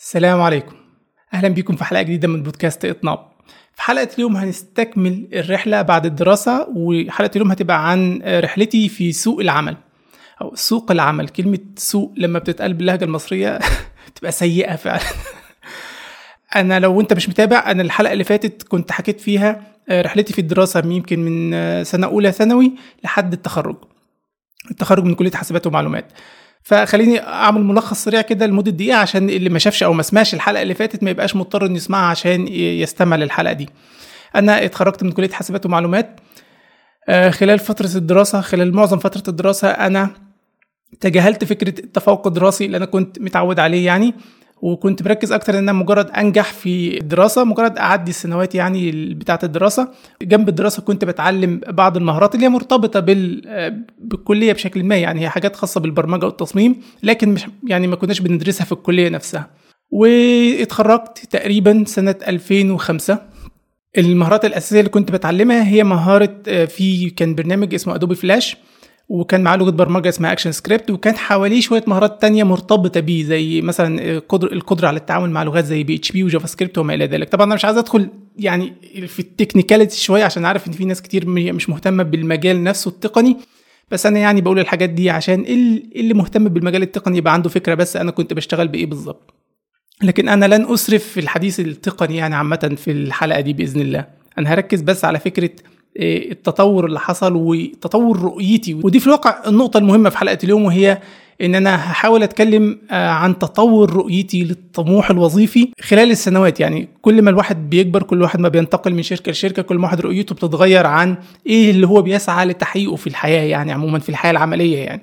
السلام عليكم. أهلا بكم في حلقة جديدة من بودكاست إطناب. في حلقة اليوم هنستكمل الرحلة بعد الدراسة، وحلقة اليوم هتبقى عن رحلتي في سوق العمل أو سوق العمل. كلمة سوق لما بتتقال باللهجة المصرية بتبقى سيئة فعلا. أنا لو أنت مش متابع، أنا الحلقة اللي فاتت كنت حكيت فيها رحلتي في الدراسة يمكن من سنة أولى ثانوي لحد التخرج من كلية حاسبات ومعلومات. فخليني اعمل ملخص سريع كده لمده دقيقه عشان اللي ما شافش او ما سمعش الحلقه اللي فاتت ما يبقاش مضطر انه يسمعها عشان يستمع للحلقه دي. انا اتخرجت من كليه حاسبات ومعلومات. خلال فتره الدراسه، خلال معظم فتره الدراسه انا تجاهلت فكره التفوق الدراسي اللي انا كنت متعود عليه يعني، وكنت مركز اكتر ان انا مجرد انجح في الدراسه، مجرد اعدي السنوات يعني بتاعه الدراسه. جنب الدراسه كنت بتعلم بعض المهارات اللي هي مرتبطه بالكليه بشكل ما، يعني هي حاجات خاصه بالبرمجه والتصميم، لكن مش يعني ما كناش بندرسها في الكليه نفسها. واتخرجت تقريبا سنه 2005. المهارات الاساسيه اللي كنت بتعلمها هي مهاره كان برنامج اسمه ادوبي فلاش، وكان معاه لغه برمجه اسمها اكشن سكريبت، وكان حواليه شويه مهارات تانية مرتبطه بيه زي مثلا القدره على التعامل مع لغات زي PHP وجافا سكريبت وما الى ذلك. طبعا انا مش عايز ادخل يعني في التكنيكاليتي شويه عشان عارف ان في ناس كتير مش مهتمه بالمجال نفسه التقني، بس انا يعني بقول الحاجات دي عشان اللي مهتم بالمجال التقني يبقى عنده فكره بس انا كنت بشتغل بايه بالظبط. لكن انا لن اسرف في الحديث التقني يعني عامه في الحلقه دي باذن الله. انا هركز بس على فكره التطور اللي حصل وتطور رؤيتي، ودي في الواقع النقطة المهمة في حلقة اليوم، وهي ان انا هحاول اتكلم عن تطور رؤيتي للطموح الوظيفي خلال السنوات. يعني كل ما الواحد بيكبر، كل واحد ما بينتقل من شركة لشركة، كل ما واحد رؤيته بتتغير عن ايه اللي هو بيسعى لتحقيقه في الحياة، يعني عموما في الحياة العملية يعني.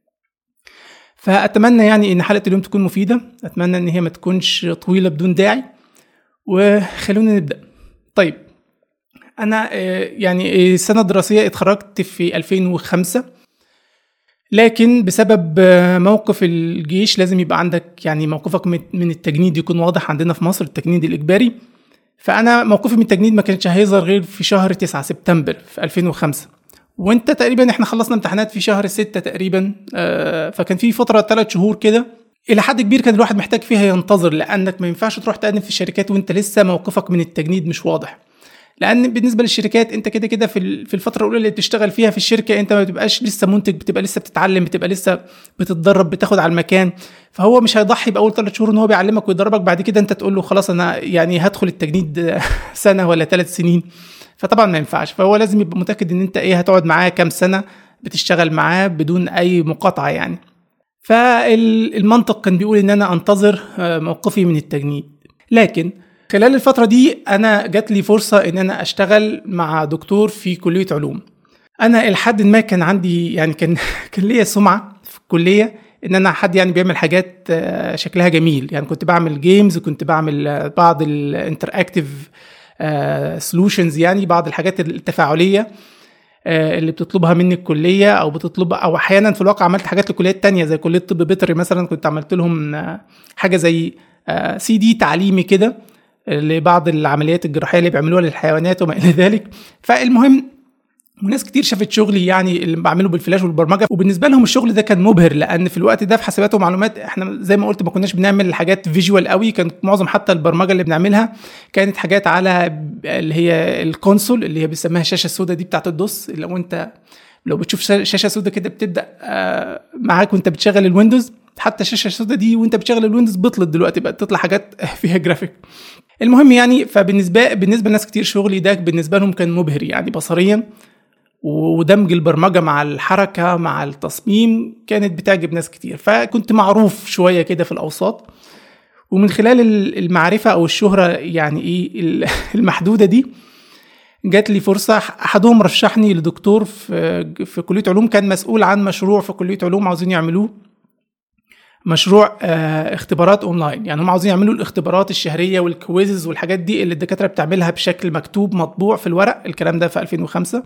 فأتمنى يعني ان حلقة اليوم تكون مفيدة، أتمنى ان هي ما تكونش طويلة بدون داعي، وخلونا نبدأ. طيب، أنا يعني السنة الدراسية اتخرجت في 2005، لكن بسبب موقف الجيش لازم يبقى عندك يعني موقفك من التجنيد يكون واضح عندنا في مصر، التجنيد الإجباري. فأنا موقفي من التجنيد ما كانش هيظهر غير في شهر 9 سبتمبر في 2005، وانت تقريبا احنا خلصنا امتحانات في شهر 6 تقريبا. فكان في فترة 3 شهور كده إلى حد كبير كان الواحد محتاج فيها ينتظر، لأنك ما ينفعش تروح تقدم في الشركات وانت لسه موقفك من التجنيد مش واضح. لان بالنسبه للشركات انت كده كده في الفتره الاولى اللي بتشتغل فيها في الشركه انت ما بتبقاش لسه منتج، بتبقى لسه بتتعلم، بتبقى لسه بتتدرب، بتاخد على المكان. فهو مش هيضحي باول 3 شهور ان هو بيعلمك ويدربك، بعد كده انت تقول له خلاص انا يعني هدخل التجنيد سنه ولا 3 سنين. فطبعا ما ينفعش، فهو لازم يبقى متاكد ان انت هتقعد معاه كام سنه بتشتغل معاه بدون اي مقاطعه يعني. فالمنطق كان بيقول ان انا انتظر موقفي من التجنيد. لكن خلال الفترة دي أنا جات لي فرصة إن أنا أشتغل مع دكتور في كلية علوم. أنا لحد ما كان عندي يعني كان ليا سمعة في الكلية إن أنا حد يعني بيعمل حاجات شكلها جميل. يعني كنت بعمل جيمز، كنت بعمل بعض الانتراكتيف سولوشنز، يعني بعض الحاجات التفاعلية اللي بتطلبها مني الكلية أو بتطلبها، أو أحيانا في الواقع عملت حاجات لكليات تانية زي كلية طب بيطري مثلا. كنت عملت لهم حاجة زي CD تعليمي كده لبعض العمليات الجراحية اللي بيعملوها للحيوانات وما إلى ذلك. فالمهم ناس كتير شافت شغلي يعني اللي بعمله بالفلاش والبرمجة، وبالنسبة لهم الشغل ده كان مبهر، لأن في الوقت ده في حاسبات ومعلومات احنا زي ما قلت ما كناش بنعمل حاجات فيجوال قوي، كان معظم حتى البرمجة اللي بنعملها كانت حاجات على اللي هي الكونسول اللي هي بيسميها الشاشة السوداء دي بتاعت الدوس. لو بتشوف شاشة سوداء كده بتبدأ معاك وانت بتشغل الويندوز، حتى الشاشة السوداء دي وانت بتشغل الويندوز بطلت دلوقتي، بقت تطلع حاجات فيها جرافيك. المهم يعني فبالنسبة لناس كتير شغلي ده بالنسبة لهم كان مبهر يعني بصريا، ودمج البرمجة مع الحركة مع التصميم كانت بتعجب ناس كتير. فكنت معروف شوية كده في الأوساط، ومن خلال المعرفة أو الشهرة يعني المحدودة دي جات لي فرصة. أحدهم رشحني لدكتور في كلية علوم كان مسؤول عن مشروع في كلية علوم عاوزين يعملوه، مشروع اختبارات اونلاين. يعني هم عاوزين يعملوا الاختبارات الشهريه والكويزز والحاجات دي اللي الدكاتره بتعملها بشكل مكتوب مطبوع في الورق. الكلام ده في 2005.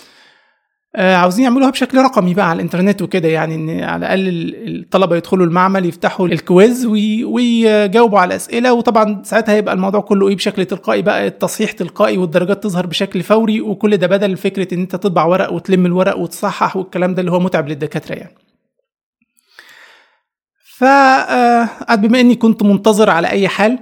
عاوزين يعملوها بشكل رقمي بقى على الانترنت وكده، يعني ان على الاقل الطلبه يدخلوا المعمل يفتحوا الكويز ويجاوبوا على الاسئله، وطبعا ساعتها هيبقى الموضوع كله بشكل تلقائي بقى، التصحيح تلقائي والدرجات تظهر بشكل فوري، وكل ده بدل فكره ان انت تطبع ورق وتلم الورق وتصحح والكلام ده اللي هو متعب للدكاتره يعني. بما اني كنت منتظر على اي حال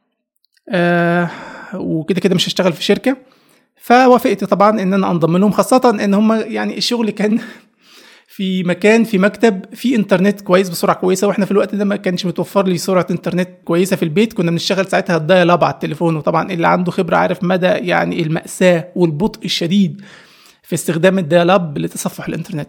وكده كده مش هشتغل في شركة، فوافقت طبعا ان انا انضم لهم، خاصة ان هم يعني الشغل كان في مكان، في مكتب، في انترنت كويس بسرعة كويسة، واحنا في الوقت ده ما كانش متوفر لي سرعة انترنت كويسة في البيت. كنا بنشتغل ساعتها الدايل اب على التليفون، وطبعا اللي عنده خبرة عارف مدى يعني المأساة والبطء الشديد في استخدام الدايل اب لتصفح الانترنت.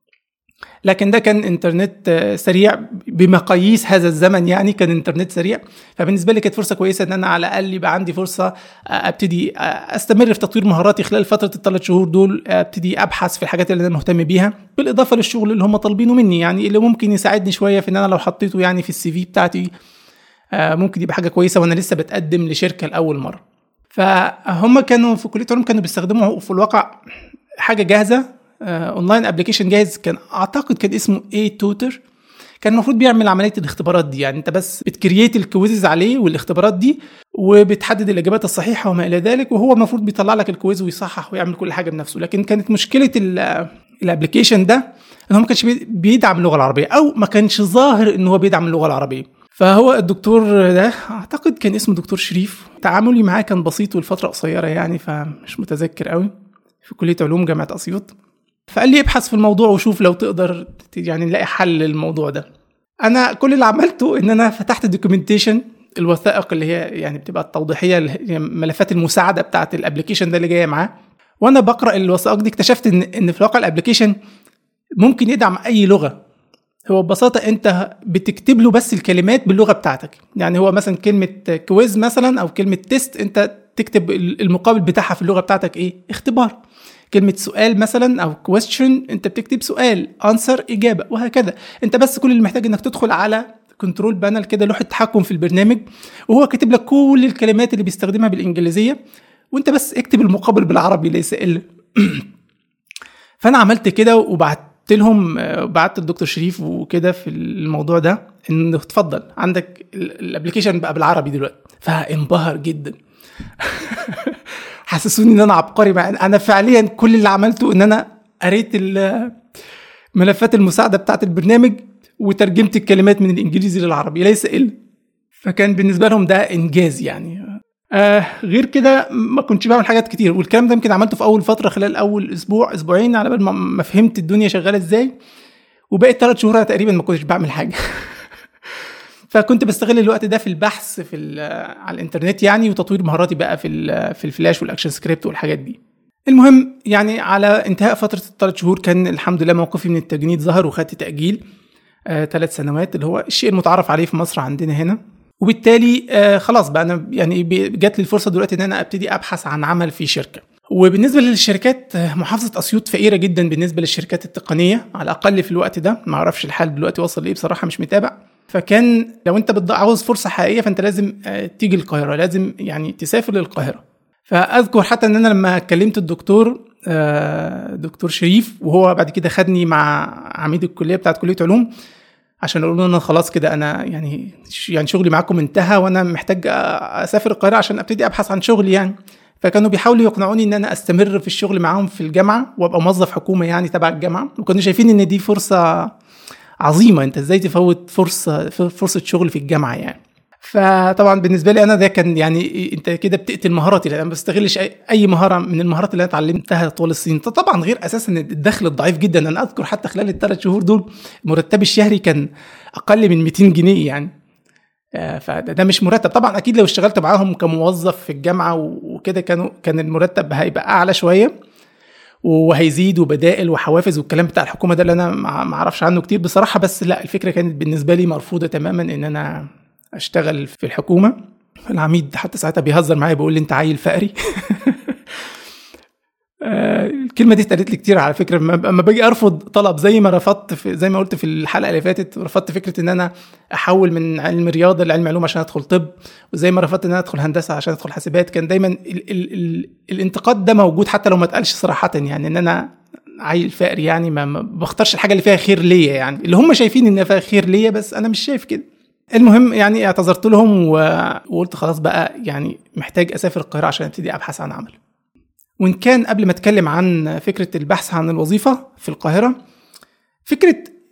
لكن ده كان انترنت سريع بمقاييس هذا الزمن، يعني كان انترنت سريع. فبالنسبه لي كانت فرصه كويسه ان انا على الاقل يبقى عندي فرصه ابتدي استمر في تطوير مهاراتي خلال فتره ال3 شهور دول، ابتدي ابحث في الحاجات اللي انا مهتم بيها، بالاضافه للشغل اللي هم طالبينه مني، يعني اللي ممكن يساعدني شويه في ان انا لو حطيته يعني في السي في بتاعتي ممكن يبقى حاجه كويسه وانا لسه بتقدم لشركه لاول مره. فهم كانوا في كليه علوم كانوا بيستخدموا في الواقع حاجه جاهزه، اونلاين ابلكيشن جاهز، كان اعتقد كان اسمه اي توتر. كان المفروض بيعمل عمليه الاختبارات دي، يعني انت بس بتكرييت الكويزز عليه والاختبارات دي، وبتحدد الاجابات الصحيحه وما الى ذلك، وهو المفروض بيطلع لك الكويز ويصحح ويعمل كل حاجه بنفسه. لكن كانت مشكله الابلكيشن ده ان هو ما كانش بيدعم اللغه العربيه، او ما كانش ظاهر ان هو بيدعم اللغه العربيه. فهو الدكتور ده اعتقد كان اسمه دكتور شريف، تعاملي معاه كان بسيط والفتره قصيره يعني، فمش متذكر قوي، في كليه علوم جامعه اسيوط. فقال لي ابحث في الموضوع وشوف لو تقدر يعني نلاقي حل للموضوع ده. انا كل اللي عملته ان انا فتحت الدوكيومنتيشن، الوثائق اللي هي يعني بتبقى التوضيحيه، ملفات المساعده بتاعه الابلكيشن ده اللي جايه معاه. وانا بقرا الوثائق دي اكتشفت ان في الواقع الابلكيشن ممكن يدعم اي لغه. هو ببساطه انت بتكتب له بس الكلمات باللغه بتاعتك، يعني هو مثلا كلمه كويز مثلا او كلمه تيست، انت تكتب المقابل بتاعها في اللغه بتاعتك ايه؟ اختبار. كلمة سؤال مثلا أو question، أنت بتكتب سؤال، answer إجابة، وهكذا. أنت بس كل اللي محتاج أنك تدخل على كنترول بانل كده، لوحة تحكم في البرنامج، وهو كاتب لك كل الكلمات اللي بيستخدمها بالإنجليزية، وأنت بس اكتب المقابل بالعربي ليس إلا. فأنا عملت كده وبعت لهم، بعت الدكتور شريف وكده في الموضوع ده، إنه اتفضل عندك الابليكيشن بقى بالعربي دلوقتي. فانبهر جدا. حسسوني ان انا عبقري، مع انا فعليا كل اللي عملته ان انا قريت ملفات المساعده بتاعه البرنامج وترجمت الكلمات من الانجليزي للعربي ليس الا. فكان بالنسبه لهم ده انجاز يعني. غير كده ما كنتش بعمل حاجات كتير، والكلام ده يمكن عملته في اول فتره، خلال اول اسبوع اسبوعين على بال ما فهمت الدنيا شغاله ازاي، وبقيت 3 شهور تقريبا ما كنتش بعمل حاجه. فكنت بستغل الوقت ده في البحث على الانترنت يعني، وتطوير مهاراتي بقى في الفلاش والاكشن سكريبت والحاجات دي. المهم يعني على انتهاء فترة ال3 شهور كان الحمد لله موقفي من التجنيد ظهر، وخدت تأجيل 3 سنوات، اللي هو الشيء المتعارف عليه في مصر عندنا هنا. وبالتالي خلاص بقى انا يعني جات لي الفرصة دلوقتي ان انا ابتدي ابحث عن عمل في شركة. وبالنسبة للشركات، محافظة أسيوط فقيرة جدا بالنسبة للشركات التقنية على الأقل في الوقت ده، ما اعرفش الحال دلوقتي وصل لإيه بصراحة، مش متابع. فكان لو انت عاوز فرصة حقيقية فانت لازم تيجي القاهرة، لازم يعني تسافر للقاهرة. فأذكر حتى ان انا لما كلمت الدكتور دكتور شريف، وهو بعد كده خدني مع عميد الكلية بتاعت كلية علوم عشان اقول له انا خلاص كده انا يعني شغلي معاكم انتهى، وانا محتاج اسافر القاهرة عشان ابتدي ابحث عن شغل يعني. فكانوا بيحاولوا يقنعوني ان انا استمر في الشغل معاهم في الجامعة وابقى موظف حكومة يعني تبع الجامعة، وكانوا شايفين ان دي فرصة عظيمة، انت ازاي تفوت فرصة شغل في الجامعة يعني. فطبعا بالنسبة لي انا ده كان يعني انت كده بتقتل مهاراتي، لان ما بستغلش اي مهارة من المهارات اللي انا اتعلمتها طول السنين. طبعا غير اساسا الدخل الضعيف جدا، انا اذكر حتى خلال ال3 شهور دول مرتبي الشهري كان اقل من 200 جنيه يعني. فده مش مرتب طبعا، اكيد لو اشتغلت معاهم كموظف في الجامعة وكده كان المرتب هيبقى اعلى شوية وهيزيد، وبدائل وحوافز والكلام بتاع الحكومة ده اللي انا ما اعرفش عنه كتير بصراحة. بس لا، الفكرة كانت بالنسبة لي مرفوضة تماما ان انا اشتغل في الحكومة. العميد حتى ساعتها بيهزر معايا بيقول لي انت عيل فقري. الكلمة دي اتقالت لي كتير على فكرة، لما باجي ارفض طلب، زي ما رفضت زي ما قلت في الحلقة اللي فاتت، رفضت فكرة ان انا احول من علم رياضة لعلم علوم عشان ادخل طب، وزي ما رفضت ان انا ادخل هندسة عشان ادخل حاسبات. كان دايما الانتقاد ده موجود حتى لو ما اتقالش صراحة، يعني ان انا عيل فقري يعني ما بختارش الحاجة اللي فيها خير ليا، يعني اللي هم شايفين ان فيها خير ليا بس انا مش شايف كده. المهم يعني اعتذرت لهم وقلت خلاص بقى يعني محتاج اسافر القاهرة عشان ابتدي ابحث عن عمل. وإن كان قبل ما أتكلم عن فكرة البحث عن الوظيفة في القاهرة، فكرة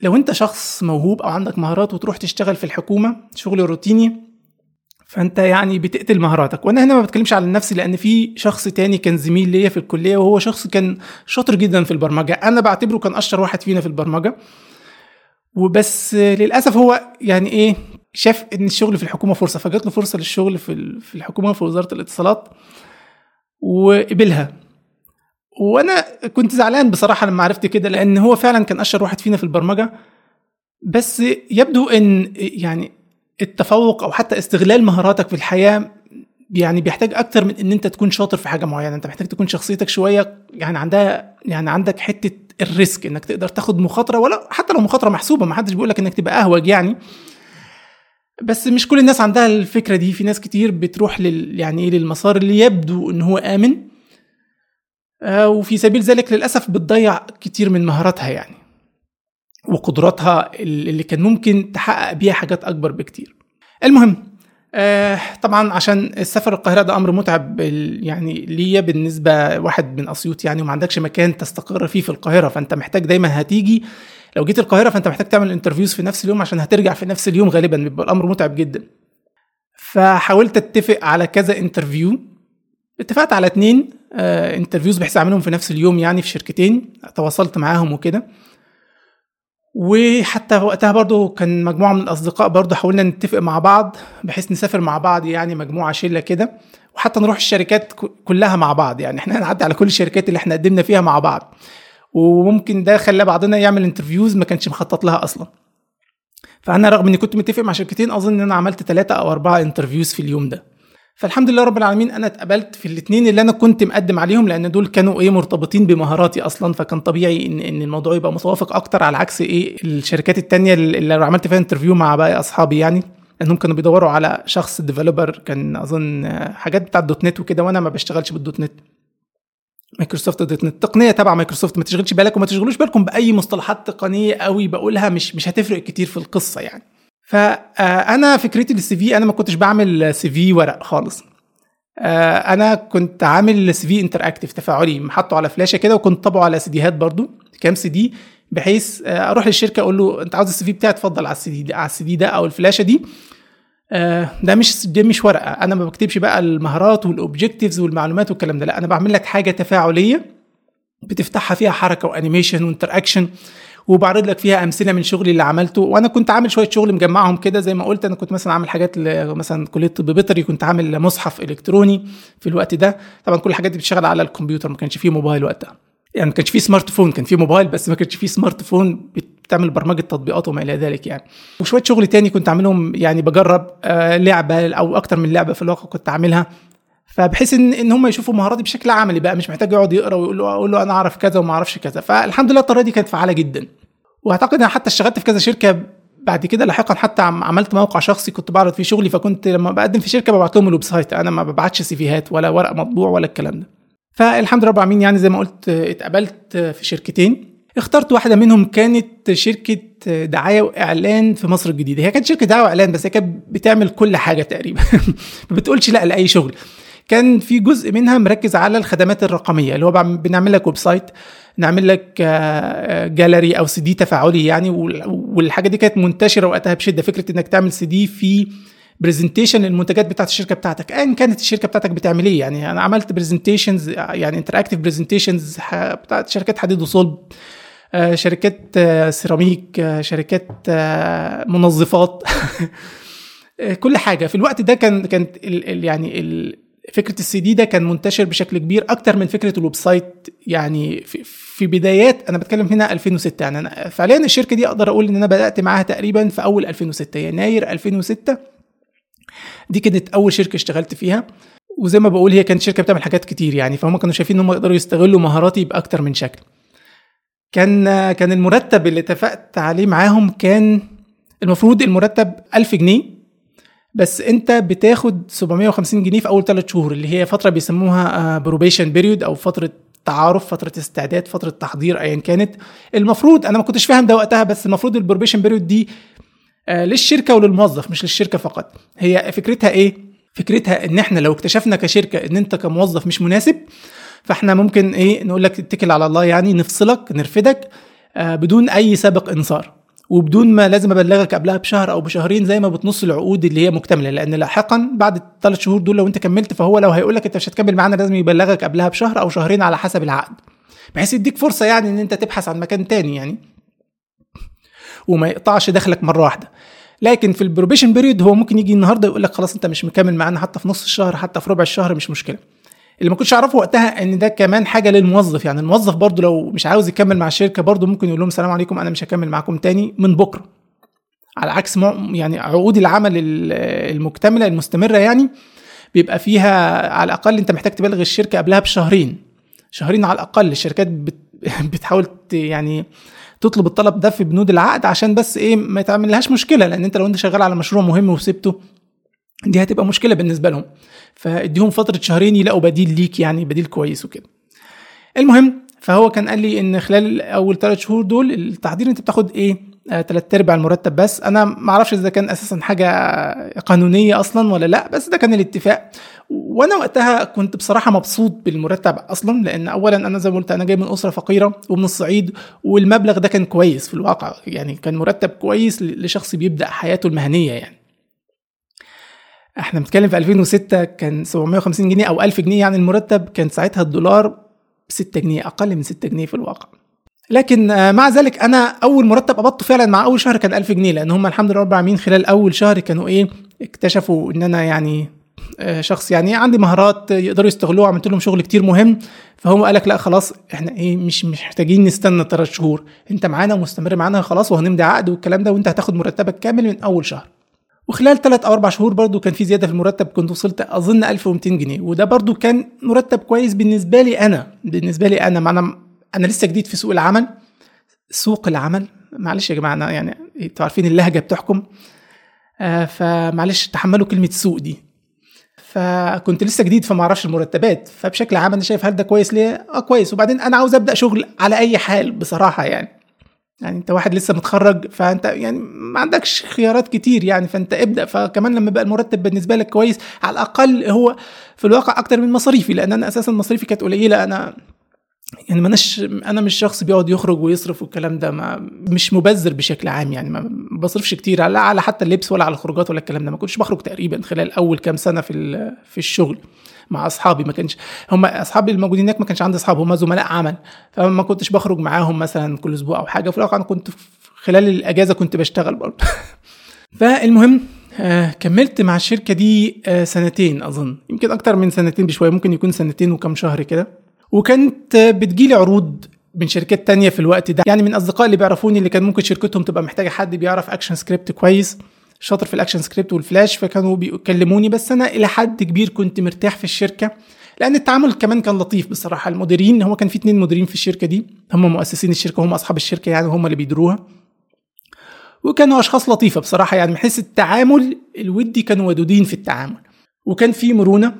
لو انت شخص موهوب او عندك مهارات وتروح تشتغل في الحكومة شغل روتيني، فانت يعني بتقتل مهاراتك. وانا هنا ما بتكلمش على نفسي، لان في شخص تاني كان زميل ليا في الكلية، وهو شخص كان شاطر جدا في البرمجة، انا بعتبره كان اشطر واحد فينا في البرمجة. وبس للاسف هو يعني ايه، شاف ان الشغل في الحكومة فرصة، فجات له فرصة للشغل في الحكومة في وزارة الاتصالات وقبلها. وانا كنت زعلان بصراحة لما عرفت كده، لان هو فعلا كان اشطر واحد فينا في البرمجة. بس يبدو ان يعني التفوق او حتى استغلال مهاراتك في الحياة يعني بيحتاج اكتر من ان انت تكون شاطر في حاجة معينة. انت محتاج تكون شخصيتك شوية يعني عندك حتة الريسك، انك تقدر تاخد مخاطرة، ولا حتى لو مخاطرة محسوبة. ما حدش بيقولك انك تبقى اهوج يعني، بس مش كل الناس عندها الفكرة دي. في ناس كتير بتروح يعني للمسار اللي يبدو ان هو آمن، وفي سبيل ذلك للأسف بتضيع كتير من مهاراتها يعني وقدراتها اللي كان ممكن تحقق بيها حاجات أكبر بكتير. المهم، طبعا عشان السفر القاهرة ده أمر متعب يعني ليا بالنسبة واحد من أسيوط يعني، وما عندكش مكان تستقر فيه في القاهرة، فأنت محتاج دايما هتيجي لو جيت القاهرة فأنت محتاج تعمل انترفيوز في نفس اليوم عشان هترجع في نفس اليوم، غالبا بيبقى الأمر متعب جدا. فحاولت اتفق على كذا انترفيو، اتفقت على 2 انترفيوز بحيث اعملهم في نفس اليوم يعني في شركتين، تواصلت معاهم وكده. وحتى وقتها برضو كان مجموعة من الأصدقاء برضو حاولنا نتفق مع بعض بحيث نسافر مع بعض يعني مجموعة شلة كده، وحتى نروح الشركات كلها مع بعض يعني. احنا هنعدي على كل الشركات اللي احنا قدمنا فيها مع بعض، وممكن ده خلى بعضنا يعمل انترفيوز ما كانش مخطط لها أصلا. فأنا رغم أني كنت متفق مع شركتين، أظن أن أنا عملت 3 أو 4 انترفيوز في اليوم ده. فالحمد لله رب العالمين أنا اتقبلت في ال2 اللي أنا كنت مقدم عليهم، لأن دول كانوا مرتبطين بمهاراتي أصلا، فكان طبيعي إن الموضوع يبقى متوافق أكتر، على عكس الشركات التانية اللي عملت فيها انترفيو مع باقي أصحابي يعني، لأنهم كانوا بيدوروا على شخص ديفلوبر، كان أظن حاجات بتاع الدوت نت وكده، وأنا ما بشتغلش بالدوت نت. مايكروسوفت دوت نت تقنية تبع مايكروسوفت، ما تشغلش بالك وما تشغلوش بالكم بأي مصطلحات تقنية قوي بقولها، مش هتفرق كتير في القصة يعني. فأنا فكرتي للسي في، أنا ما كنتش بعمل سي في ورق خالص. انا كنت عامل سي في انتراكتيف تفاعلي، محطه على فلاشه كده، وكنت طبعه على سيديهات برضو، كام سي دي، بحيث اروح للشركه اقول له انت عاوز السي في بتاعي، اتفضل على السي دي ده او الفلاشه دي. ده مش ورقه، انا ما بكتبش بقى المهارات والاوبجكتيفز والمعلومات والكلام ده، لا انا بعمل لك حاجه تفاعليه بتفتحها فيها حركه وانيميشن وانتراكشن، وبعرض لك فيها امثله من شغلي اللي عملته. وانا كنت عامل شويه شغل مجمعهم كده زي ما قلت. انا كنت مثلا عامل حاجات مثلا كليه طب بيطري، كنت عامل مصحف الكتروني في الوقت ده. طبعا كل الحاجات دي بتشتغل على الكمبيوتر، ما كانش فيه موبايل وقتها يعني، ما كانش فيه سمارت فون، كان فيه موبايل بس ما كانش فيه سمارت فون بتعمل برمجه تطبيقات وما الى ذلك يعني. وشويه شغل تاني كنت عاملهم يعني، بجرب لعبه او اكتر من لعبه في الواقع كنت عاملها، فبحيث ان هم يشوفوا مهاراتي بشكل عملي بقى، مش محتاج يقعد يقرا ويقول له انا اعرف كذا وما اعرفش كذا. فالحمد لله الطريقه دي كانت فعاله جدا. واعتقد انا حتى اشتغلت في كذا شركه بعد كده لاحقا، حتى عملت موقع شخصي كنت بعرض فيه شغلي، فكنت لما بقدم في شركه ببعت لهم الويب سايت، انا ما ببعتش سيفيهات ولا ورق مطبوع ولا الكلام ده. فالحمد لله رب العالمين يعني زي ما قلت اتقبلت في شركتين. اخترت واحده منهم كانت شركه دعايه واعلان في مصر الجديده. هي كانت شركه دعايه واعلان بس هي كانت بتعمل كل حاجه تقريبا ما بتقولش لا لاي شغل. كان في جزء منها مركز على الخدمات الرقميه، اللي هو بنعمل لك ويب سايت، نعمل لك جاليري او سي دي تفاعلي يعني. والحاجه دي كانت منتشره وقتها بشده، فكره انك تعمل سي دي في برزنتيشن للمنتجات بتاعت الشركه بتاعتك، ايا كانت الشركه بتاعتك بتعمل ايه يعني. انا عملت برزنتيشنز يعني انتراكتيف برزنتيشنز بتاعت شركات حديد وصلب، شركات سيراميك، شركات منظفات كل حاجه في الوقت ده. كانت يعني فكره السي دي ده كان منتشر بشكل كبير اكتر من فكره الويب سايت يعني. في بدايات، انا بتكلم هنا 2006 يعني، انا فعليا الشركه دي اقدر اقول ان انا بدات معاها تقريبا في اول 2006، يناير 2006 دي كانت اول شركه اشتغلت فيها. وزي ما بقول هي كانت شركه بتعمل حاجات كتير يعني، فهم كانوا شايفين ان هم يقدروا يستغلوا مهاراتي باكتر من شكل. كان المرتب اللي اتفقت عليه معاهم كان المفروض المرتب 1000 جنيه، بس انت بتاخد 750 جنيه في اول 3 شهور، اللي هي فتره بيسموها بروبيشن بيريود او فتره تعارف، فتره استعداد، فتره تحضير، ايا كانت. المفروض انا ما كنتش فاهم ده وقتها، بس المفروض البروبيشن بيريود دي للشركه وللموظف مش للشركه فقط. هي فكرتها ايه؟ فكرتها ان احنا لو اكتشفنا كشركه ان انت كموظف مش مناسب، فاحنا ممكن نقول لك اتكل على الله يعني، نفصلك، نرفدك بدون اي سابق انذار. وبدون ما لازم ابلغك قبلها بشهر او بشهرين زي ما بتنص العقود اللي هي مكتمله، لان لاحقا بعد ال3 شهور دول لو انت كملت فهو لو هيقول لك انت مش هتكمل معانا لازم يبلغك قبلها بشهر او شهرين على حسب العقد، بحيث يديك فرصه يعني ان انت تبحث عن مكان تاني يعني وما يقطعش دخلك مره واحده. لكن في البروبيشن بيريود هو ممكن يجي النهارده يقول لك خلاص انت مش مكمل معانا حتى في نص الشهر حتى في ربع الشهر، مش مشكله. اللي ما كنتش اعرفه وقتها ان ده كمان حاجه للموظف، يعني الموظف برضو لو مش عاوز يكمل مع الشركه برضو ممكن يقول لهم السلام عليكم انا مش هكمل معاكم تاني من بكره، على عكس يعني عقود العمل المكتمله المستمره يعني بيبقى فيها على الاقل انت محتاج تبلغ الشركه قبلها بشهرين على الاقل. الشركات بتحاول يعني تطلب الطلب ده في بنود العقد عشان بس ايه ما يتعملهاش مشكله، لان انت لو انت شغال على مشروع مهم وسبته دي هتبقى مشكله بالنسبه لهم، فاديهم فتره شهرين يلاقوا بديل ليك يعني بديل كويس وكده. المهم فهو كان قال لي ان خلال اول 3 شهور دول التحضير انت بتاخد ايه 3/4 المرتب بس. انا ما اعرفش اذا كان اساسا حاجه قانونيه اصلا ولا لا، بس ده كان الاتفاق. وانا وقتها كنت بصراحه مبسوط بالمرتب اصلا، لان اولا انا زي ما قلت انا جاي من اسره فقيره ومن الصعيد، والمبلغ ده كان كويس في الواقع، يعني كان مرتب كويس لشخص بيبدا حياته المهنيه. يعني احنا بنتكلم في 2006 كان 750 جنيه او 1000 جنيه، يعني المرتب كان ساعتها الدولار 6 جنيه، اقل من 6 جنيه في الواقع. لكن مع ذلك انا اول مرتب قبضته فعلا مع اول شهر كان 1000 جنيه، لان هم الحمد لله رب العالمين خلال اول شهر كانوا ايه اكتشفوا ان انا يعني شخص يعني عندي مهارات يقدروا يستغلوها، عملت لهم شغل كتير مهم، فهو قالك لا خلاص احنا ايه مش محتاجين نستنى 3 شهور، انت معانا ومستمر معانا خلاص وهنمضي عقد والكلام ده، وانت هتاخد مرتبك كامل من اول شهر. وخلال 3 أو 4 شهور برضو كان في زيادة في المرتب، كنت وصلت أظن 1200 جنيه، وده برضو كان مرتب كويس بالنسبة لي أنا معنا أنا لسه جديد في سوق العمل. معلش يا جماعة أنا يعني انتوا عارفين اللهجة بتحكم، فمعلش تحملوا كلمة سوق دي. فكنت لسه جديد فما اعرفش المرتبات، فبشكل عام انا شايف هل ده كويس ليه؟ كويس. وبعدين انا عاوز ابدا شغل على اي حال بصراحة، يعني انت واحد لسه متخرج فانت يعني ما عندكش خيارات كتير يعني، فانت ابدا. فكمان لما بقى المرتب بالنسبه لك كويس على الاقل هو في الواقع اكتر من مصاريفي، لان انا اساسا مصاريفي كانت قليله. انا يعني انا مش شخص بيقعد يخرج ويصرف والكلام ده، مش مبذر بشكل عام يعني، ما بصرفش كتير لا على حتى اللبس ولا على الخروجات ولا الكلام ده. ما كنتش بخرج تقريبا خلال اول كام سنه في الشغل مع اصحابي، ما كانش هم اصحابي الموجودين هناك ما كانش عندي اصحاب، هم زملاء عمل، فما كنتش بخرج معاهم مثلا كل اسبوع او حاجه. في الواقع انا كنت خلال الاجازه كنت بشتغل برضه. فالمهم كملت مع الشركه دي 2 اظن، يمكن اكتر من 2 بشويه، ممكن يكون 2 وكم شهر كده. وكانت بتجيلي عروض من شركات تانية في الوقت ده، يعني من اصدقاء اللي بيعرفوني اللي كان ممكن شركتهم تبقى محتاجه حد بيعرف اكشن سكريبت كويس، شاطر في الاكشن سكريبت والفلاش، فكانوا بيكلموني. بس انا الى حد كبير كنت مرتاح في الشركه، لان التعامل كمان كان لطيف بصراحه. المديرين هو كان في 2 مديرين في الشركه دي، هم مؤسسين الشركه، هم اصحاب الشركه يعني، هم اللي بيديروها، وكانوا اشخاص لطيفه بصراحه يعني، من حيث التعامل الودي كانوا ودودين في التعامل، وكان في مرونه.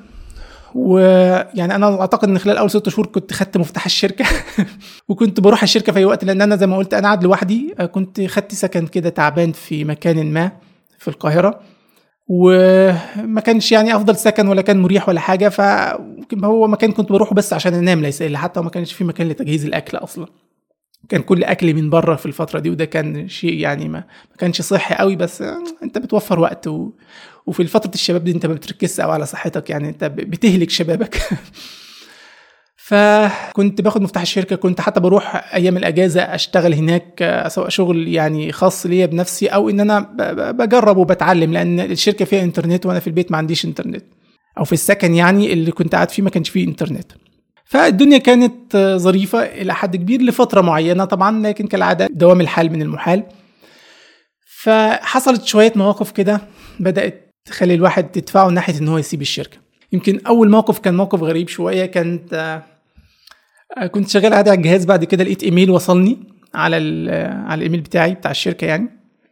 ويعني انا اعتقد ان خلال اول 6 شهور كنت خدت مفتاح الشركه وكنت بروح الشركه في اي وقت، لان انا زي ما قلت انا قاعد لوحدي. كنت خدت سكن كده تعبان في مكان ما في القاهره، وما كانش يعني افضل سكن ولا كان مريح ولا حاجه، فهو مكان كنت بروحه بس عشان انام ليس الا، حتى وما كانش في مكان لتجهيز الاكل اصلا، كان كل اكلي من بره في الفتره دي، وده كان شيء يعني ما كانش صحي قوي، بس انت بتوفر وقت وفي فتره الشباب دي انت ما بتركزش قوي على صحتك، يعني انت بتهلك شبابك. فكنت باخد مفتاح الشركه، كنت حتى بروح ايام الاجازه اشتغل هناك، سواء شغل يعني خاص ليا بنفسي او ان انا بجرب وبتعلم، لان الشركه فيها انترنت وانا في البيت ما عنديش انترنت، او في السكن يعني اللي كنت قاعد فيه ما كانش فيه انترنت. فالدنيا كانت ظريفه الى حد كبير لفتره معينه طبعا، لكن كالعاده دوام الحال من المحال. فحصلت شويه مواقف كده بدات تخلي الواحد تدفعه ناحيه ان هو يسيب الشركه. يمكن اول موقف كان موقف غريب شويه، كنت شغال عادي على الجهاز، بعد كده لقيت ايميل وصلني على الايميل بتاعي بتاع الشركه يعني،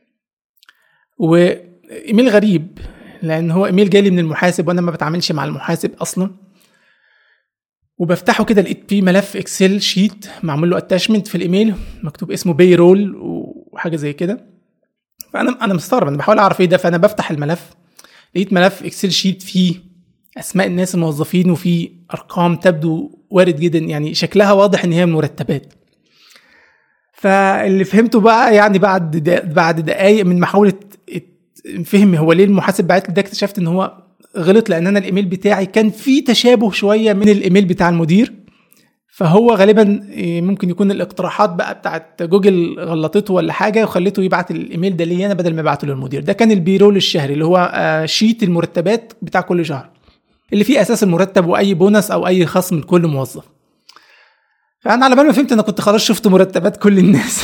وايميل غريب لان هو ايميل جالي من المحاسب، وانا ما بتعاملش مع المحاسب اصلا. وبفتحه كده لقيت فيه ملف اكسل شيت معمول له اتاشمنت في الايميل، مكتوب اسمه باي رول وحاجه زي كده. فانا مستغرب، انا بحاول اعرف ايه ده، فانا بفتح الملف لقيت ملف اكسل شيت فيه اسماء الناس الموظفين وفيه ارقام تبدو وارد جدا، يعني شكلها واضح ان هي مرتبات. فاللي فهمته بقى يعني بعد دقايق من محاولة فهم هو ليه المحاسب بعت لي ده، اكتشفت ان هو غلط، لان انا الايميل بتاعي كان فيه تشابه شوية من الايميل بتاع المدير. فهو غالبا ممكن يكون الاقتراحات بقى بتاعت جوجل غلطته ولا حاجة وخليته يبعت الايميل ده لي انا بدل ما يبعته للمدير. ده كان البيرول الشهري اللي هو شيت المرتبات بتاع كل شهر اللي فيه اساس المرتب واي بونص او اي خصم لكل موظف. فانا على بال ما فهمت انا كنت خلاص شفت مرتبات كل الناس.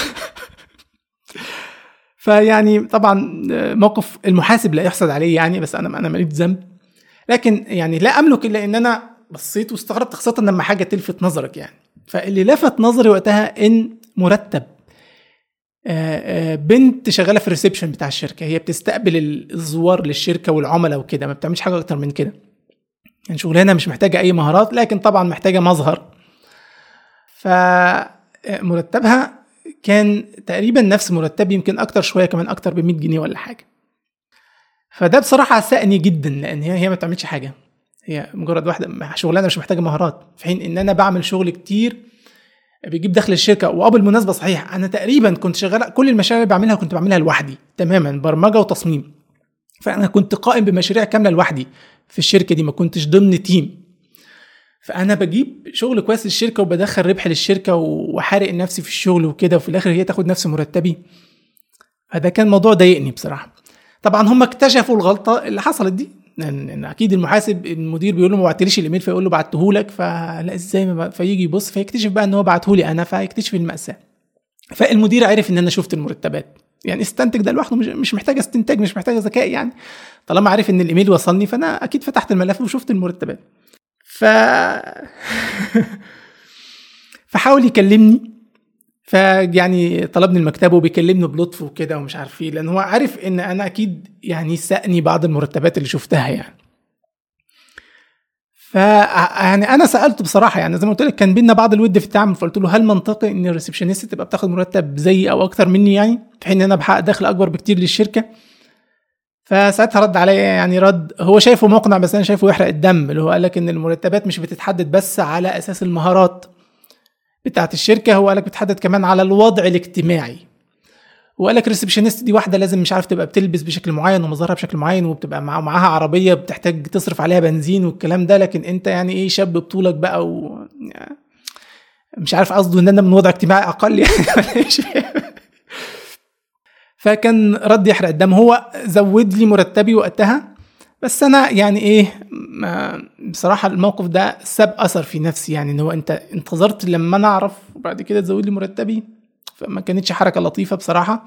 فيعني طبعا موقف المحاسب لا يحسد عليه يعني، بس انا ماليش ذنب، لكن يعني لا املك الا ان انا بصيت واستغربت، خاصه لما حاجه تلفت نظرك يعني. فاللي لفت نظري وقتها ان مرتب بنت شغاله في الريسبشن بتاع الشركه، هي بتستقبل الزوار للشركه والعملاء وكده، ما بتعملش حاجه اكتر من كده يعني، شغلانه مش محتاجه اي مهارات لكن طبعا محتاجه مظهر. فمرتبها كان تقريبا نفس مرتبي، يمكن اكتر شويه كمان، اكتر ب 100 جنيه ولا حاجه. فده بصراحه سأني جدا، لان هي ما بتعملش حاجه، هي مجرد واحده شغلانه مش محتاجه مهارات، في حين ان انا بعمل شغل كتير بيجيب دخل الشركه. وبالمناسبه صحيح انا تقريبا كنت شغال كل المشاريع اللي بعملها كنت بعملها لوحدي تماما، برمجه وتصميم. فانا كنت قائم بمشاريع كامله لوحدي في الشركه دي، ما كنتش ضمن تيم. فانا بجيب شغل كويس للشركه وبدخل ربح للشركه وحارق نفسي في الشغل وكده، وفي الاخر هي تاخد نفس مرتبي. فده كان موضوع ضايقني بصراحه. طبعا هم اكتشفوا الغلطه اللي حصلت دي، لان اكيد المحاسب المدير بيقول له ما بعتليش الايميل، فيقول له بعته لك، فلا ازاي ما فيجي يبص فيكتشف بقى ان هو بعته لي انا، فيكتشف المأساة. فالمدير عرف ان انا شفت المرتبات، يعني استنتج ده لوحده، مش محتاج استنتاج، مش محتاج ذكاء يعني، طالما عارف ان الايميل وصلني فانا اكيد فتحت الملف وشفت المرتبات. فحاول يكلمني، فيعني طلبني المكتب وبيكلمني بلطف وكده ومش عارف ايه، لان هو عارف ان انا اكيد يعني سأني بعض المرتبات اللي شفتها يعني. يعني انا سالته بصراحه، يعني زي ما قلت لك كان بينا بعض الود في التعامل، فقلت له هل منطقي ان الريسبشنست تبقى بتاخد مرتب زي او اكتر مني يعني، في حين ان انا بحقق دخل اكبر بكتير للشركه؟ فساعتها رد عليا يعني رد هو شايفه مقنع، بس انا شايفه يحرق الدم، اللي هو قال لك ان المرتبات مش بتتحدد بس على اساس المهارات بتاعت الشركه، هو قال لك بتتحدد كمان على الوضع الاجتماعي. وقال لك الريسبشنست دي واحده لازم مش عارف تبقى بتلبس بشكل معين ومظهرها بشكل معين، وبتبقى معاها عربيه بتحتاج تصرف عليها بنزين والكلام ده، لكن انت يعني ايه شاب بطولك بقى مش عارف قصده ان انا من وضع اجتماعي اقل يعني. فكان رد يحرق الدم. هو زود لي مرتبي وقتها، بس انا يعني ايه بصراحه الموقف ده ساب اثر في نفسي، يعني ان هو انت انتظرت لما انا اعرف وبعد كده تزود لي مرتبي، فما كانتش حركه لطيفه بصراحه.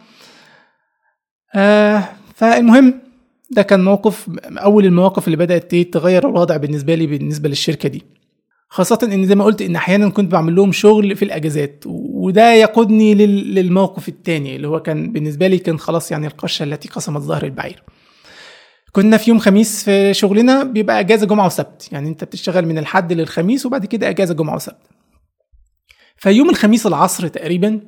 فالمهم ده كان موقف اول المواقف اللي بدات تغير الوضع بالنسبه لي بالنسبه للشركه دي، خاصه ان زي ما قلت ان احيانا كنت بعمل لهم شغل في الاجازات، وده يقودني للموقف الثاني اللي هو كان بالنسبه لي كان خلاص يعني القشه التي قسمت ظهر البعير. كنا في يوم خميس في شغلنا بيبقى اجازه جمعه وسبت، يعني انت بتشتغل من الحد للخميس وبعد كده اجازه جمعه وسبت. فيوم الخميس العصر تقريبا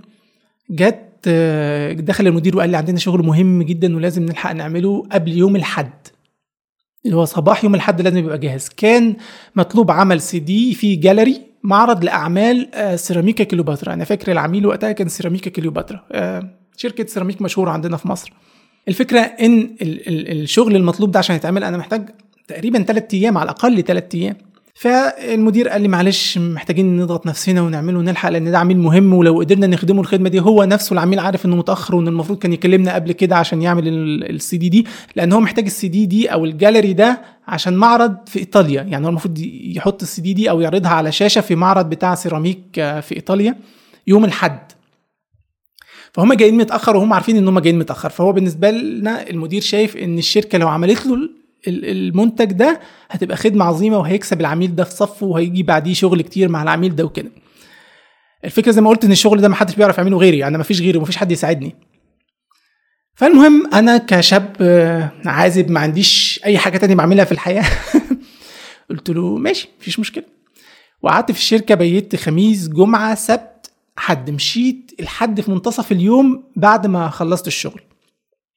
دخل المدير وقال لي عندنا شغل مهم جدا ولازم نلحق نعمله قبل يوم الحد، اللي هو صباح يوم الحد لازم يبقى جاهز. كان مطلوب عمل CD في جاليري، معرض لأعمال سيراميكا كليوباترا. أنا فاكر العميل وقتها كان سيراميكا كليوباترا، شركة سيراميك مشهورة عندنا في مصر. الفكرة إن الشغل المطلوب ده عشان يتعمل أنا محتاج تقريبا 3 أيام على الأقل 3 أيام. فالمدير قال لي معلش محتاجين نضغط نفسنا ونعمله ونلحق، لان ده عميل مهم ولو قدرنا نخدمه الخدمه دي، هو نفسه العميل عارف انه متاخر وان المفروض كان يكلمنا قبل كده عشان يعمل الCD دي، لان هو محتاج الCD دي او الجاليري ده عشان معرض في ايطاليا، يعني هو المفروض يحط الCD دي او يعرضها على شاشه في معرض بتاع سيراميك في ايطاليا يوم الحد. فهم جايين متاخر وهم عارفين ان هم جايين متاخر، فهو بالنسبه لنا المدير شايف ان الشركه لو عملت له المنتج ده هتبقى خدمة عظيمة وهيكسب العميل ده في صفه وهيجي بعديه شغل كتير مع العميل ده وكده. الفكرة زي ما قلت ان الشغل ده ما حدش بيعرف يعمله غيري، يعني ما فيش غيري وما فيش حد يساعدني. فالمهم انا كشاب عازب ما عنديش اي حاجة تانية بعملها في الحياة قلت له ماشي مفيش مشكلة، وقعدت في الشركة بيت خميس جمعة سبت حد، مشيت الحد في منتصف اليوم بعد ما خلصت الشغل.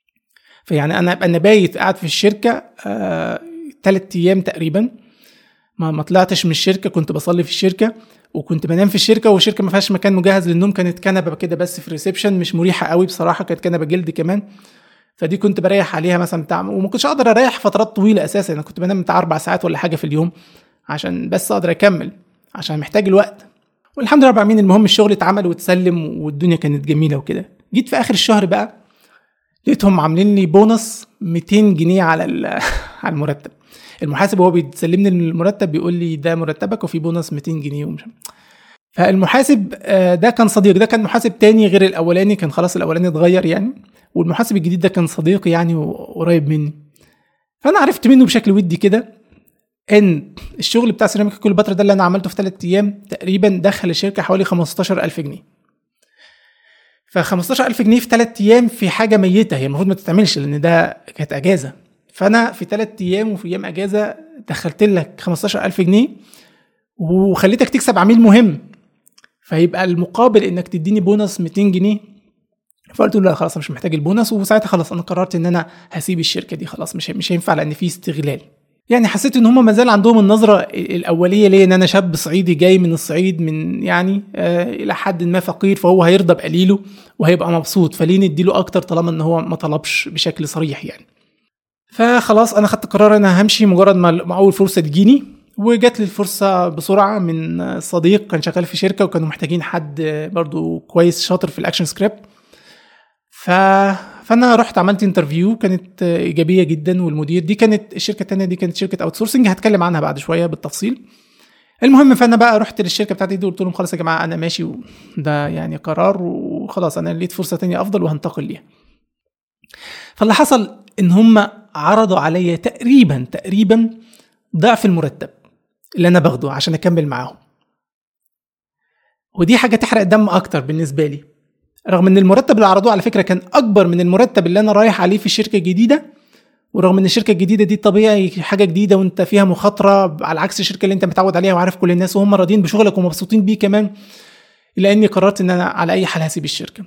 فيعني انا بايت قاعد في الشركه 3 ايام تقريبا ما طلعتش من الشركه، كنت بصلي في الشركه وكنت بنام في الشركه، والشركه ما فيهاش مكان مجهز للنوم، كانت كنبه كده بس في الريسبشن، مش مريحه قوي بصراحه، كانت كنبه جلد كمان. فدي كنت بريح عليها مثلا وما كنتش اقدر اريح فترات طويله اساسا، انا كنت بنام بتاع 4 ساعات ولا حاجه في اليوم عشان بس اقدر اكمل، عشان محتاج الوقت. والحمد لله رب العالمين، المهم الشغل اتعمل واتسلم والدنيا كانت جميله وكده. جيت في اخر الشهر بقى لقيتهم عاملين لي بونص 200 جنيه على على المرتب. المحاسب هو بيسلمني المرتب بيقول لي ده مرتبك وفي بونص 200 جنيه ومش. فالمحاسب ده كان صديق، ده كان محاسب تاني غير الاولاني، كان خلاص الاولاني اتغير يعني، والمحاسب الجديد ده كان صديق يعني وقريب مني. فانا عرفت منه بشكل ودي كده ان الشغل بتاع سيراميكا كليوباترا ده اللي انا عملته في 3 ايام تقريبا دخل الشركه حوالي 15000 جنيه. ف 15000 جنيه في 3 ايام في حاجه ميته، هي المفروض ما تتعملش لان ده كانت اجازه. فانا في 3 ايام وفي ايام اجازه دخلت لك 15000 جنيه وخليتك تكسب عميل مهم، فيبقى المقابل انك تديني بونص 200 جنيه. فقلت له لا خلاص مش محتاج البونص، وساعتها خلاص انا قررت ان انا هسيب الشركه دي، خلاص مش هينفع لان في استغلال. يعني حسيت ان هم ما زال عندهم النظره الاوليه ليه ان انا شاب صعيدي جاي من الصعيد، من يعني الى حد ما فقير، فهو هيرضى بقليله وهيبقى مبسوط، فليه نديله اكتر طالما ان هو ما طلبش بشكل صريح يعني. فخلاص انا خدت قرار انا همشي مجرد ما اول فرصه تجيني. وجات لي الفرصه بسرعه من صديق كان شغال في شركه وكانوا محتاجين حد برضو كويس شاطر في الاكشن سكريبت. فانا رحت عملت انترفيو، كانت ايجابيه جدا، والمدير دي كانت الشركه الثانيه دي كانت شركه اوت سورسنج، هتكلم عنها بعد شويه بالتفصيل. المهم فانا بقى رحت للشركه بتاعتي دي وقلت لهم خلاص يا جماعه انا ماشي، ده يعني قرار وخلاص، انا لقيت فرصه تانية افضل وهنتقل ليها. فاللي حصل ان هم عرضوا عليا تقريبا ضعف المرتب اللي انا باخده عشان اكمل معاهم، ودي حاجه تحرق دم اكتر بالنسبه لي، رغم ان المرتب اللي عرضوه على فكره كان اكبر من المرتب اللي انا رايح عليه في الشركه الجديده، ورغم ان الشركه الجديده دي طبيعي حاجه جديده وانت فيها مخاطره على عكس الشركه اللي انت متعود عليها وعارف كل الناس وهم راضيين بشغلك ومبسوطين بيه كمان، الا اني قررت ان انا على اي حال هسيب الشركه،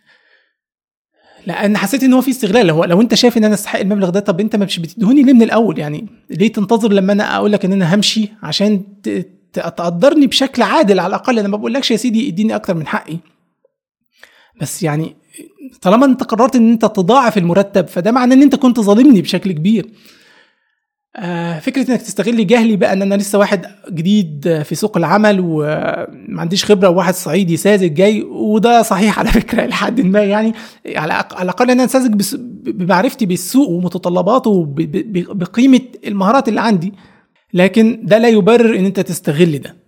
لان حسيت ان هو في استغلال. لو انت شايف ان انا استحق المبلغ ده، طب انت مش بتدهوني ليه من الاول؟ يعني ليه تنتظر لما انا اقول لك ان انا همشي عشان تقدرني بشكل عادل على الاقل؟ انا ما بقولكش يا سيدي اديني اكتر من حقي، بس يعني طالما انت قررت ان انت تضاعف المرتب فده معناه ان انت كنت ظالمني بشكل كبير. فكرة انك تستغل جهلي بقى ان انا لسه واحد جديد في سوق العمل وما عنديش خبرة، وواحد صعيدي ساذج جاي، وده صحيح على فكرة لحد ما، يعني على الاقل ان انا ساذج بمعرفتي بالسوق ومتطلباته وبقيمة المهارات اللي عندي، لكن ده لا يبرر ان انت تستغل ده.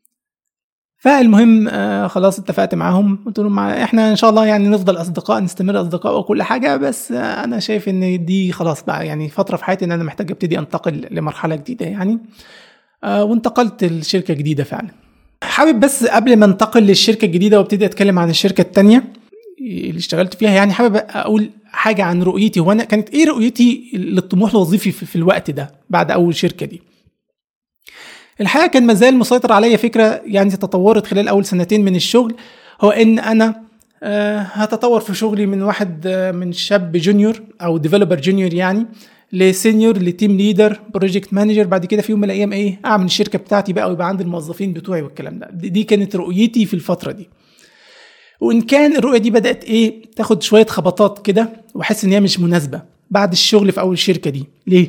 فالمهم خلاص اتفقت معاهم، قلت لهم احنا ان شاء الله يعني نفضل اصدقاء، نستمر اصدقاء وكل حاجه، بس انا شايف ان دي خلاص بقى يعني فتره في حياتي ان انا محتاج ابتدي انتقل لمرحله جديده يعني. وانتقلت لشركه جديده فعلا. حابب بس قبل ما انتقل للشركه الجديده وابتدي اتكلم عن الشركه التانية اللي اشتغلت فيها، يعني حابب اقول حاجه عن رؤيتي. وانا كانت ايه رؤيتي للطموح الوظيفي في الوقت ده بعد اول شركه دي؟ الحقيقة كان مازال مسيطر عليا فكرة يعني تطورت خلال أول 2 سنين من الشغل، هو إن أنا هتطور في شغلي من واحد من شاب جونيور أو ديفلوبر جونيور يعني لسينيور لتيم ليدر بروجكت مانجر، بعد كده في يوم من الأيام أعمل الشركة بتاعتي بقى ويبقى عندي الموظفين بتوعي والكلام ده. دي كانت رؤيتي في الفترة دي، وإن كان الرؤية دي بدأت تاخد شوية خبطات كده وأحس إن هي مش مناسبة بعد الشغل في أول شركة دي. ليه؟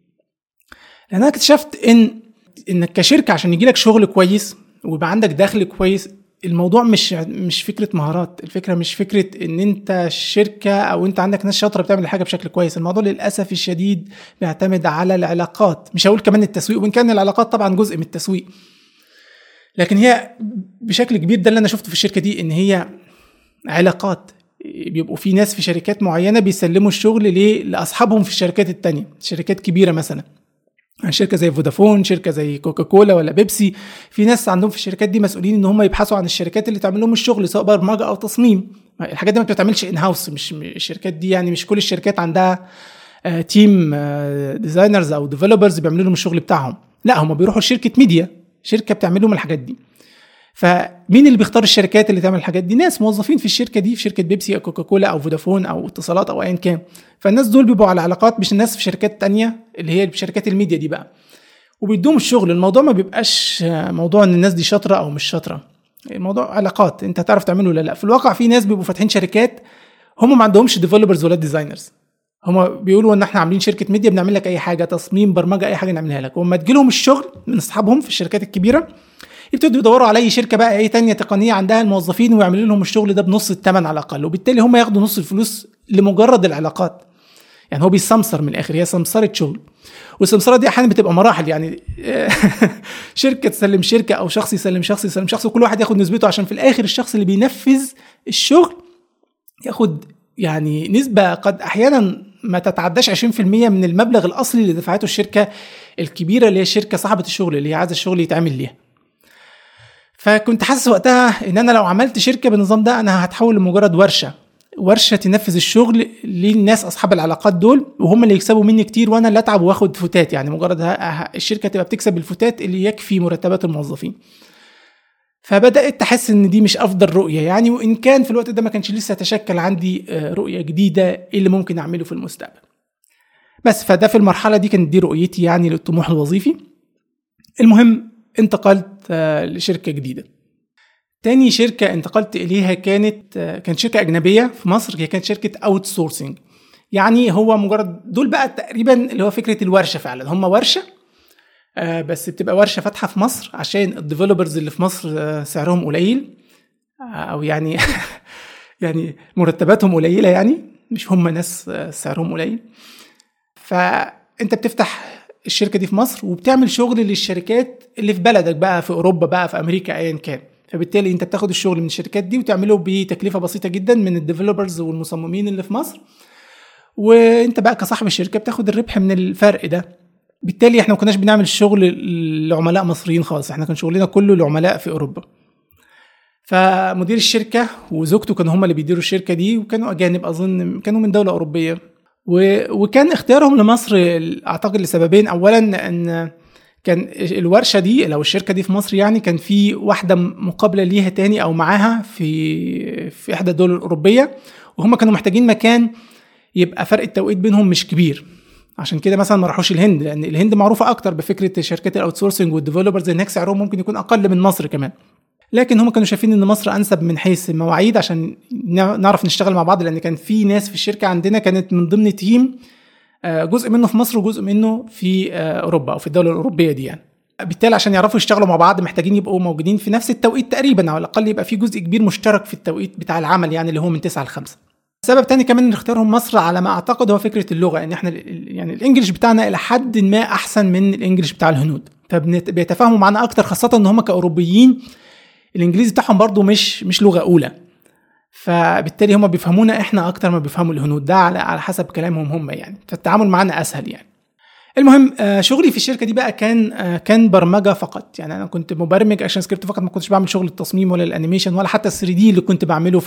لأن أنا اكتشفت انك كشركه عشان يجيلك شغل كويس ويبقى عندك دخل كويس، الموضوع مش فكره مهارات، الفكره مش فكره ان انت شركه او انت عندك ناس شاطره بتعمل حاجه بشكل كويس. الموضوع للاسف الشديد بيعتمد على العلاقات، مش هقول كمان التسويق، وان كان العلاقات طبعا جزء من التسويق، لكن هي بشكل كبير ده اللي انا شفته في الشركه دي، ان هي علاقات. بيبقوا في ناس في شركات معينه بيسلموا الشغل لاصحابهم في الشركات التانية، شركات كبيره مثلا شركه زي فودافون، شركه زي كوكاكولا ولا بيبسي، في ناس عندهم في الشركات دي مسؤولين ان هم يبحثوا عن الشركات اللي تعمل لهم الشغل سواء برمجه او تصميم. الحاجات دي ما بتتعملش ان هاوس، مش الشركات دي يعني مش كل الشركات عندها تيم ديزاينرز او ديفلوبرز بيعملوا لهم الشغل بتاعهم، لا هم بيروحوا لشركه ميديا، شركه بتعمل لهم الحاجات دي. فمين اللي بيختار الشركات اللي تعمل الحاجات دي؟ ناس موظفين في الشركه دي، في شركه بيبسي او كوكاكولا او فودافون او اتصالات او ايا كان. فالناس دول بيبقوا على علاقات، مش الناس في شركات تانية اللي هي شركات الميديا دي بقى. وبيدوم الشغل. الموضوع ما بيبقاش موضوع ان الناس دي شاطره او مش شاطره، الموضوع علاقات، انت هتعرف تعمله ولا لا. في الواقع في ناس بيبقوا فاتحين شركات هم ما عندهمش ديفلوبرز ولا ديزاينرز، هم بيقولوا ان احنا عاملين شركه ميديا بنعمل لك اي حاجه، تصميم، برمجه، اي حاجه نعملها لك. وما تجيلهم الشغل من اصحابهم في الشركات الكبيره يبتدوا يدوروا على اي شركه بقى اي تانية تقنيه عندها الموظفين ويعملوا لهم الشغل ده بنص الثمن على الاقل، وبالتالي هم ياخدوا نص الفلوس لمجرد العلاقات. يعني هو بيسمسر من الاخر، هي سمسره شغل. والسمسره دي احيانا بتبقى مراحل يعني شركه تسلم شركه او شخص يسلم شخص يسلم شخص، وكل واحد ياخد نسبته، عشان في الاخر الشخص اللي بينفذ الشغل ياخد يعني نسبه قد احيانا ما تتعداش 20% من المبلغ الاصلي اللي دفعته الشركه الكبيره اللي هي الشركه صاحبه الشغل اللي هي عايزه الشغل يتعمل ليها. فكنت حاسس وقتها ان انا لو عملت شركه بالنظام ده انا هتحول لمجرد ورشه تنفذ الشغل للناس اصحاب العلاقات دول، وهم اللي يكسبوا مني كتير وانا اللي اتعب واخد فتات. يعني مجرد الشركه تبقى بتكسب الفتات اللي يكفي مرتبات الموظفين. فبدات احس ان دي مش افضل رؤيه يعني، وان كان في الوقت ده ما كانش لسه تشكل عندي رؤيه جديده ايه اللي ممكن اعمله في المستقبل. بس فده في المرحله دي كانت دي رؤيتي يعني للطموح الوظيفي. المهم انتقلت لشركه جديده. تاني شركة انتقلت إليها كانت شركة أجنبية في مصر، هي كانت شركة اوت سورسنج. يعني هو مجرد دول بقى تقريبا اللي هو فكرة الورشة، فعلا هم ورشة بس بتبقى ورشة فاتحة في مصر عشان الديفلوبرز اللي في مصر سعرهم قليل، أو يعني يعني مرتباتهم قليلة، يعني مش هم ناس سعرهم قليل. فأنت بتفتح الشركة دي في مصر وبتعمل شغل للشركات اللي في بلدك بقى، في أوروبا بقى، في أمريكا، أيا كان. فبالتالي انت بتاخد الشغل من الشركات دي وتعمله بتكلفة بسيطة جدا من الديفلوبرز والمصممين اللي في مصر، وانت بقى كصاحب الشركة بتاخد الربح من الفرق ده. بالتالي احنا ما كناش بنعمل الشغل لعملاء مصريين خالص، احنا كان شغلنا كله لعملاء في اوروبا. فمدير الشركة وزوجته كانوا هم اللي بيديروا الشركة دي، وكانوا اجانب اظن، كانوا من دولة اوروبية. وكان اختيارهم لمصر اعتقد لسببين. اولا ان كان الورشة دي لو الشركة دي في مصر يعني كان في واحدة مقابلة ليها تاني أو معاها في إحدى الدول الأوروبية، وهم كانوا محتاجين مكان يبقى فرق التوقيت بينهم مش كبير. عشان كده مثلا ما راحوش الهند، لأن الهند معروفة أكتر بفكرة شركات الأوتسورسنج والديفلوبرز، هناك سعرهم ممكن يكون أقل من مصر كمان. لكن هم كانوا شايفين إن مصر أنسب من حيث المواعيد عشان نعرف نشتغل مع بعض، لأن كان في ناس في الشركة عندنا كانت من ضمن تيم جزء منه في مصر وجزء منه في أوروبا أو في الدولة الأوروبية دي يعني. بالتالي عشان يعرفوا يشتغلوا مع بعض محتاجين يبقوا موجودين في نفس التوقيت تقريبا، أو على الأقل يبقى في جزء كبير مشترك في التوقيت بتاع العمل يعني اللي هو من 9 ل 5. سبب تاني كمان ان اختيارهم مصر على ما أعتقد هو فكرة اللغة، إن احنا يعني الإنجليش بتاعنا إلى حد ما أحسن من الإنجليش بتاع الهنود، فبيتفاهموا معنا أكتر، خاصة إن هم كأوروبيين الإنجليزي بتاعهم برضو مش لغة أولى، فبالتالي هم بيفهمونا احنا اكتر ما بيفهموا الهنود، ده على حسب كلامهم هم يعني، فالتعامل معنا اسهل يعني. المهم شغلي في الشركه دي بقى كان برمجه فقط. يعني انا كنت مبرمج اكشن سكريبت فقط، ما كنتش بعمل شغل التصميم ولا الانيميشن ولا حتى ال3 دي اللي كنت بعمله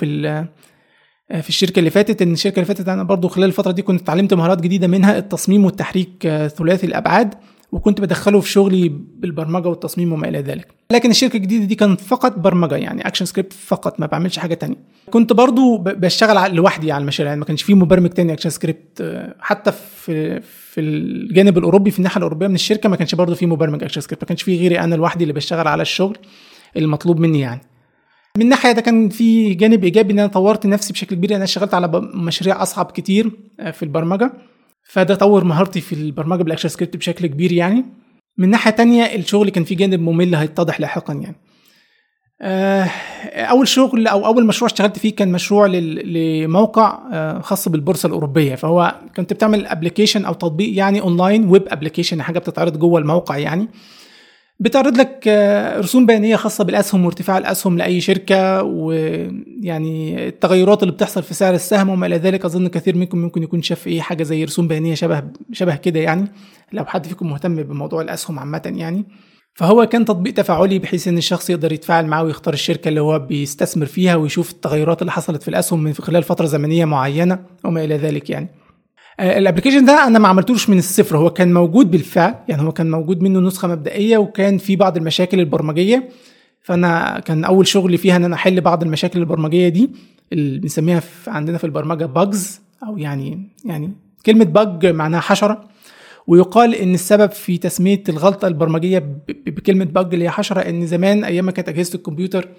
في الشركه اللي فاتت. ان الشركه اللي فاتت انا برضو خلال الفتره دي كنت اتعلمت مهارات جديده، منها التصميم والتحريك ثلاثي الابعاد، وكنت بدخله في شغلي بالبرمجه والتصميم وما الى ذلك. لكن الشركه الجديده دي كانت فقط برمجه، يعني اكشن سكريبت فقط، ما بعملش حاجه تانية. كنت برضو بشتغل لوحدي على المشاريع، يعني ما كانش فيه مبرمج تاني اكشن سكريبت. حتى في الجانب الاوروبي، في الناحيه الاوروبيه من الشركه، ما كانش برضو فيه مبرمج اكشن سكريبت، ما كانش فيه غيري انا لوحدي اللي بشتغل على الشغل المطلوب مني يعني. من ناحيه ده كان في جانب ايجابي ان انا طورت نفسي بشكل كبير، انا اشتغلت على مشاريع اصعب كتير في البرمجه، فده طور مهارتي في البرمجه بالاكشن سكريبت بشكل كبير يعني. من ناحيه تانية الشغل كان فيه جانب ممل هيتضح لاحقا يعني. اول شغل او اول مشروع اشتغلت فيه كان مشروع لموقع خاص بالبورصه الاوروبيه. فهو كنت بتعمل ابلكيشن او تطبيق يعني اونلاين، ويب ابلكيشن، حاجه بتتعرض جوه الموقع يعني، بتعرض لك رسوم بيانيه خاصه بالاسهم وارتفاع الاسهم لاي شركه، ويعني التغيرات اللي بتحصل في سعر السهم وما الى ذلك. اظن كثير منكم ممكن يكون شاف ايه حاجه زي رسوم بيانيه شبه كده يعني، لو حد فيكم مهتم بموضوع الاسهم عامه يعني. فهو كان تطبيق تفاعلي بحيث ان الشخص يقدر يتفاعل معاه ويختار الشركه اللي هو بيستثمر فيها، ويشوف التغيرات اللي حصلت في الاسهم من خلال فتره زمنيه معينه وما الى ذلك يعني. الابلكيشن ده انا ما عملتوش من الصفر، هو كان موجود بالفعل يعني، هو كان موجود منه نسخه مبدئيه، وكان في بعض المشاكل البرمجيه. فانا كان اول شغل فيها ان انا احل بعض المشاكل البرمجيه دي اللي بنسميها عندنا في البرمجه باجز، او يعني كلمه باج معناها حشره، ويقال ان السبب في تسميه الغلطه البرمجيه بكلمه بج اللي هي حشره، ان زمان ايام ما كانت اجهزه الكمبيوتر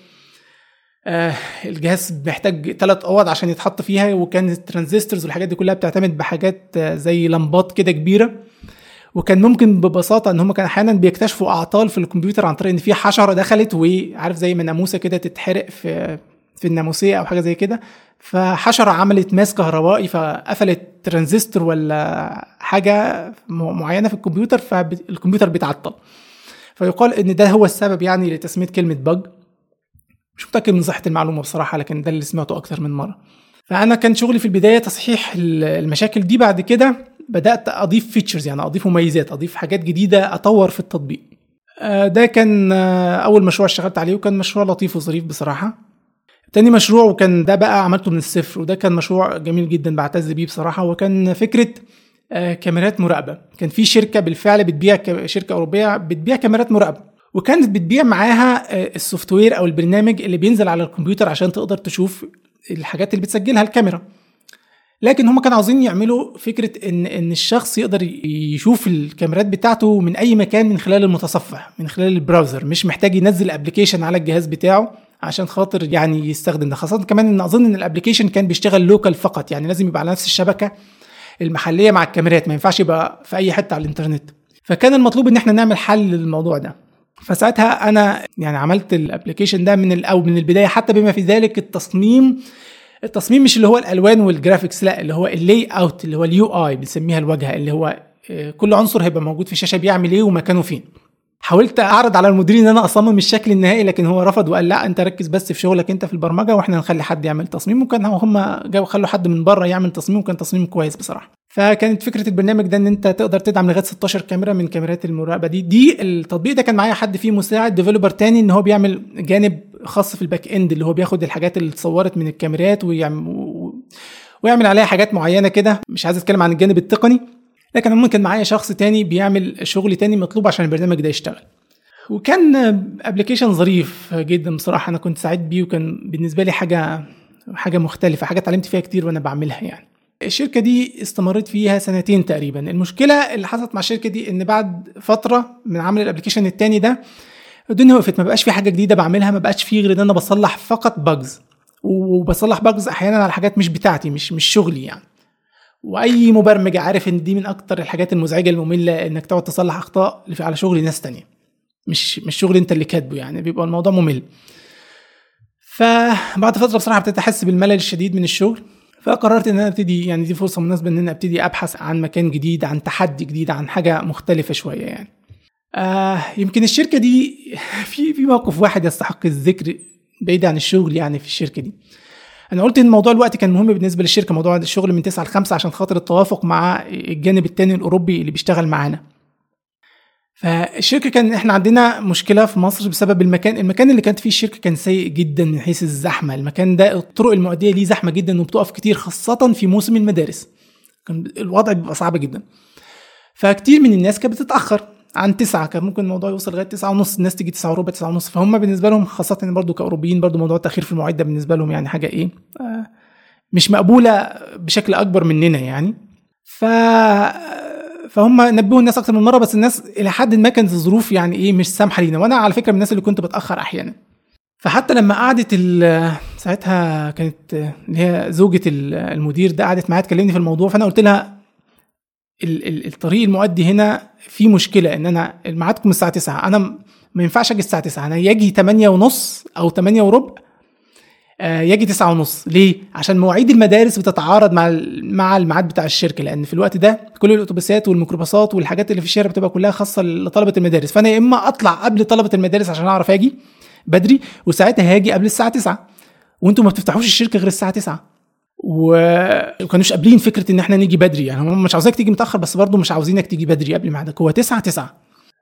الجهاز محتاج 3 اوض عشان يتحط فيها، وكان الترانزستورز والحاجات دي كلها بتعتمد بحاجات زي لمبات كده كبيره، وكان ممكن ببساطه ان هم كان احيانا بيكتشفوا اعطال في الكمبيوتر عن طريق ان في حشره دخلت، وعارف زي ما ناموسه كده تتحرق في الناموسيه او حاجه زي كده، فحشره عملت ماس كهربائي فقفلت ترانزستور ولا حاجه معينه في الكمبيوتر، فالكمبيوتر بيتعطل. فيقال ان ده هو السبب يعني لتسميه كلمه بج. مش متاكد من صحه المعلومه بصراحه، لكن ده اللي سمعته اكتر من مره. فانا كان شغلي في البدايه تصحيح المشاكل دي، بعد كده بدات اضيف فيتشرز، يعني اضيف مميزات، اضيف حاجات جديده، اطور في التطبيق. ده كان اول مشروع اشتغلت عليه، وكان مشروع لطيف وظريف بصراحه. تاني مشروع وكان ده بقى عملته من الصفر، وده كان مشروع جميل جدا بعتز بيه بصراحه، وكان فكره كاميرات مراقبه. كان في شركه بالفعل بتبيع، شركه اوروبيه بتبيع كاميرات مراقبه، وكانت بتبيع معاها السوفت وير او البرنامج اللي بينزل على الكمبيوتر عشان تقدر تشوف الحاجات اللي بتسجلها الكاميرا. لكن هم كانوا عاوزين يعملوا فكره ان الشخص يقدر يشوف الكاميرات بتاعته من اي مكان من خلال المتصفح، من خلال البراوزر، مش محتاج ينزل ابلكيشن على الجهاز بتاعه عشان خاطر يعني يستخدم ده. خاصه كمان ان اظن ان الابلكيشن كان بيشتغل لوكال فقط، يعني لازم يبقى على نفس الشبكه المحليه مع الكاميرات، ما ينفعش يبقى في اي حته على الانترنت. فكان المطلوب ان احنا نعمل حل للموضوع ده. فساعتها انا يعني عملت الابلكيشن ده من البدايه، حتى بما في ذلك التصميم مش اللي هو الالوان والجرافيكس، لا، اللي هو اللي اوت، اللي هو اليو اي بنسميها الواجهه، اللي هو كل عنصر هيبقى موجود في الشاشه بيعمل ايه ومكانه فين. حاولت اعرض على المدير ان انا اصمم الشكل النهائي، لكن هو رفض وقال لا، انت ركز بس في شغلك انت في البرمجه، واحنا نخلي حد يعمل تصميم. وكان هم جابوا خلوا حد من بره يعمل تصميم، وكان تصميم كويس بصراحه. فكانت فكره البرنامج ده ان انت تقدر تدعم لغايه 16 كاميرا من كاميرات المراقبه دي التطبيق ده كان معايا حد فيه مساعد ديفلوبر تاني، ان هو بيعمل جانب خاص في الباك اند، اللي هو بياخد الحاجات اللي اتصورت من الكاميرات ويعمل عليها حاجات معينه كده. مش عايز اتكلم عن الجانب التقني، لكن ممكن معايا شخص تاني بيعمل شغل تاني مطلوب عشان البرنامج ده يشتغل. وكان ابلكيشن ظريف جدا بصراحه، انا كنت سعيد بيه، وكان بالنسبه لي حاجه مختلفه، حاجه اتعلمت فيها كتير وانا بعملها يعني. الشركه دي استمرت فيها 2 تقريبا. المشكله اللي حصلت مع الشركه دي ان بعد فتره من عمل الابلكيشن التاني ده الدنيا وقفت، ما بقاش في حاجه جديده بعملها، ما بقاش في غير ان انا بصلح فقط باجز، وبصلح باجز احيانا على حاجات مش بتاعتي، مش شغلي يعني. واي مبرمج عارف ان دي من اكتر الحاجات المزعجه الممله، انك تقعد تصلح اخطاء على شغل ناس تانية، مش شغل انت اللي كاتبه، يعني بيبقى الموضوع ممل. فبعد فتره بصراحه ابتديت احس بالملل الشديد من الشغل، فقررت ان انا ابتدي، يعني دي فرصه مناسبه ان انا ابتدي ابحث عن مكان جديد، عن تحدي جديد، عن حاجه مختلفه شويه يعني. يمكن الشركه دي في موقف واحد يستحق الذكر بعيد عن الشغل يعني. في الشركه دي انا قلت ان موضوع الوقت كان مهم بالنسبه للشركه، موضوع الشغل من 9 ل 5 عشان خاطر التوافق مع الجانب التاني الاوروبي اللي بيشتغل معانا. فالشركه كان احنا عندنا مشكله في مصر بسبب المكان اللي كانت فيه الشركه كان سيء جدا من حيث الزحمه. المكان ده الطرق المؤديه ليه زحمه جدا وبتقف كتير، خاصه في موسم المدارس كان الوضع بيبقى صعب جدا. فكتير من الناس كانت بتتاخر عن 9، كان ممكن الموضوع يوصل لغايه 9:30، الناس تيجي 9:15 9:30. فهم بالنسبه لهم، خاصه ان برضو كاوروبيين، برضو موضوع التاخير في المواعيد ده بالنسبه لهم يعني حاجه ايه مش مقبوله بشكل اكبر مننا يعني. فهم نبهوا الناس اكتر من مره، بس الناس الى حد ما كانت الظروف يعني ايه مش سامحه لينا، وانا على فكره من الناس اللي كنت بتاخر احيانا. فحتى لما قعدت ساعتها كانت اللي هي زوجة المدير ده قعدت معايا تكلمني في الموضوع، فانا قلت لها الطريق المؤدي هنا في مشكله، ان انا ميعادكم الساعه 9، انا ما ينفعش اجي الساعه 9، انا يجي 8:30 او 8:15، يجي 9:30. ليه؟ عشان مواعيد المدارس بتتعارض مع الميعاد بتاع الشركه، لان في الوقت ده كل الاتوبيسات والميكروباصات والحاجات اللي في الشارع بتبقى كلها خاصه لطلبه المدارس. فانا يا اما اطلع قبل طلبه المدارس عشان اعرف اجي بدري، وساعتها هاجي قبل الساعه 9، وانتم ما بتفتحوش الشركه غير الساعه 9. وكانوش قابلين فكره ان احنا نيجي بدري، يعني هم مش عاوزينك تيجي متاخر، بس برضو مش عاوزينك تيجي بدري قبل ميعادك، هو 9.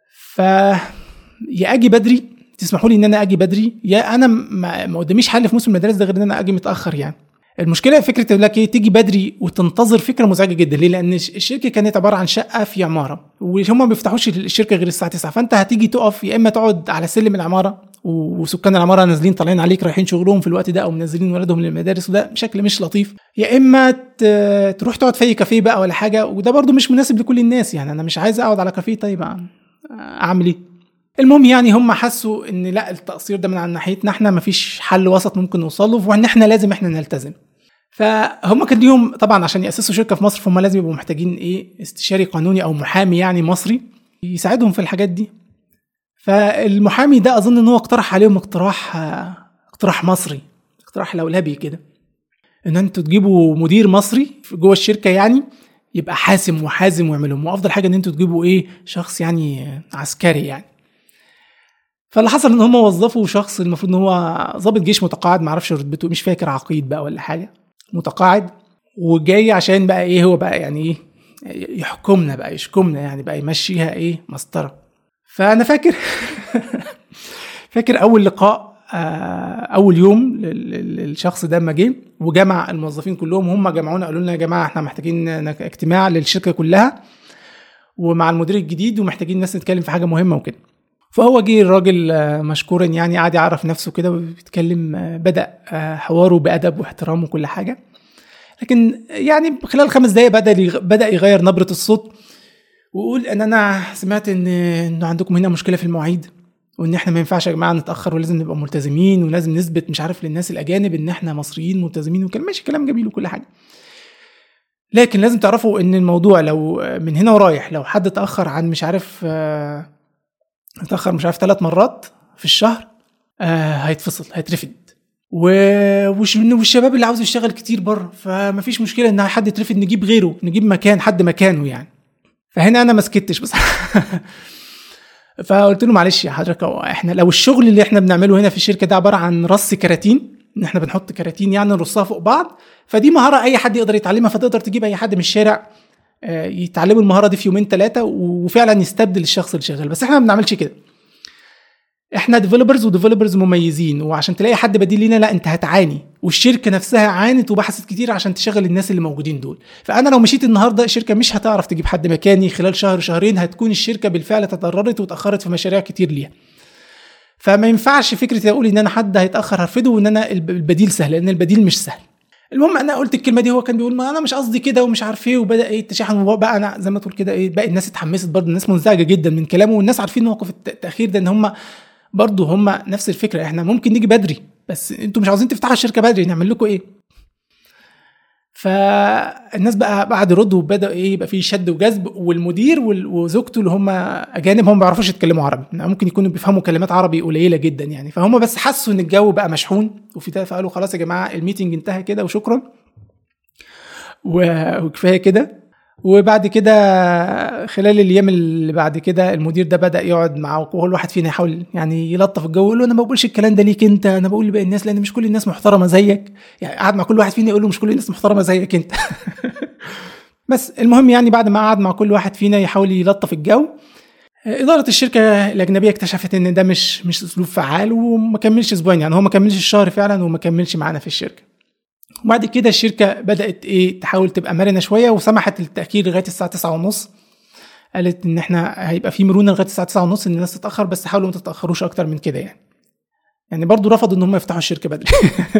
يا اجي بدري، تسمحوا لي ان انا اجي بدري، يا انا ما قداميش حل في موسم المدارس ده غير ان انا اجي متاخر يعني. المشكله فكره يقول لك ايه تيجي بدري وتنتظر، فكره مزعجه جدا. ليه؟ لان الشركه كانت عباره عن شقه في عماره، وهم ما بيفتحوش الشركه غير الساعه 9، فانت هتيجي تقف يا اما تقعد على سلم العماره وسكان العماره نازلين طالعين عليك رايحين شغلهم في الوقت ده، او منزلين ولادهم للمدارس، وده بشكل مش لطيف، يا اما تروح تقعد في كافيه بقى ولا حاجه، وده برضو مش مناسب لكل الناس. يعني انا مش عايز اقعد على كافيه، طيب اعمل ايه؟ المهم يعني هم حسوا ان لا، التقصير ده من عن ناحيتنا احنا، مفيش حل وسط ممكن نوصل له، وان احنا لازم نلتزم. فهم كان ليهم طبعا عشان يأسسوا شركة في مصر، فهم لازم يبقوا محتاجين ايه استشاري قانوني او محامي يعني مصري يساعدهم في الحاجات دي. فالمحامي ده اظن ان هو اقترح عليهم اقتراح مصري، اقتراح لولبي كده، ان انتوا تجيبوا مدير مصري جوه الشركة يعني يبقى حاسم وحازم ويعملهم، وافضل حاجة ان انتوا تجيبوا ايه شخص يعني عسكري يعني. فاللي حصل ان هم وظفوا شخص المفروض ان هو ضابط جيش متقاعد، معرفش رتبته، مش فاكر، عقيد بقى ولا حاجة، متقاعد، وجاي عشان بقى ايه هو بقى يعني ايه يحكمنا بقى، يشكمنا يعني بقى، يمشيها ايه مسطرة. فانا فاكر فاكر اول لقاء، اول يوم للشخص ده لما جه وجمع الموظفين كلهم، هم جمعونا قالوا لنا يا جماعه احنا محتاجين اجتماع للشركه كلها ومع المدير الجديد، ومحتاجين ناس نتكلم في حاجه مهمه وكده. فهو جه الراجل مشكورا يعني قاعد يعرف نفسه كده وبيتكلم، بدأ حواره بأدب واحترام وكل حاجة، لكن يعني خلال 5 دقايق بدأ يغير نبرة الصوت ويقول ان انا سمعت انه عندكم هنا مشكلة في المواعيد، وان احنا ما ينفعش يا جماعة نتأخر، ولازم نبقى ملتزمين، ولازم نثبت مش عارف للناس الأجانب ان احنا مصريين ملتزمين وكلام ماشي، كلام جميل وكل حاجة، لكن لازم تعرفوا ان الموضوع لو من هنا ورايح لو حد تأخر عن مش عارف 3 مرات في الشهر هيتفصل، هيترفد. والشباب اللي عاوز يشتغل كتير بره، فما فيش مشكله ان حد يترفد، نجيب غيره، نجيب حد مكانه يعني. فهنا انا ما سكتش بس فقلت له معلش يا حضرتك، احنا لو الشغل اللي احنا بنعمله هنا في الشركه ده عباره عن رص كراتين، ان احنا بنحط كراتين يعني نرصها فوق بعض، فدي مهاره اي حد يقدر يتعلمها، فتقدر تجيب اي حد من الشارع يتعلموا المهاره دي في 2-3 وفعلا يستبدل الشخص اللي شغال. بس احنا ما بنعملش كده، احنا ديفلوبرز مميزين، وعشان تلاقي حد بديل لينا لا انت هتعاني، والشركه نفسها عانت وبحثت كتير عشان تشغل الناس اللي موجودين دول. فانا لو مشيت النهارده الشركه مش هتعرف تجيب حد مكاني، خلال شهر-2 هتكون الشركه بالفعل تضررت وتاخرت في مشاريع كتير ليها. فما ينفعش فكره اقول ان انا حد هيتاخر هرفضه، وان انا البديل سهل، لان البديل مش سهل. المهم انا قلت الكلمه دي، هو كان بيقول ما انا مش قصدي كده ومش عارف ايه، وبدا ايه التشاحن بقى، انا زي ما تقول كده ايه، باقي الناس اتحمست برضه، الناس منزعجه جدا من كلامه، والناس عارفين موقف التاخير ده ان هم برضه هم نفس الفكره، احنا ممكن نيجي بدري بس انتوا مش عاوزين تفتحوا الشركه بدري، نعمل لكم ايه؟ فالناس بقى بعد يردوا وبدا ايه يبقى في شد وجذب، والمدير وزوجته اللي هم اجانب، هم ما بيعرفوش يتكلموا عربي، ممكن يكونوا بيفهموا كلمات عربي قليله جدا يعني، فهم بس حسوا ان الجو بقى مشحون وفي ده، فقالوا خلاص يا جماعه الميتنج انتهى كده وشكرا وكفايه كده. وبعد كده خلال الايام اللي بعد كده المدير ده بدا يقعد معه، وكل واحد فينا يحاول يعني يلطف الجو، يقول له انا ما بقولش الكلام ده ليك انت، انا بقول لباقي الناس، لان مش كل الناس محترمه زيك. يعني قعد مع كل واحد فينا يقول له مش كل الناس محترمه زيك انت بس المهم يعني بعد ما قعد مع كل واحد فينا يحاول يلطف الجو، إدارة الشركة الأجنبية اكتشفت إن ده مش أسلوب فعال، وما كملش أسبوعين، يعني هو ما كملش الشهر فعلا، وما كملش معانا في الشركة. وبعد كده الشركة بدأت تحاول تبقى مرنة شوية، وسمحت التأخير لغاية الساعة 9:30. قالت إن إحنا هيبقى في مرونة لغاية الساعة 9:30 إن الناس تتأخر، بس حاولوا ما تتأخروش أكتر من كده يعني برضو رفضوا إن هم يفتحوا الشركة بدري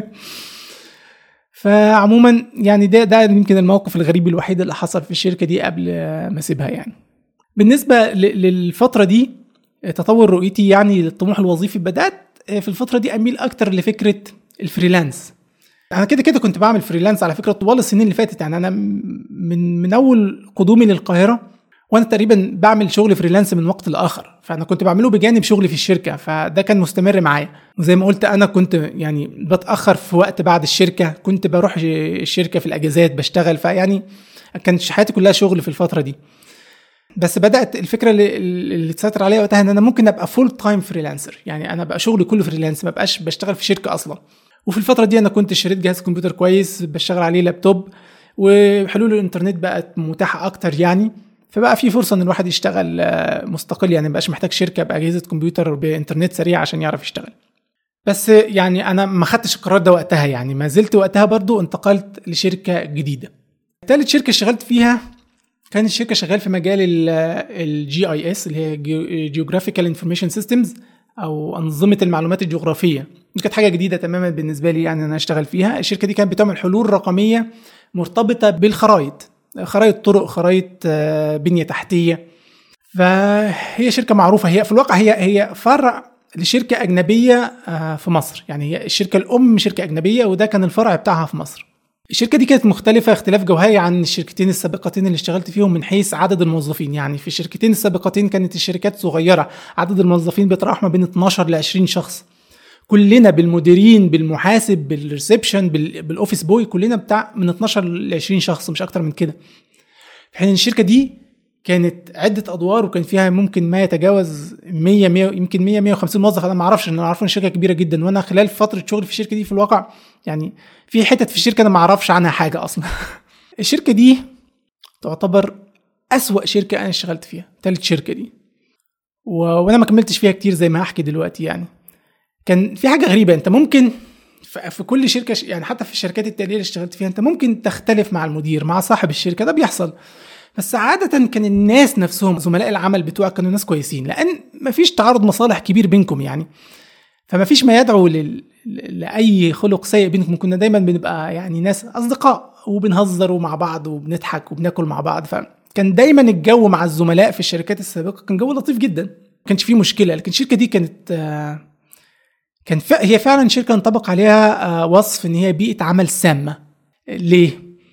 فعموما يعني ده يمكن الموقف الغريب الوحيد اللي حصل في الشركة دي قبل ما أسيبها يعني. بالنسبة للفترة دي، تطور رؤيتي يعني للطموح الوظيفي، بدأت في الفترة دي أميل أكتر لفكرة الفريلانس. أنا كده كنت بعمل فريلانس على فكرة طوال السنين اللي فاتت، يعني أنا من أول قدومي للقاهرة وأنا تقريبا بعمل شغل فريلانس من وقت لآخر، فأنا كنت بعمله بجانب شغلي في الشركة، فده كان مستمر معايا. وزي ما قلت أنا كنت يعني بتأخر في وقت بعد الشركة، كنت بروح الشركة في الأجازات بشتغل، فيعني كانت حياتي كلها شغل في الفترة دي. بس بدأت الفكرة اللي تسيطر عليها وقتها ان انا ممكن ابقى فول تايم فريلانسر، يعني انا بقى شغلي كله فريلانس، ما بقاش بشتغل في شركة اصلا. وفي الفترة دي انا كنت شريت جهاز كمبيوتر كويس بشتغل عليه لابتوب، وحلول الانترنت بقت متاحة اكتر يعني، فبقى في فرصة ان الواحد يشتغل مستقل، يعني ما بقاش محتاج شركة بأجهزة كمبيوتر بانترنت سريع عشان يعرف يشتغل. بس يعني انا ما خدتش القرار ده وقتها، يعني ما زلت وقتها برضو انتقلت لشركة جديدة. ثالث شركة اشتغلت فيها كانت الشركة شغال في مجال الجي اي اس اللي هي جيوغرافيكال انفورميشن سيستمز او انظمة المعلومات الجغرافية. دي كانت حاجة جديدة تماما بالنسبة لي، يعني انا اشتغل فيها. الشركة دي كانت بتعمل حلول رقمية مرتبطة بالخرائط، خرائط طرق، خرائط بنية تحتية. فهي شركة معروفة، هي في الواقع هي فرع لشركة أجنبية في مصر، يعني هي الشركة الأم شركة أجنبية وده كان الفرع بتاعها في مصر. الشركة دي كانت مختلفة اختلاف جوهري عن الشركتين السابقتين اللي اشتغلت فيهم من حيث عدد الموظفين. يعني في الشركتين السابقتين كانت الشركات صغيرة، عدد الموظفين بيتراوح ما بين 12 ل 20 شخص، كلنا بالمديرين بالمحاسب بالريسبشن بالاوفيس بوي، كلنا بتاع من 12 ل 20 شخص مش اكتر من كده. في حين الشركة دي كانت عدة أدوار وكان فيها ممكن ما يتجاوز 100 يمكن 150 موظف. أنا ما أعرفش، أنا عارف إن الشركة كبيرة جدا، وأنا خلال فترة شغل في الشركة دي في الواقع يعني في حتت في الشركة أنا ما أعرفش عنها حاجة أصلا. الشركة دي تعتبر أسوأ شركة أنا اشتغلت فيها، ثالث شركة دي، وأنا ما كملتش فيها كتير زي ما هحكي دلوقتي. يعني كان في حاجة غريبة، أنت ممكن في كل شركة، يعني حتى في الشركات التانية اللي اشتغلت فيها أنت ممكن تختلف مع المدير مع صاحب الشركة، ده بيحصل، بس عادة كان الناس نفسهم زملاء العمل بتوعك كانوا ناس كويسين، لأن مفيش تعارض مصالح كبير بينكم يعني، فمفيش ما يدعو لأي خلق سيء بينكم. كنا دايما بنبقى يعني ناس أصدقاء وبنهزر مع بعض وبنضحك وبناكل مع بعض، فكان دايما الجو مع الزملاء في الشركات السابقة كان جو لطيف جدا، ما كانش فيه مشكلة. لكن الشركة دي كانت هي فعلا شركة انطبق عليها وصف ان هي بيئة عمل سامة. ليه؟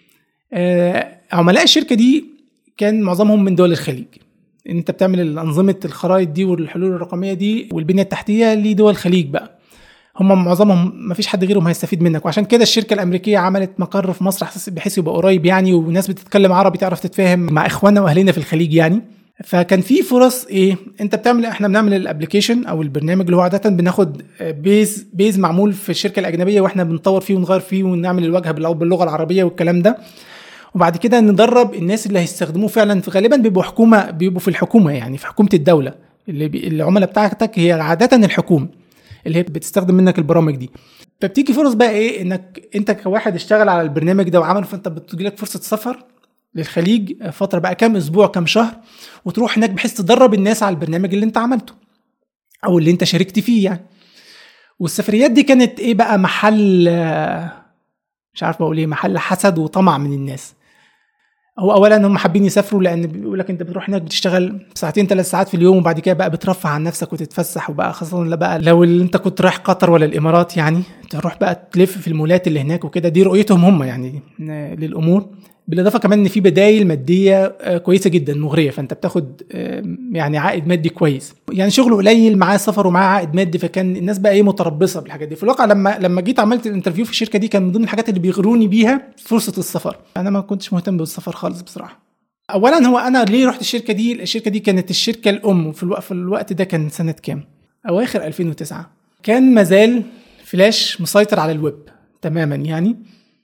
عملاء الشركة دي كان معظمهم من دول الخليج. انت بتعمل أنظمة الخرائط دي والحلول الرقمية دي والبنية التحتية لدول الخليج بقى، هم معظمهم ما فيش حد غيرهم هيستفيد منك، وعشان كده الشركة الأمريكية عملت مقر في مصر بحيث يبقى قريب يعني، وناس بتتكلم عربي تعرف تتفاهم مع إخواننا وأهلنا في الخليج يعني. فكان في فرص ايه، انت بتعمل، احنا بنعمل الابليكيشن او البرنامج اللي هو عاده بناخد بيز معمول في الشركه الاجنبيه واحنا بنطور فيه ونغير فيه ونعمل الواجهه باللغه العربيه والكلام ده، وبعد كده ندرب الناس اللي هيستخدموه فعلا. في غالبا بيبقوا في الحكومه، يعني في حكومه الدوله، العملاء بتاعتك هي عاده الحكومه اللي هي بتستخدم منك البرامج دي. فبتيجي فرص بقى ايه، انك انت كواحد اشتغل على البرنامج ده وعمله، فانت بتجيلك فرصه سفر للخليج فتره بقى كام اسبوع كام شهر، وتروح هناك بحيث تدرب الناس على البرنامج اللي انت عملته او اللي انت شاركت فيه يعني. والسفريات دي كانت ايه بقى، محل مش عارف بقول ايه، محل حسد وطمع من الناس. هو اولا هم حابين يسافروا لان بيقول لك انت بتروح هناك بتشتغل 2-3 ساعات في اليوم، وبعد كده بقى بترفع عن نفسك وتتفسح، وبقى خاصه بقى لو انت كنت رايح قطر ولا الامارات يعني تروح بقى تلف في المولات اللي هناك وكده. دي رؤيتهم هم يعني للامور. بالاضافه كمان ان في بدايل ماديه كويسه جدا مغريه، فانت بتاخد يعني عائد مادي كويس، يعني شغله قليل معاه سفر ومعاه عائد مادي. فكان الناس بقى ايه متربصه بالحاجات دي. في الواقع لما جيت عملت الانترفيو في الشركه دي كان من ضمن الحاجات اللي بيغروني بيها فرصه السفر. انا ما كنتش مهتم بالسفر خالص بصراحه. اولا هو انا ليه رحت الشركه دي كانت الشركه الام في الوقت ده كان سنه كام، اواخر 2009. كان مازال فلاش مسيطر على الويب تماما يعني،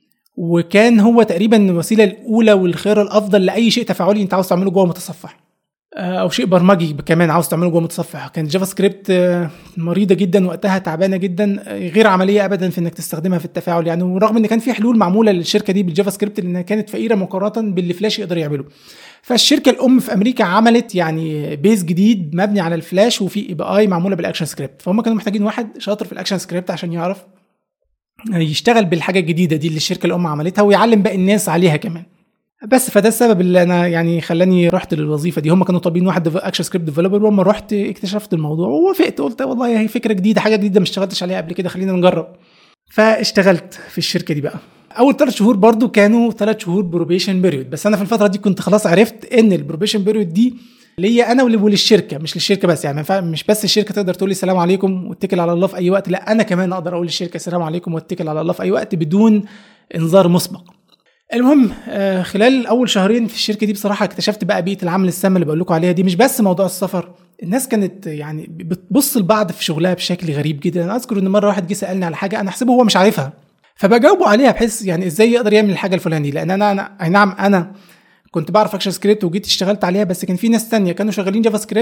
وكان هو تقريبا الوسيله الاولى والخيار الافضل لاي شيء تفاعلي انت عاوز تعمله جوه متصفح، او شيء برمجي كمان عاوز تعمله جوه متصفح. كان جافا سكريبت مريضه جدا وقتها، تعبانه جدا، غير عمليه ابدا في انك تستخدمها في التفاعل يعني. ورغم ان كان في حلول معموله للشركه دي بالجافا سكريبت لانها كانت فقيره مقارنه باللي فلاش يقدر يعمله. فالشركه الام في امريكا عملت يعني بيز جديد مبني على الفلاش وفي اي بي اي معموله بالاكشن سكريبت، فهم كانوا محتاجين واحد شاطر في الاكشن سكريبت عشان يعرف يشتغل بالحاجه الجديده دي اللي الشركه الام عملتها ويعلم باقي الناس عليها كمان. بس فده السبب اللي انا يعني خلاني رحت للوظيفه دي. هم كانوا طالبين واحد اكشن سكريبت ديفلوبر، وما رحت اكتشفت الموضوع ووافقت، قلت والله هي فكره جديده، حاجه جديده ما اشتغلتش عليها قبل كده، خلينا نجرب. فاشتغلت في الشركه دي بقى. اول 3 شهور برضو كانوا 3 شهور بروبيشن بيريود، بس انا في الفتره دي كنت خلاص عرفت ان البروبيشن بيريود دي ليا انا وللشركه، مش للشركه بس يعني. مش بس الشركه تقدر تقول لي السلام عليكم واتكل على الله في اي وقت، لا انا كمان اقدر اقول للشركه السلام عليكم واتكل على الله في اي وقت بدون انذار مسبق. المهم خلال اول شهرين في الشركه دي بصراحه اكتشفت بقى بيئه العمل السامه اللي بقول لكم عليها دي. مش بس موضوع السفر، الناس كانت يعني بتبص لبعض في شغلها بشكل غريب جدا. انا اذكر ان مره واحد جه سالني على حاجه انا احسبه هو مش عارفها، فبجاوبه عليها بحيث يعني ازاي يقدر يعمل الحاجه الفلانيه، لان انا انا كنت بعرف اكشن سكريبت وجيت اشتغلت عليها، بس كان في ناس تانية كانوا شغالين جافا سكريبت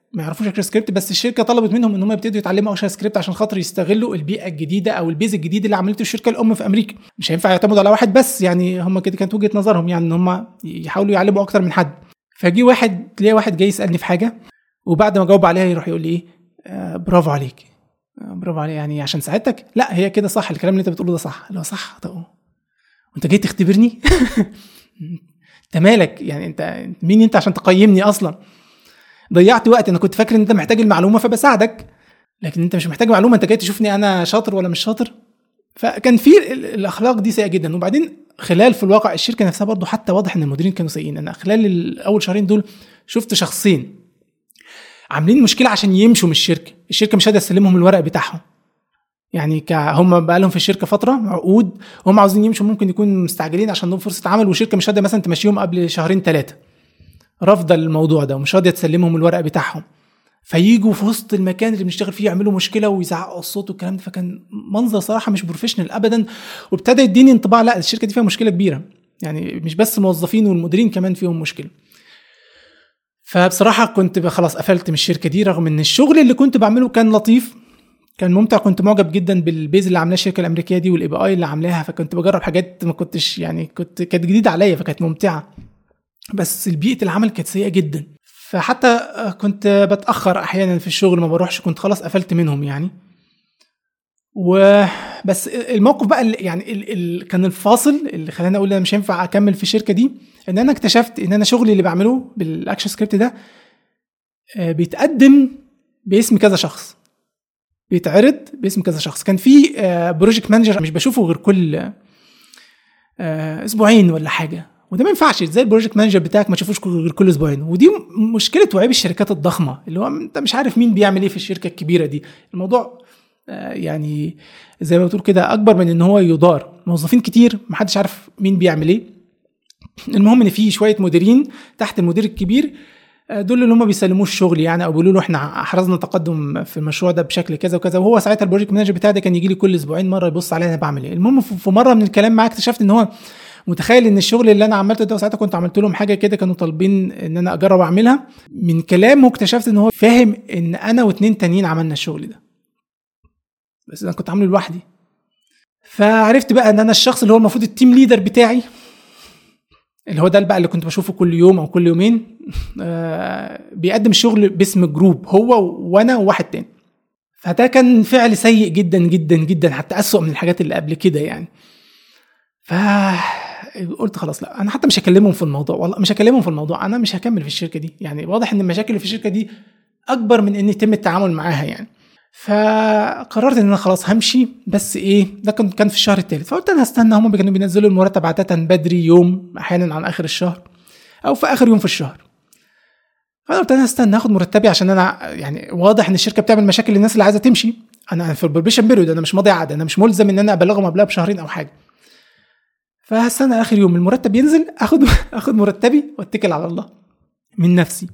ما يعرفوش اكشن سكريبت، بس الشركه طلبت منهم ان هم يبتدوا يتعلموا اكشن سكريبت عشان خاطر يستغلوا البيئه الجديده او البيز الجديد اللي عملته الشركه الام في امريكا. مش هينفع يعتمدوا على واحد بس، يعني هم كده كانت وجهه نظرهم، يعني ان هم يحاولوا يعلموا اكتر من حد. فجي واحد جاي يسالني في حاجه، وبعد ما جاوب عليها يروح يقول لي ايه، برافو عليك، برافو عليك، يعني عشان ساعدتك. لا هي كده صح، الكلام اللي انت بتقوله ده صح. اللي هو صح، طب وانت جاي تختبرني؟ انت مالك يعني؟ انت مين انت عشان تقيمني اصلا؟ ضيعت وقت. انا كنت فاكر ان انت محتاج المعلومه فبساعدك، لكن انت مش محتاج معلومه، انت جاي تشوفني انا شاطر ولا مش شاطر. فكان في الاخلاق دي سيئه جدا. وبعدين خلال في الواقع الشركه نفسها برضو حتى واضح ان المديرين كانوا سيئين. انا خلال الاول شهرين دول شفت شخصين عاملين مشكله عشان يمشوا من الشركه مش قادره تسلمهم الورق بتاعهم. يعني هم بقى لهم في الشركه فتره عقود، وهم عاوزين يمشوا، ممكن يكونوا مستعجلين عشان لهم فرصه عمل، والشركه مش قادره مثلا تمشيهم قبل شهرين 3، رافضه الموضوع ده ومش راضيه تسلمهم الورق بتاعهم. فييجوا في وسط المكان اللي بنشتغل فيه يعملوا مشكله ويزعقوا الصوت والكلام ده. فكان منظر صراحه مش بروفيشنال ابدا، وابتدى يديني انطباع لا الشركه دي فيها مشكله كبيره، يعني مش بس الموظفين والمديرين كمان فيهم مشكله. فبصراحه كنت خلاص قفلت من الشركه دي، رغم ان الشغل اللي كنت بعمله كان لطيف، كان ممتع. كنت معجب جدا بالبيز اللي عاملاه الشركه الامريكيه دي والاي بي اي اللي عاملاها، فكنت بجرب حاجات ما كنتش يعني كانت جديده عليا، فكانت ممتعه. بس البيئه العمل كانت سيئه جدا، فحتى كنت بتاخر احيانا في الشغل، ما بروحش، كنت خلاص قفلت منهم يعني. وبس الموقف بقى اللي يعني كان الفاصل اللي خلاني اقول انا مش هينفع اكمل في الشركه دي، ان انا اكتشفت ان انا شغلي اللي بعمله بالاكشن سكريبت ده بيتقدم باسم كذا شخص، بيتعرض باسم كذا شخص. كان في بروجكت مانجر مش بشوفه غير كل اسبوعين ولا حاجه، وده ما ينفعش. ازاي البروجكت مانجر بتاعك ما تشوفوش غير كل اسبوعين؟ ودي مشكله وعيب الشركات الضخمه، اللي هو انت مش عارف مين بيعمل ايه في الشركه الكبيره دي. الموضوع يعني زي ما بتقول كده اكبر من ان هو يدار، موظفين كتير محدش عارف مين بيعمل ايه. المهم ان في شويه مديرين تحت المدير الكبير، دول اللي هم بيسلموه الشغل يعني، او بيقولوا له احنا احرزنا تقدم في المشروع ده بشكل كذا وكذا. وهو ساعتها البروجكت مانجر بتاعي ده كان يجي لي كل اسبوعين مره يبص عليا انا بعمل ايه. المهم في مره من الكلام معاه اكتشفت ان هو متخيل ان الشغل اللي انا عملته ده، وساعتها كنت عملت لهم حاجه كده كانوا طالبين ان انا اجرب اعملها. من كلامه اكتشفت ان هو فاهم ان انا واتنين تانيين عملنا الشغل ده، بس انا كنت عامله لوحدي. فعرفت بقى ان انا الشخص اللي هو المفروض التيم ليدر بتاعي، اللي هو ده بقى اللي كنت بشوفه كل يوم او كل يومين، بيقدم الشغل باسم جروب، هو وانا وواحد تاني. فده كان فعل سيء جدا جدا جدا، حتى اسوأ من الحاجات اللي قبل كده يعني. فقلت خلاص لا، انا حتى مش هكلمهم في الموضوع، والله مش هكلمهم في الموضوع، انا مش هكمل في الشركه دي. يعني واضح ان المشاكل اللي في الشركه دي اكبر من ان يتم التعامل معاها يعني. فقررت ان انا خلاص همشي. بس ايه ده كان في الشهر الثالث، فقلت انا هستنى. هم كانوا بينزلوا المرتب عاده بدري يوم، احيانا عن اخر الشهر او في اخر يوم في الشهر. فقلت انا هستنى اخد مرتبي، عشان انا يعني واضح ان الشركه بتعمل مشاكل للناس اللي عايزه تمشي. انا في البروبيشن بيريود، انا مش ماضي عقد، انا مش ملزم ان انا ابلغهم قبلها بشهرين او حاجه. فهستنى اخر يوم المرتب ينزل، اخد مرتبي واتكل على الله من نفسي.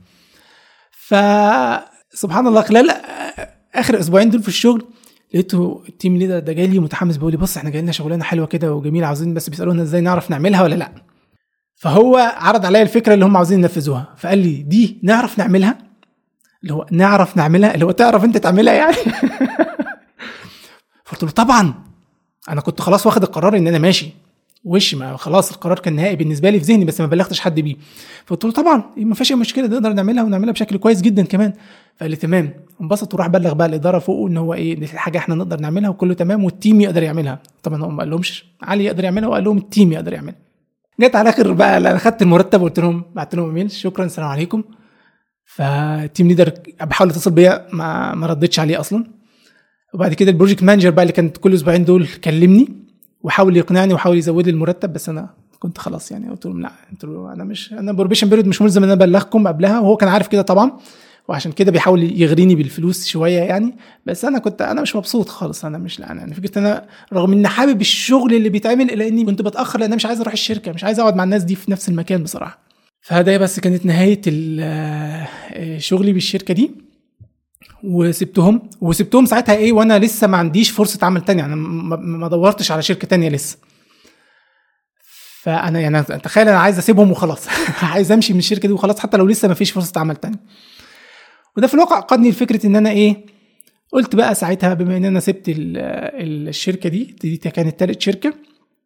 فسبحان الله خلال اخر اسبوعين دول في الشغل لقيته التيم ليدر ده جاي لي متحمس، بيقول لي بص احنا جاي لنا شغلانه حلوه كده وجميله، عاوزين بس بيسالونا ازاي نعرف نعملها ولا لا. فهو عرض عليا الفكره اللي هم عاوزين ينفذوها، فقال لي دي نعرف نعملها، اللي هو نعرف نعملها اللي هو تعرف انت تعملها يعني. قلت له طبعا. انا كنت خلاص واخد القرار ان انا ماشي وش، ما خلاص القرار كان نهائي بالنسبه لي في ذهني، بس ما بلغتش حد بيه. فقلت له طبعا ما فيش اي مشكله، نقدر نعملها ونعملها بشكل كويس جدا كمان. فقال لي تمام. انبسط وراح بلغ بقى الاداره فوق ان هو ايه، دي حاجه احنا نقدر نعملها وكله تمام والتيم يقدر يعملها. طبعا هم ما قالهمش علي يقدر يعملها، وقال لهم التيم يقدر يعملها. جت على اخر بقى انا خدت المرتب وقلت لهم، بعت لهم ايميل شكرا السلام عليكم. فالتيم ليدر بحاول اتصل بيا ما ردتش عليه اصلا. وبعد كده البروجكت مانجر بقى اللي كانت كل اسبوعين دول كلمني وحاول يقنعني وحاول يزود لي المرتب، بس انا كنت خلاص يعني قلت لهم لا، انا بروبيشن بيريود مش ملزم ان انا ابلغكم قبلها، وهو كان عارف كده طبعا، وعشان كده بيحاول يغريني بالفلوس شويه يعني. بس انا مش مبسوط خالص. انا مش، لا انا فكرت انا رغم ان حابب الشغل اللي بيتعمل، الا اني كنت بتاخر لان انا مش عايز اروح الشركه، مش عايز اقعد مع الناس دي في نفس المكان بصراحه. فده بس كانت نهايه شغلي بالشركه دي. وسبتهم ساعتها ايه، وانا لسه ما عنديش فرصه عمل تانية، انا ما دورتش على شركه تانية لسه. فانا يعني تخيل انا عايز اسيبهم وخلاص. عايز امشي من الشركه دي وخلاص، حتى لو لسه ما فيش فرصه عمل تانية. وده في الواقع قادني لفكره ان انا قلت بقى ساعتها بما ان انا سبت الشركه دي كانت تالت شركه،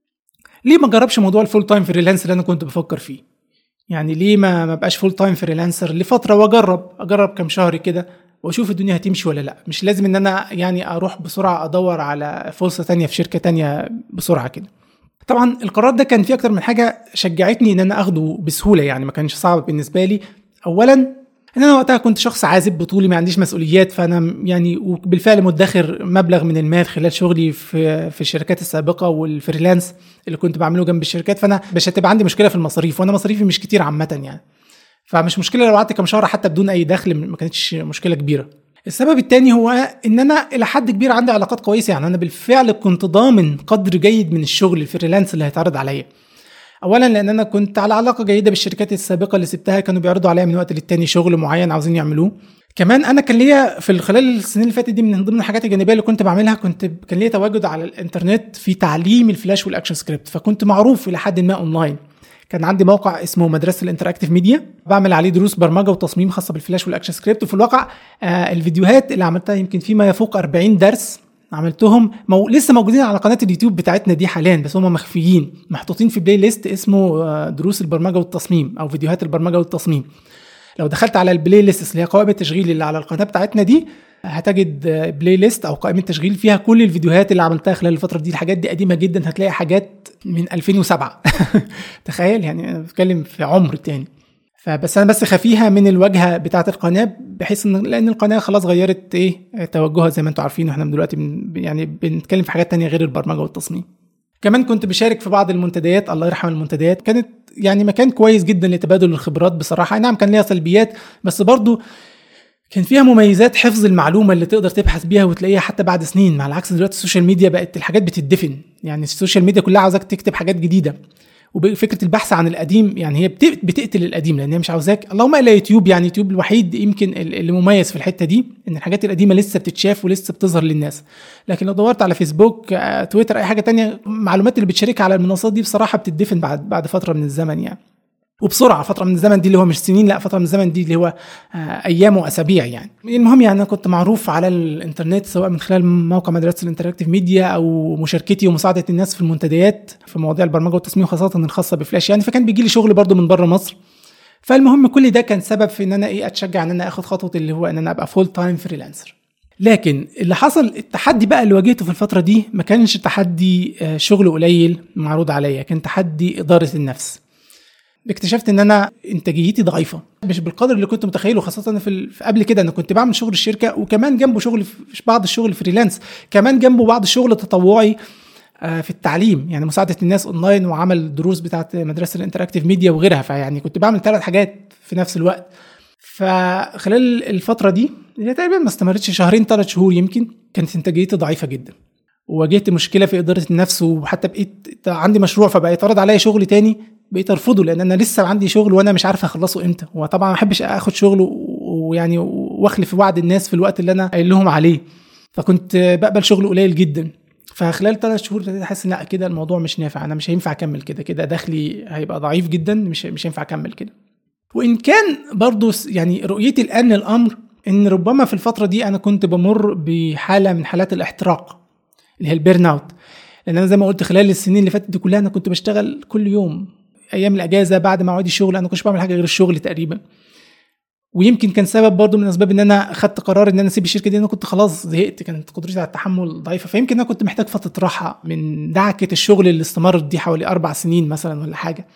ليه ما جربش موضوع الفول تايم فريلانسر اللي انا كنت بفكر فيه؟ يعني ليه ما بقاش فول تايم فريلانسر لفتره واجرب كام شهر كده واشوف الدنيا هتمشي ولا لا. مش لازم ان انا يعني اروح بسرعه ادور على فرصه تانية في شركه تانية بسرعه كده. طبعا القرار ده كان فيه اكتر من حاجه شجعتني ان انا اخده بسهوله، يعني ما كانش صعب بالنسبه لي. اولا ان انا وقتها كنت شخص عازب بطولي، ما عنديش مسؤوليات، فانا يعني وبالفعل مدخر مبلغ من المال خلال شغلي في الشركات السابقه والفريلانس اللي كنت بعمله جنب الشركات، فانا مش هتبقى عندي مشكله في المصاريف، وانا مصاريفي مش كتير عامه يعني، فمش مشكله لو قعدت كام شهر حتى بدون اي دخل، ما كانتش مشكله كبيره. السبب الثاني هو ان انا الى حد كبير عندي علاقات كويسه، يعني انا بالفعل كنت ضامن قدر جيد من الشغل الفريلانس اللي هيتعرض عليا. اولا لان انا كنت على علاقه جيده بالشركات السابقه اللي سبتها، كانوا بيعرضوا عليا من وقت للتاني شغل معين عاوزين يعملوه. كمان انا كان ليا في خلال السنين اللي فاتت دي من ضمن الحاجات الجانبيه اللي كنت بعملها، كان ليا تواجد على الانترنت في تعليم الفلاش والاكشن سكريبت، فكنت معروف الى حد ما اونلاين. كان عندي موقع اسمه مدرسه الانتراكتيف ميديا، بعمل عليه دروس برمجه وتصميم خاصه بالفلاش والاكشن سكريبت. وفي الواقع الفيديوهات اللي عملتها يمكن فيما يفوق 40 درس عملتهم لسه موجودين على قناه اليوتيوب بتاعتنا دي حاليا، بس هم مخفيين محطوطين في بلاي ليست اسمه دروس البرمجه والتصميم او فيديوهات البرمجه والتصميم. لو دخلت على البلاي ليست اللي هي قائمه التشغيل اللي على القناه بتاعتنا دي، هتجد بلاي ليست او قائمه تشغيل فيها كل الفيديوهات اللي عملتها خلال الفتره دي. الحاجات دي قديمه جدا، هتلاقي حاجات من 2007 تخيل، يعني انا بتكلم في عمر تاني. فبس انا خفيها من الواجهه بتاعه القناه، بحيث ان لان القناه خلاص غيرت توجهها زي ما انتم عارفين، واحنا دلوقتي يعني بنتكلم في حاجات تانية غير البرمجه والتصميم. كمان كنت بشارك في بعض المنتديات، الله يرحم المنتديات، كانت يعني مكان كويس جدا لتبادل الخبرات بصراحه. نعم كان ليها سلبيات، بس برضو كان فيها مميزات حفظ المعلومه اللي تقدر تبحث بيها وتلاقيها حتى بعد سنين. مع العكس دلوقتي السوشيال ميديا بقت الحاجات بتدفن، يعني السوشيال ميديا كلها عاوزاك تكتب حاجات جديده، وفكره البحث عن القديم يعني هي بتقتل القديم، لان هي مش عاوزاك. اللهم الا يوتيوب، يعني يوتيوب الوحيد يمكن اللي مميز في الحته دي، ان الحاجات القديمه لسه بتتشاف ولسه بتظهر للناس. لكن لو دورت على فيسبوك، تويتر، اي حاجه تانية، المعلومات اللي بتشاركها على المنصات دي بصراحه بتدفن بعد فتره من الزمن يعني، وبسرعه. فتره من الزمن دي اللي هو مش سنين، لا فتره من الزمن دي اللي هو ايام واسابيع يعني. المهم يعني انا كنت معروف على الانترنت سواء من خلال موقع مدرسه الانتراكتيف ميديا او مشاركتي ومساعده الناس في المنتديات في مواضيع البرمجه والتصميم خاصه الخاصه بفلاش يعني، فكان بيجي لي شغل برضو من بره مصر. فالمهم كل ده كان سبب في ان انا اتشجع ان انا اخد خطوه اللي هو ان انا ابقى فول تايم فريلانسر. لكن اللي حصل، التحدي بقى اللي واجهته في الفتره دي ما كانش تحدي شغل قليل معروض عليا، كان تحدي اداره النفس. اكتشفت ان انا انتاجيتي ضعيفه، مش بالقدر اللي كنت متخيله، خاصه في قبل كده انا كنت بعمل شغل الشركه، وكمان جنبه شغل في بعض الشغل فريلانس، كمان جنبه بعض الشغل التطوعي في التعليم، يعني مساعده الناس اونلاين وعمل دروس بتاعه مدرسه الانتراكتيف ميديا وغيرها. فيعني كنت بعمل 3 حاجات في نفس الوقت. فخلال الفتره دي اللي تقريبا ما استمرتش شهرين 3 شهور يمكن، كانت انتاجيتي ضعيفه جدا، وواجهت مشكله في اداره النفس، وحتى بقيت عندي مشروع فبقى يتعرض عليا شغل تاني بقيت ارفضه، لان انا لسه عندي شغل وانا مش عارف اخلصه امتى. وطبعا ما احبش اخد شغل ويعني واخلف وعد الناس في الوقت اللي انا قايل لهم عليه، فكنت بقبل شغل قليل جدا. فخلال 3 شهور ابتديت احس ان لا كده الموضوع مش نافع، انا مش هينفع اكمل كده دخلي هيبقى ضعيف جدا، مش هينفع اكمل كده. وان كان برضو يعني رؤيتي الان للامر ان ربما في الفتره دي انا كنت بمر بحاله من حالات الاحتراق اللي هي البيرن اوت، لان انا زي ما قلت خلال السنين اللي فاتت دي كلها انا كنت بشتغل كل يوم، ايام الاجازه بعد مواعيد الشغل انا كنتش بعمل حاجه غير الشغل تقريبا. ويمكن كان سبب برضو من اسباب ان انا خدت قرار ان انا اسيب الشركه دي، انا كنت خلاص زهقت، كانت قدرتي على التحمل ضعيفه، فيمكن انا كنت محتاج فتره راحه من دعكه الشغل اللي استمرت دي حوالي 4 سنين مثلا ولا حاجه.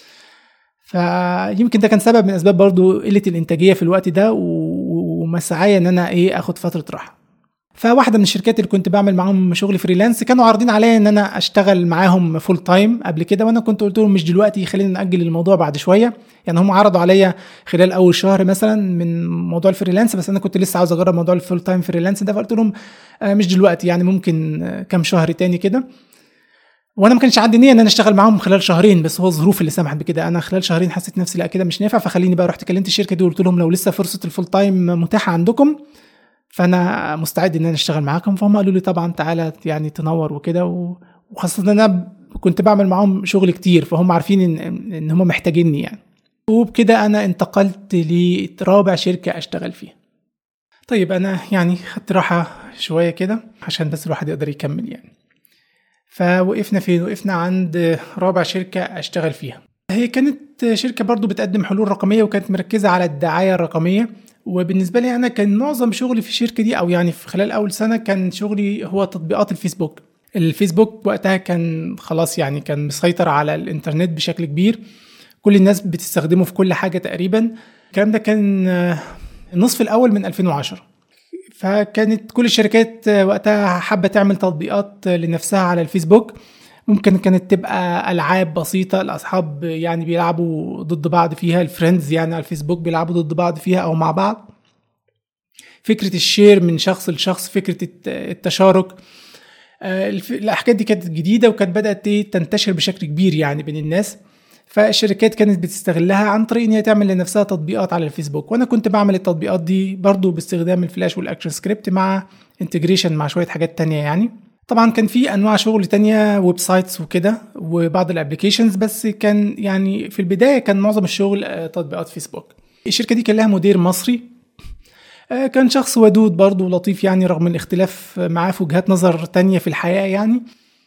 فيمكن ده كان سبب من اسباب برضو قله الانتاجيه في الوقت ده ومسعايا ان انا اخد فتره راحه. فواحده من الشركات اللي كنت بعمل معاهم شغل فريلانس كانوا عارضين عليا ان انا اشتغل معاهم فول تايم قبل كده، وانا كنت قلت لهم مش دلوقتي، خلينا ناجل الموضوع بعد شويه. يعني هم عرضوا عليا خلال اول شهر مثلا من موضوع الفريلانس، بس انا كنت لسه عاوز اجرب موضوع الفول تايم فريلانس ده، فقلت لهم مش دلوقتي، يعني ممكن كام شهر تاني كده. وانا ما كانش عندي نيه ان انا اشتغل معاهم خلال شهرين، بس هو الظروف اللي سمحت بكده. انا خلال شهرين حسيت نفسي لا كده مش نافع، فخليني بقى رحت كلمت الشركه دي وقلت لهم لو لسه فرصه الفول تايم متاحه عندكم فانا مستعد ان انا اشتغل معاكم. فهم قالوا لي طبعا تعالى يعني تنور وكده، وخاصه ان انا كنت بعمل معاهم شغل كتير، فهم عارفين ان هم محتاجيني يعني. وبكده انا انتقلت لرابع شركه اشتغل فيها. طيب أنا يعني خدت راحة شوية كده عشان بس الواحد يقدر يكمل يعني. فوقفنا فين؟ وقفنا عند رابع شركة أشتغل فيها. هي كانت شركة برضو بتقدم حلول رقمية وكانت مركزة على الدعاية الرقمية. وبالنسبة لي أنا كان معظم شغلي في الشركة دي، أو يعني في خلال أول سنة كان شغلي هو تطبيقات الفيسبوك. الفيسبوك وقتها كان خلاص يعني كان مسيطر على الإنترنت بشكل كبير، كل الناس بتستخدمه في كل حاجة تقريبا. الكلام ده كان النصف الأول من 2010. فكانت كل الشركات وقتها حابة تعمل تطبيقات لنفسها على الفيسبوك. ممكن كانت تبقى ألعاب بسيطة، الأصحاب يعني بيلعبوا ضد بعض فيها، الفريندز يعني على الفيسبوك بيلعبوا ضد بعض فيها أو مع بعض. فكرة الشير من شخص لشخص، فكرة التشارك، الحاجات دي كانت جديدة وكانت بدأت تنتشر بشكل كبير يعني بين الناس. فالشركات كانت بتستغلها عن طريق ان هي تعمل لنفسها تطبيقات على الفيسبوك، وانا كنت بعمل التطبيقات دي برضو باستخدام الفلاش والاكشن سكريبت مع انتجريشن مع شوية حاجات تانية يعني. طبعا كان في انواع شغل تانية، ويب سايتس وكده وبعض الابليكيشنز، بس كان يعني في البداية كان معظم الشغل تطبيقات فيسبوك. الشركة دي كان لها مدير مصري، كان شخص ودود برضو ولطيف يعني، رغم الاختلاف معاه في وجهات نظر تانية في الحياة يعني،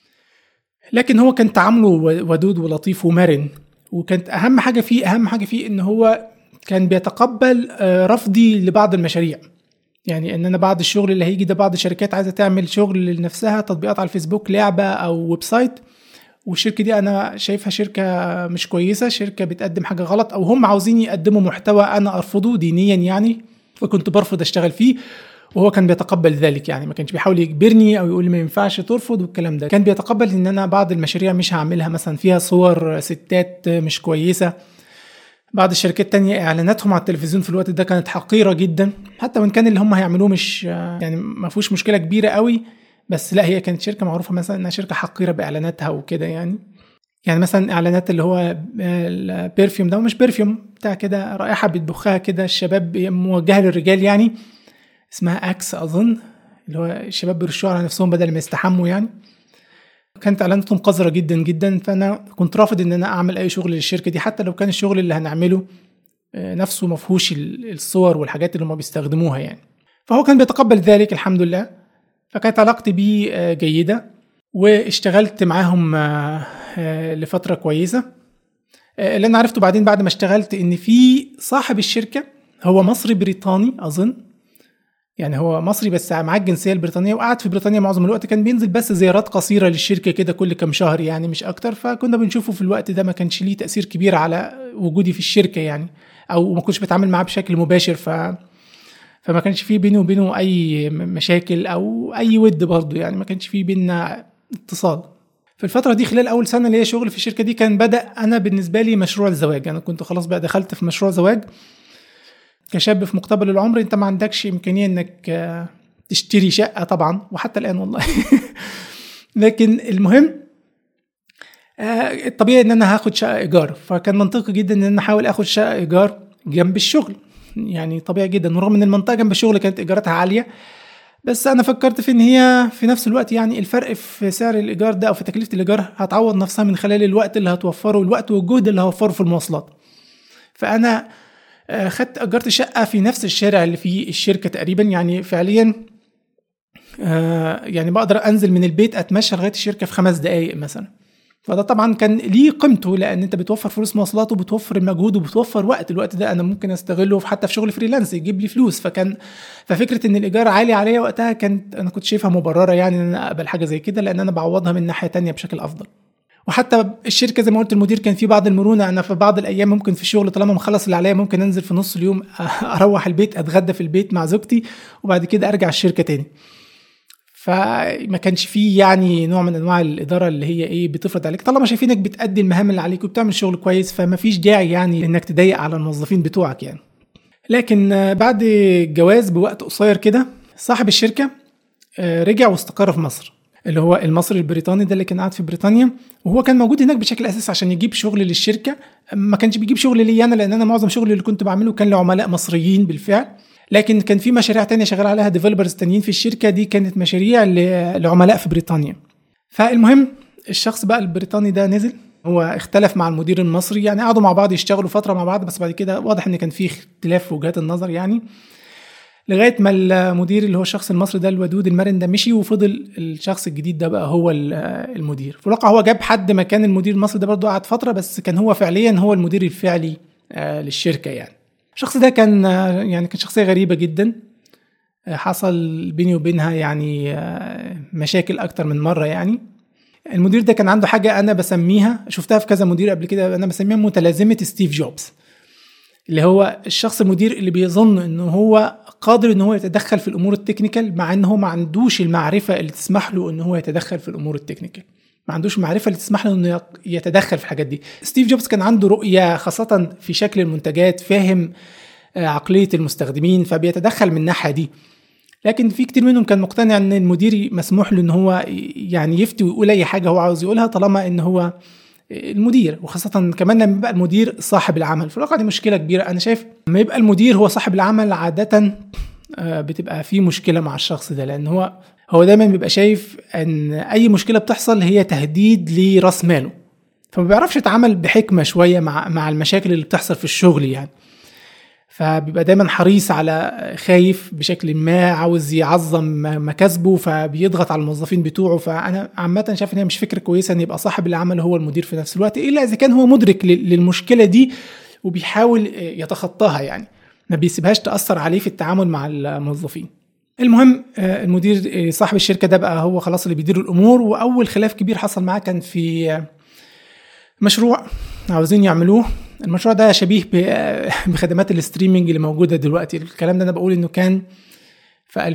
لكن هو كان تعامله ودود ولطيف ومرن. وكانت اهم حاجه فيه ان هو كان بيتقبل رفضي لبعض المشاريع. يعني ان انا بعض الشغل اللي هيجي ده، بعض الشركات عايزه تعمل شغل لنفسها تطبيقات على الفيسبوك، لعبه او ويب سايت، والشركه دي انا شايفها شركه مش كويسه، شركه بتقدم حاجه غلط، او هم عاوزين يقدموا محتوى انا ارفضه دينيا يعني، فكنت برفض اشتغل فيه. وهو كان بيتقبل ذلك يعني، ما كانش بيحاول يجبرني او يقول لي ما ينفعش ترفض والكلام ده. كان بيتقبل ان انا بعض المشاريع مش هعملها، مثلا فيها صور ستات مش كويسة. بعض الشركات التانية اعلاناتهم على التلفزيون في الوقت ده كانت حقيرة جدا، حتى وان كان اللي هم هيعملوه مش يعني ما فيهوش مشكلة كبيرة قوي، بس لا، هي كانت شركة معروفة مثلا انها شركة حقيرة باعلاناتها وكده يعني. يعني مثلا اعلانات اللي هو البرفيوم ده، ومش برفيوم بتاع كده، رائحة بتبخها كده الشباب، موجهة للرجال يعني، اسمها اكس اظن، اللي هو الشباب بيرشوا على نفسهم بدل ما يستحموا يعني. كانت اعلاناتهم قذرة جدا جدا، فانا كنت رافض ان انا اعمل اي شغل للشركة دي، حتى لو كان الشغل اللي هنعمله نفسه مفهوش الصور والحاجات اللي هم بيستخدموها يعني. فهو كان بيتقبل ذلك الحمد لله. فكانت علاقتي بيه جيدة، واشتغلت معاهم لفترة كويسة. اللي انا عرفته بعدين بعد ما اشتغلت ان في صاحب الشركة هو مصري بريطاني اظن، يعني هو مصري بس معاه الجنسيه البريطانيه، وقعد في بريطانيا معظم الوقت، كان بينزل بس زيارات قصيره للشركه كده كل كام شهر يعني، مش اكتر. فكنا بنشوفه في الوقت ده، ما كانش ليه تاثير كبير على وجودي في الشركه يعني، او ما كنتش بتعامل معاه بشكل مباشر. فما كانش فيه بيني وبينه اي مشاكل او اي ود برضه يعني، ما كانش فيه بيننا اتصال. في الفترة دي خلال أول سنة اللي هي شغل في الشركة دي، كان بدأ أنا بالنسبة لي مشروع الزواج. أنا كنت خلاص بقى دخلت في مشروع زواج. كشاب في مقتبل العمر انت ما عندكش امكانيه انك تشتري شقه طبعا، وحتى الان والله لكن المهم الطبيعي ان انا هاخد شقه ايجار، فكان منطقي جدا ان انا احاول اخد شقه ايجار جنب الشغل يعني، طبيعي جدا. ورغم ان المنطقه جنب الشغل كانت ايجاراتها عاليه، بس انا فكرت في ان هي في نفس الوقت يعني الفرق في سعر الايجار ده او في تكلفه الايجار هتعوض نفسها من خلال الوقت اللي هتوفره، الوقت والجهد اللي هوفره في المواصلات. فانا اجرت شقه في نفس الشارع اللي فيه الشركه تقريبا يعني، فعليا يعني بقدر انزل من البيت اتمشى لغايه الشركه في 5 دقائق مثلا. فده طبعا كان ليه قيمته، لان انت بتوفر فلوس مواصلات وبتوفر مجهود وبتوفر وقت. الوقت ده انا ممكن استغله حتى في شغل فريلانس يجيب لي فلوس. ففكره ان الايجار عالي عليا وقتها انا كنت شايفها مبرره يعني ان انا اقبل حاجه زي كده، لان انا بعوضها من ناحيه تانية بشكل افضل. وحتى الشركه زي ما قلت المدير كان في بعض المرونه، انا في بعض الايام ممكن في الشغل طالما مخلص اللي عليا ممكن انزل في نص اليوم اروح البيت اتغدى في البيت مع زوجتي، وبعد كده ارجع الشركه تاني. فما كانش فيه يعني نوع من انواع الاداره اللي هي ايه بتفرض عليك، طالما شايفينك بتأدي المهام اللي عليك وبتعمل شغل كويس، فما فيش داعي يعني انك تضايق على الموظفين بتوعك يعني. لكن بعد الجواز بوقت قصير كده، صاحب الشركه رجع واستقر في مصر، اللي هو المصري البريطاني ده اللي كان قاعد في بريطانيا، وهو كان موجود هناك بشكل اساسي عشان يجيب شغل للشركه. ما كانش بيجيب شغل لي انا، لان انا معظم شغلي اللي كنت بعمله كان لعملاء مصريين بالفعل، لكن كان في مشاريع تانية شغال عليها ديفلوبرز تانيين في الشركه دي، كانت مشاريع لعملاء في بريطانيا. فالمهم الشخص بقى البريطاني ده نزل، هو اختلف مع المدير المصري يعني، قعدوا مع بعض يشتغلوا فتره مع بعض، بس بعد كده واضح ان كان في اختلاف في وجهات النظر يعني. لغايه ما المدير اللي هو الشخص المصري ده الودود المرن ده مشي، وفضل الشخص الجديد ده بقى هو المدير. في الواقع هو جاب حد مكان المدير المصري ده برضه، قعد فتره، بس كان هو فعليا هو المدير الفعلي للشركه يعني. الشخص ده كان يعني كان شخصيه غريبه جدا، حصل بيني وبينها يعني مشاكل اكتر من مره يعني. المدير ده كان عنده حاجه انا بسميها، شفتها في كذا مدير قبل كده، انا بسميها متلازمه ستيف جوبز، اللي هو الشخص المدير اللي بيظن انه هو قادر ان هو يتدخل في الامور التكنيكال، مع انه ما عندوش المعرفه اللي تسمح له ان هو يتدخل في الامور التكنيكال، ما عندوش المعرفه اللي تسمح له انه يتدخل في الحاجات دي. ستيف جوبز كان عنده رؤيه خاصه في شكل المنتجات، فاهم عقليه المستخدمين، فبيتدخل من الناحيه دي. لكن في كتير منهم كان مقتنع ان المدير مسموح له ان هو يعني يفتي ويقول اي حاجه هو عاوز يقولها طالما ان هو المدير، وخاصة كمان لما يبقى المدير صاحب العمل. في الواقع دي مشكلة كبيرة. أنا شايف لما يبقى المدير هو صاحب العمل عادة بتبقى في مشكلة مع الشخص ده، لأن هو دايما بيبقى شايف أن أي مشكلة بتحصل هي تهديد لرأس ماله، فما بيعرفش يتعامل بحكمة شوية مع المشاكل اللي بتحصل في الشغل يعني. فبيبقى دايما حريص على خايف بشكل ما، عاوز يعظم مكاسبه، فبيضغط على الموظفين بتوعه. فأنا عامة شايف ان هي مش فكرة كويسة ان يبقى صاحب العمل هو المدير في نفس الوقت، إلا إذا كان هو مدرك للمشكلة دي وبيحاول يتخطاها يعني، ما بيسيبهاش تأثر عليه في التعامل مع الموظفين. المهم المدير صاحب الشركة ده بقى هو خلاص اللي بيدير الأمور. وأول خلاف كبير حصل معاه كان في مشروع عاوزين يعملوه. المشروع ده شبيه بخدمات الاستريمينج اللي موجودة دلوقتي. الكلام ده أنا بقول إنه كان في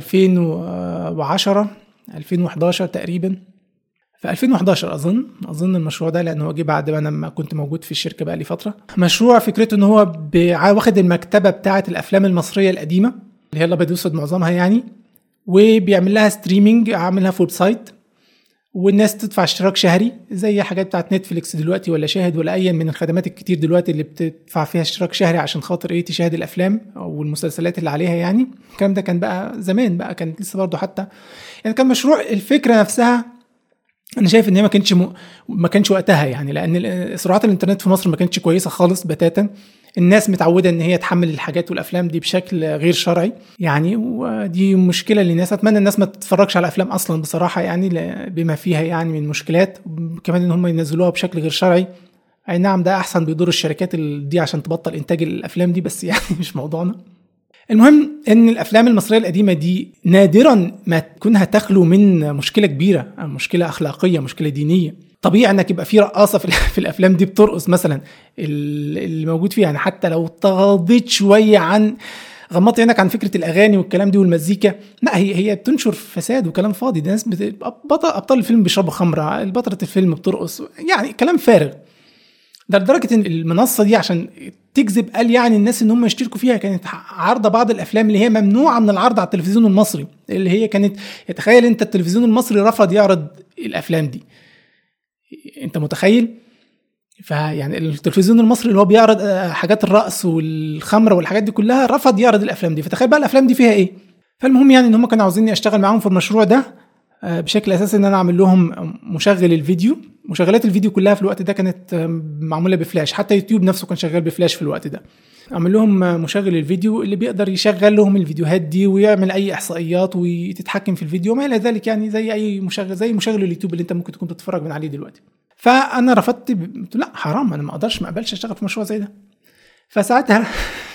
2010 2011 تقريبا، في 2011 أظن المشروع ده، لأنه جه بعد ما أنا ما كنت موجود في الشركة بقى لي فترة. مشروع فكرته إن هو واخد المكتبة بتاعة الأفلام المصرية القديمة اللي هي الأبيض وأسود معظمها يعني، وبيعمل لها ستريمينج، عاملها في ويب سايت، والناس تدفع اشتراك شهري زي حاجات بتاعت نتفليكس دلوقتي ولا شاهد ولا اي من الخدمات الكتير دلوقتي اللي بتدفع فيها اشتراك شهري عشان خاطر تشاهد الافلام او المسلسلات اللي عليها يعني. الكلام ده كان بقى زمان، بقى كان لسه برضه حتى يعني كان مشروع الفكره نفسها انا شايف ان هي ما كانش وقتها يعني، لان سرعات الانترنت في مصر ما كانتش كويسه خالص بتاتا. الناس متعوده ان هي تحمل الحاجات والافلام دي بشكل غير شرعي يعني، ودي مشكله للناس. اتمنى الناس ما تتفرجش على افلام اصلا بصراحه يعني، بما فيها يعني من مشكلات، كمان ان هم ينزلوها بشكل غير شرعي. اي نعم ده احسن، بيضر الشركات دي عشان تبطل انتاج الافلام دي، بس يعني مش موضوعنا. المهم ان الافلام المصريه القديمه دي نادرا ما تكونها تخلو من مشكله كبيره، مشكله اخلاقيه، مشكله دينيه. طبيعي انك يبقى في رقاصه في الافلام دي بترقص مثلا، اللي موجود فيها يعني، حتى لو تغاضيت شويه عن غمضت عينك عن فكره الاغاني والكلام دي والمزيكا، لا هي بتنشر فساد وكلام فاضي. ده ناس ابطال الفيلم بيشربوا خمره، بطله الفيلم بترقص، يعني كلام فارغ. ده لدرجه ان المنصه دي عشان تجذب قال يعني الناس ان هم يشتركوا فيها، كانت عارضه بعض الافلام اللي هي ممنوعه من العرض على التلفزيون المصري، اللي هي كانت يتخيل انت التلفزيون المصري رفض يعرض الافلام دي، انت متخيل؟ فيعني التلفزيون المصري اللي هو بيعرض حاجات الرقص والخمره والحاجات دي كلها رفض يعرض الافلام دي، فتخيل بقى الافلام دي فيها ايه. فالمهم يعني ان هم كانوا عاوزيني اشتغل معاهم في المشروع ده بشكل اساسي، ان انا اعمل لهم مشغل الفيديو. مشغلات الفيديو كلها في الوقت ده كانت معموله بفلاش، حتى يوتيوب نفسه كان شغال بفلاش في الوقت ده. اعمل لهم مشغل الفيديو اللي بيقدر يشغل لهم الفيديوهات دي ويعمل اي احصائيات ويتحكم في الفيديو ما الى ذلك يعني، زي اي مشغل، زي مشغل اليوتيوب اللي انت ممكن تكون بتتفرج من عليه دلوقتي. فانا رفضت، قلت لا حرام، انا ما اقبلش اشتغل في مشروع زي ده. فساعتها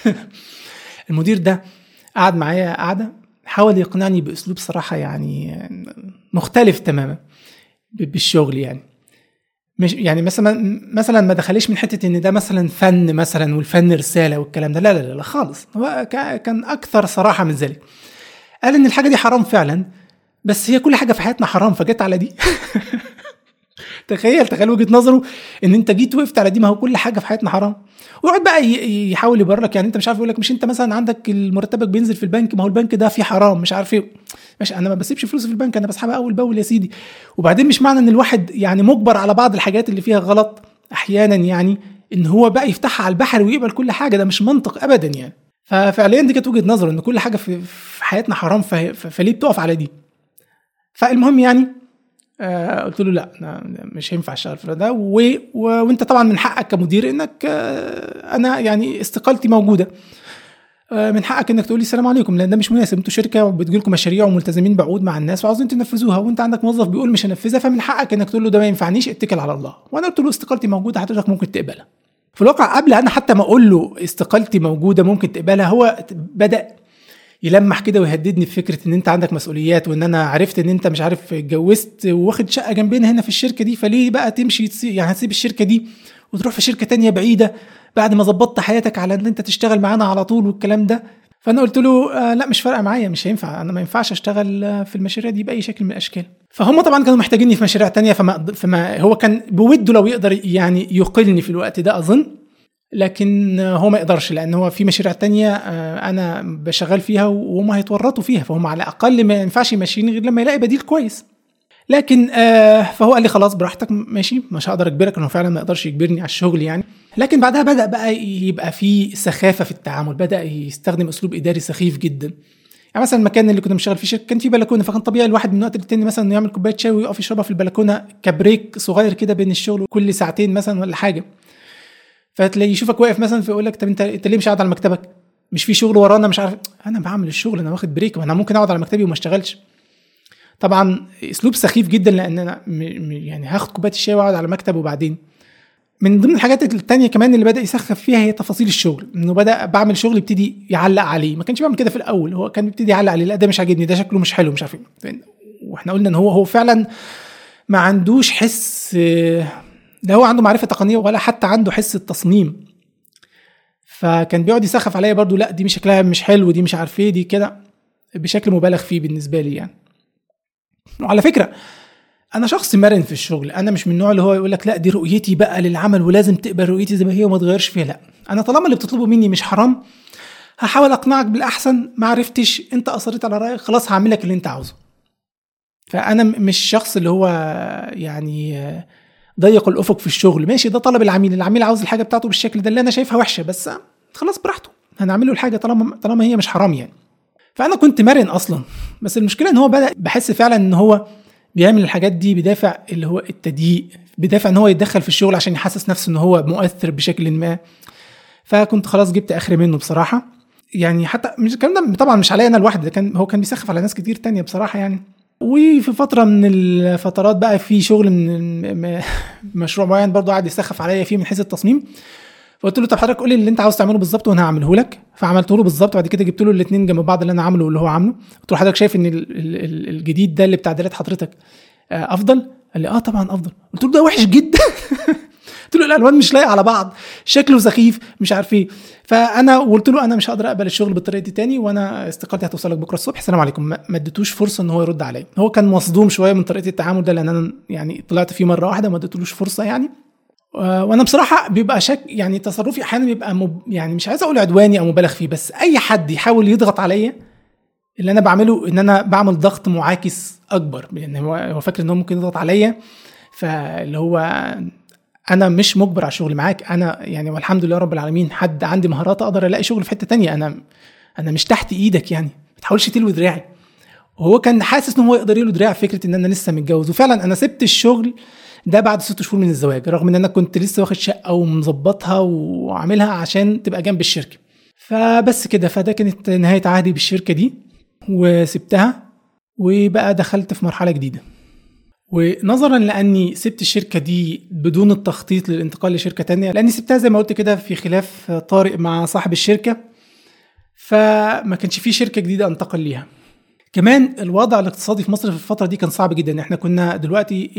المدير ده قعد معايا قعده، حاول يقنعني باسلوب صراحه يعني مختلف تماما بالشغل يعني. مش يعني مثلا ما دخليش من حته ان ده مثلا فن مثلا والفن رساله والكلام ده، لا لا لا خالص. هو كان اكثر صراحه من ذلك. قال ان الحاجه دي حرام فعلا، بس هي كل حاجه في حياتنا حرام، فجت على دي. تخيل وجهه نظره ان انت جيت وقفت على دي، ما هو كل حاجه في حياتنا حرام. ويقعد بقى يحاول يبرر لك، يعني انت مش عارف، يقول لك مش انت مثلا عندك مرتبك بينزل في البنك، ما هو البنك ده فيه حرام مش عارف ايه. ماشي، انا ما بسيبش فلوسي في البنك، انا بسحبها اول باول يا سيدي. وبعدين مش معنى ان الواحد يعني مجبر على بعض الحاجات اللي فيها غلط احيانا يعني ان هو بقى يفتحها على البحر ويقبل كل حاجه، ده مش منطق ابدا يعني. ففعليا دي كانت وجهه نظره ان كل حاجه في حياتنا حرام، فليه بتقف على دي؟ فالمهم يعني قلت له لا مش هينفع اشتغل في ده، وانت طبعا من حقك كمدير انك انا يعني استقالتي موجوده. من حقك انك تقول لي السلام عليكم، لان ده مش مناسب، انتوا شركه وبتجي لكم مشاريع وملتزمين بعقود مع الناس وعاوزين تنفذوها، وانت عندك موظف بيقول مش هنفذها، فمن حقك انك تقول له ده ما ينفعنيش، اتكل على الله. وانا قلت له استقالتي موجوده، حضرتك ممكن تقبلها. في الواقع قبل انا حتى ما اقول له استقالتي موجوده ممكن تقبلها، هو بدا يلمح كده ويهددني بفكره ان انت عندك مسؤوليات، وان انا عرفت ان انت مش عارف اتجوزت واخد شقه جنبنا هنا في الشركه دي، فليه بقى تمشي يعني هتسيب الشركه دي وتروح في شركه تانية بعيده بعد ما ظبطت حياتك على ان انت تشتغل معانا على طول والكلام ده. فانا قلت له لا مش فارقه معايا، مش هينفع، انا ما ينفعش اشتغل في المشاريع دي باي شكل من الاشكال. فهم طبعا كانوا محتاجيني في مشاريع تانية، فما هو كان بوده لو يقدر يعني يقلني في الوقت ده اظن، لكن هو ما يقدرش، لان هو في مشاريع تانية انا بشغال فيها وهم هيتورطوا فيها، فهم على الاقل ما ينفعش يمشيني غير لما يلاقي بديل كويس. لكن فهو قال لي خلاص براحتك ماشي، مش هقدر اجبرك، انه فعلا ما يقدرش يجبرني على الشغل يعني. لكن بعدها بدأ بقى يبقى في سخافة في التعامل، بدأ يستخدم اسلوب اداري سخيف جدا. يعني مثلا المكان اللي كنا بنشتغل فيه شركه كان فيه بلكونه، فكان طبيعي الواحد من وقت للتاني مثلا انه يعمل كوبايه شاي ويقف يشربها في البلكونه كبريك صغير كده بين الشغل كل ساعتين مثلا ولا حاجه. فتلاقي يشوفك واقف مثلا فيقول لك طب انت ليه مش قاعد على مكتبك؟ مش في شغل ورانا؟ مش عارف. انا بعمل الشغل، انا واخد بريك، وانا ممكن اقعد على مكتبي وما اشتغلش. طبعا اسلوب سخيف جدا، لان انا يعني هاخد كوبايه الشاي واقعد على مكتب. وبعدين من ضمن الحاجات التانية كمان اللي بدأ يسخف فيها هي تفاصيل الشغل، انه بدأ بعمل شغل يبتدي يعلق عليه. ما كانش بيعمل كده في الاول، هو كان يبتدي يعلق عليه، لا ده مش عاجبني، ده شكله مش حلو، مش عارف ايه. واحنا قلنا ان هو فعلا ما عندوش حس، لا هو عنده معرفة تقنية ولا حتى عنده حس التصميم. فكان بيقعد يسخف عليا برضو، لا دي مش شكلها مش حلو، دي مش عارف ايه، دي كده بشكل مبالغ فيه بالنسبة لي يعني. وعلى فكرة انا شخص مرن في الشغل، انا مش من النوع اللي هو يقول لك لا دي رؤيتي بقى للعمل ولازم تقبل رؤيتي زي ما هي وما تغيرش فيها. لا، انا طالما اللي بتطلبه مني مش حرام هحاول اقنعك بالاحسن، ما عرفتش انت اصريت على رايك خلاص هعمل لك اللي انت عاوزه. فانا مش شخص اللي هو يعني ضيق الافق في الشغل. ماشي، ده طلب العميل عاوز الحاجه بتاعته بالشكل ده اللي انا شايفها وحشه، بس خلاص براحته، هنعمل له الحاجه طالما هي مش حرام يعني. فانا كنت مرن اصلا، بس المشكله ان هو بدا بحس فعلا ان هو بيعمل الحاجات دي بدافع اللي هو التضييق، بدافع ان هو يتدخل في الشغل عشان يحسس نفسه ان هو مؤثر بشكل ما. فكنت خلاص جبت اخري منه بصراحه يعني. حتى مش الكلام ده طبعا مش عليا انا لوحدي، هو كان بيسخف على ناس كتير تانية بصراحه يعني. وفي فتره من الفترات بقى في شغل من مشروع معين برضو قاعد يسخف عليا فيه من حيث التصميم. فقلت له طب حضرتك قول لي اللي انت عاوز تعمله بالظبط وانا هعمله لك. فعملته له بالظبط، وبعد كده جبت له الاثنين جنب بعض، اللي انا عامله واللي هو عامله. قلت له حضرتك شايف ان الجديد ده اللي بتعديلات حضرتك افضل؟ قال لي طبعا افضل. قلت له ده وحش جدا. قلت له الالوان مش لايقه على بعض، شكله سخيف، مش عارف ايه. فانا قلت له انا مش هقدر اقبل الشغل بالطريقه دي تاني، وانا استقالتي هتوصلك بكره الصبح، السلام عليكم. ما اديتوش فرصه ان هو يرد عليا. هو كان مصدوم شويه من طريقه التعامل ده، لان انا يعني طلعت فيه مره واحده ما اديتلوش فرصه يعني. وانا بصراحه بيبقى يعني تصرفي احيانا بيبقى يعني مش عايز اقول عدواني او مبالغ فيه، بس اي حد يحاول يضغط عليا اللي انا بعمله ان انا بعمل ضغط معاكس اكبر، لان هو فاكر ان هو ممكن يضغط عليا. فاللي هو انا مش مجبر على الشغل معاك، انا يعني والحمد لله رب العالمين حد عندي مهارات اقدر الاقي شغل في حته تانية، انا مش تحت ايدك يعني، ما تحاولش تلوي دراعي. وهو كان حاسس ان هو يقدر يلوي دراعي فكره ان انا لسه متجوز. وفعلا انا سبت الشغل ده بعد 6 شهور من الزواج، رغم ان انا كنت لسه واخد شقه ومظبطها وعاملها عشان تبقى جنب الشركه. فبس كده، فده كانت نهايه عهدي بالشركه دي وسبتها، وبقى دخلت في مرحله جديده. ونظرا لاني سبت الشركه دي بدون التخطيط للانتقال لشركه تانية، لاني سبتها زي ما قلت كده في خلاف طارئ مع صاحب الشركه، فما كانش في شركه جديده انتقل ليها. كمان الوضع الاقتصادي في مصر في الفتره دي كان صعب جدا. احنا كنا دلوقتي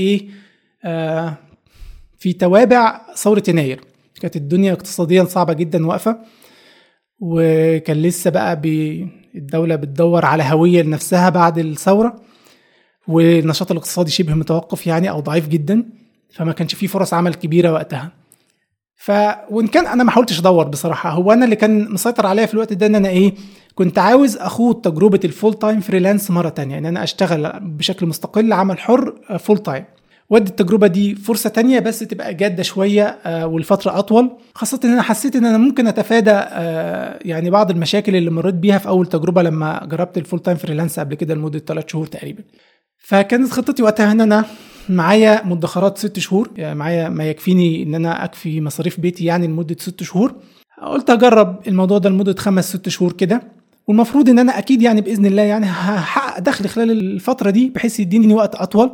في توابع ثوره يناير، كانت الدنيا اقتصاديا صعبه جدا واقفه، وكان لسه بقى الدوله بتدور على هويه لنفسها بعد الثوره، والنشاط الاقتصادي شبه متوقف يعني او ضعيف جدا، فما كانش فيه فرص عمل كبيره وقتها. وان كان انا ما حاولتش ادور بصراحه، هو انا اللي كان مسيطر عليا في الوقت ده ان انا كنت عاوز اخوض تجربه الفول تايم فريلانس مره تانية، ان انا اشتغل بشكل مستقل عمل حر فول تايم، ودي التجربه دي فرصه تانية بس تبقى جاده شويه والفتره اطول، خاصه ان انا حسيت ان انا ممكن اتفادى يعني بعض المشاكل اللي مريت بيها في اول تجربه لما جربت الفول تايم فريلانس قبل كده لمده 3 شهور تقريبا. فكانت خطتي وقتها ان انا معايا مدخرات 6 شهور، يعني معايا ما يكفيني ان انا اكفي مصاريف بيتي يعني لمده 6 شهور، قلت اجرب الموضوع ده لمده 5-6 شهور كده، والمفروض ان انا اكيد يعني باذن الله يعني هحقق دخل خلال الفتره دي بحيث يديني وقت اطول.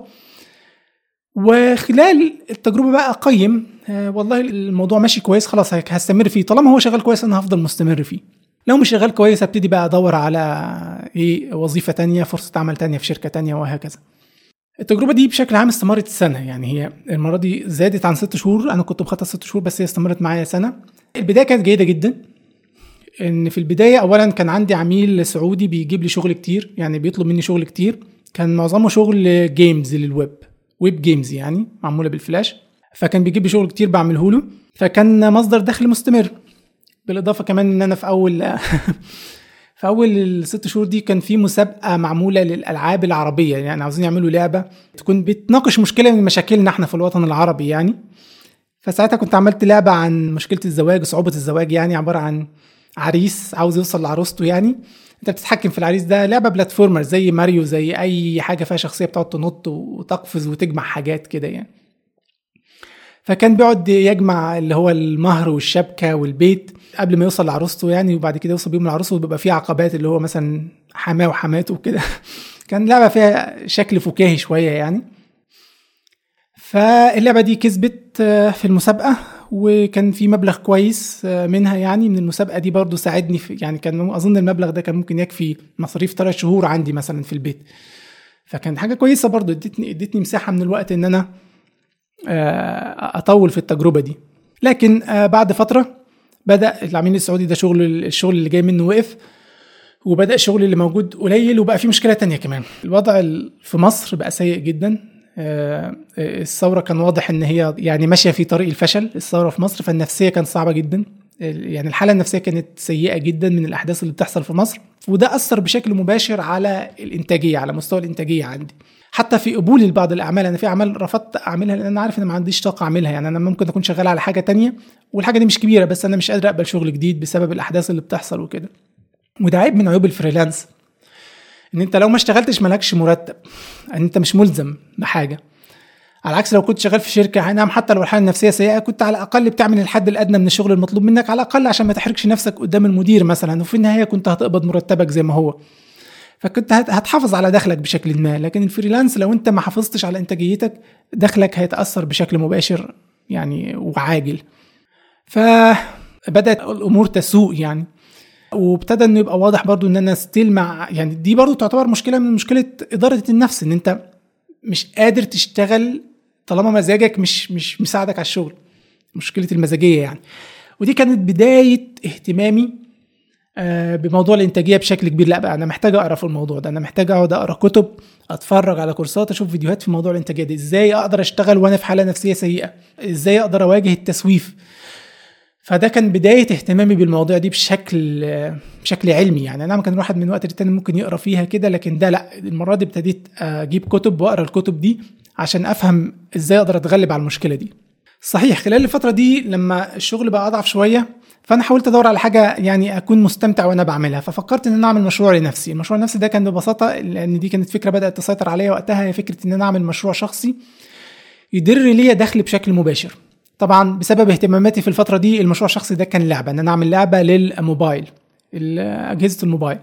وخلال التجربه بقى اقيم والله الموضوع ماشي كويس، خلاص هستمر فيه. طالما هو شغال كويس انا هفضل مستمر فيه. لو مش شغال كويس هبتدي بقى ادور على وظيفه تانية، فرصه عمل تانية في شركه تانية وهكذا. التجربه دي بشكل عام استمرت سنه، يعني هي المره دي زادت عن 6 شهور، انا كنت مخطط 6 شهور بس هي استمرت معايا سنه. البدايه كانت جيده جدا. ان في البدايه اولا كان عندي عميل سعودي بيجيب لي شغل كتير، يعني بيطلب مني شغل كتير، كان معظمه شغل جيمز للويب، ويب جيمز يعني معموله بالفلاش، فكان بيجيب لي شغل كتير بعمله له، فكان مصدر دخل مستمر. بالاضافه كمان ان انا في اول 6 شهور دي كان في مسابقه معموله للالعاب العربيه، يعني عاوزين يعملوا لعبه تكون بتناقش مشكله من مشاكلنا احنا في الوطن العربي يعني. فساعتها كنت عملت لعبه عن مشكله الزواج وصعوبه الزواج، يعني عباره عن عريس عاوز يوصل لعروسته، يعني انت بتتحكم في العريس ده، لعبه بلاتفورمر زي ماريو، زي اي حاجه فيها شخصيه بتقعد تنط وتقفز وتجمع حاجات كده يعني. فكان بيقعد يجمع اللي هو المهر والشبكه والبيت قبل ما يوصل لعروسته يعني، وبعد كده يوصل بيهم لعروسته وبيبقى فيه عقبات اللي هو مثلا حماه وحماته وكده. كان لعبه فيها شكل فكاهي شويه يعني. فاللعبه دي كسبت في المسابقه، وكان في مبلغ كويس منها يعني من المسابقه دي، برضو ساعدني في يعني، كان اظن المبلغ ده كان ممكن يكفي مصاريف 3 شهور عندي مثلا في البيت. فكان حاجه كويسه برضو، ادتني مساحه من الوقت ان انا اطول في التجربه دي. لكن بعد فتره بدا العميل السعودي ده الشغل اللي جاي منه وقف، وبدا الشغل اللي موجود قليل، وبقى في مشكله تانية كمان. الوضع في مصر بقى سيء جدا. الثوره كان واضح ان هي يعني ماشيه في طريق الفشل، الثوره في مصر، فالنفسيه كانت صعبه جدا، يعني الحاله النفسيه كانت سيئه جدا من الاحداث اللي بتحصل في مصر، وده اثر بشكل مباشر على الانتاجيه، على مستوى الانتاجيه عندي، حتى في قبولي لبعض الاعمال. انا في اعمال رفضت اعملها لان انا عارف ان ما عنديش طاقه اعملها، يعني انا ممكن اكون شغال على حاجه تانية والحاجه دي مش كبيره، بس انا مش قادر اقبل شغل جديد بسبب الاحداث اللي بتحصل وكده. وده عيب من عيوب الفريلانس، ان انت لو ما اشتغلتش مالكش مرتب، ان انت مش ملزم بحاجه. على عكس لو كنت شغال في شركه، نعم حتى لو الحاله النفسيه سيئه كنت على الاقل بتعمل الحد الادنى من الشغل المطلوب منك على الاقل عشان ما تحرجش نفسك قدام المدير مثلا، وفي النهايه كنت هتقبض مرتبك زي ما هو، فكنت هتحافظ على دخلك بشكل ما. لكن الفريلانس لو انت ما حافظتش على انتاجيتك دخلك هيتاثر بشكل مباشر يعني وعاجل. فبدات الامور تسوء يعني، وابتدى انه يبقى واضح برضو ان انا ستيل مع، يعني دي برضو تعتبر مشكله من مشكله اداره النفس، ان انت مش قادر تشتغل طالما مزاجك مش مساعدك على الشغل، مشكله المزاجيه يعني. ودي كانت بدايه اهتمامي بموضوع الانتاجيه بشكل كبير. لا بقى انا محتاج اقرا في الموضوع ده، انا محتاج اقعد اقرا كتب، اتفرج على كورسات، اشوف فيديوهات في موضوع الانتاجيه ده، ازاي اقدر اشتغل وانا في حاله نفسيه سيئه، ازاي اقدر اواجه التسويف. فده كان بدايه اهتمامي بالمواضيع دي بشكل علمي يعني. انا كان الواحد من وقت للتاني ممكن يقرا فيها كده، لكن ده لا، المره دي ابتديت اجيب كتب واقرا الكتب دي عشان افهم ازاي اقدر اتغلب على المشكله دي. صحيح خلال الفتره دي لما الشغل بقى اضعف شويه، فانا حاولت ادور على حاجه يعني اكون مستمتع وانا بعملها، ففكرت ان انا اعمل مشروع لنفسي. المشروع النفسي ده كان ببساطه، لان دي كانت فكره بدات تسيطر عليا وقتها، هي فكره ان انا اعمل مشروع شخصي يدر لي دخل بشكل مباشر. طبعا بسبب اهتماماتي في الفتره دي المشروع الشخصي ده كان لعبه، ان انا اعمل لعبه للموبايل، اجهزه الموبايل،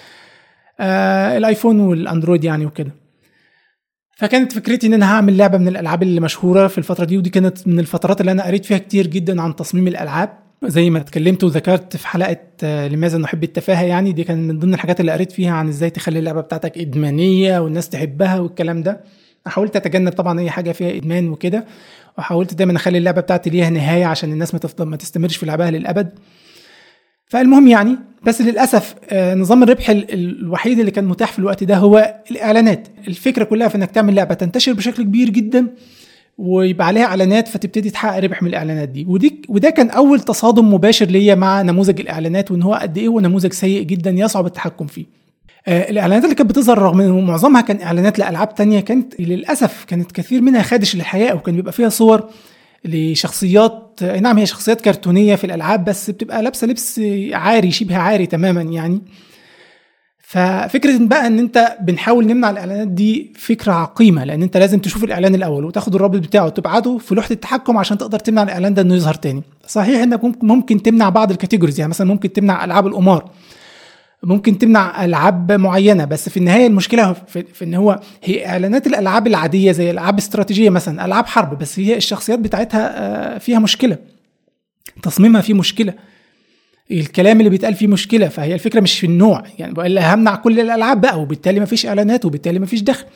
الايفون والاندرويد يعني وكده. فكانت فكرتي ان انا هعمل لعبه من الالعاب اللي مشهوره في الفتره دي، ودي كانت من الفترات اللي انا قريت فيها كتير جدا عن تصميم الالعاب، زي ما اتكلمت وذكرت في حلقه لماذا نحب التفاهه يعني. دي كان من ضمن الحاجات اللي قريت فيها عن ازاي تخلي اللعبه بتاعتك ادمانيه والناس تحبها والكلام ده. حاولت اتجنب طبعا اي حاجه فيها ادمان وكده، وحاولت دايما اخلي اللعبه بتاعتي ليها نهايه عشان الناس ما تستمرش في لعبها للابد. فالمهم يعني، بس للاسف نظام الربح الوحيد اللي كان متاح في الوقت ده هو الاعلانات. الفكره كلها في انك تعمل لعبه تنتشر بشكل كبير جدا ويبقى عليها اعلانات، فتبتدي تحقق ربح من الاعلانات دي. وده كان اول تصادم مباشر ليا مع نموذج الاعلانات، وان هو قد ايه هو نموذج سيء جدا يصعب التحكم فيه. الاعلانات اللي كانت بتظهر رغم ان معظمها كان اعلانات لالعاب تانية، كانت للاسف كانت كثير منها خادش للحياه، وكان بيبقى فيها صور لشخصيات، نعم هي شخصيات كرتونيه في الالعاب، بس بتبقى لابسه لبس عاري، شبه عاري تماما يعني. ففكرة بقى ان انت بنحاول نمنع الاعلانات دي فكرة عقيمة، لان انت لازم تشوف الاعلان الاول وتاخد الرابط بتاعه وتبعته في لوحة التحكم عشان تقدر تمنع الاعلان ده انه يظهر تاني. صحيح انك ممكن تمنع بعض الكاتيجوريز، يعني مثلا ممكن تمنع العاب القمار، ممكن تمنع العاب معينة، بس في النهاية المشكلة في ان هي اعلانات الالعاب العادية زي الالعاب استراتيجية مثلا، العاب حرب، بس هي الشخصيات بتاعتها فيها مشكلة، تصميمها فيه مشكلة، الكلام اللي بيتقال فيه مشكله. فهي الفكره مش في النوع، يعني والا همنع كل الالعاب بقى وبالتالي مفيش اعلانات وبالتالي مفيش دخل.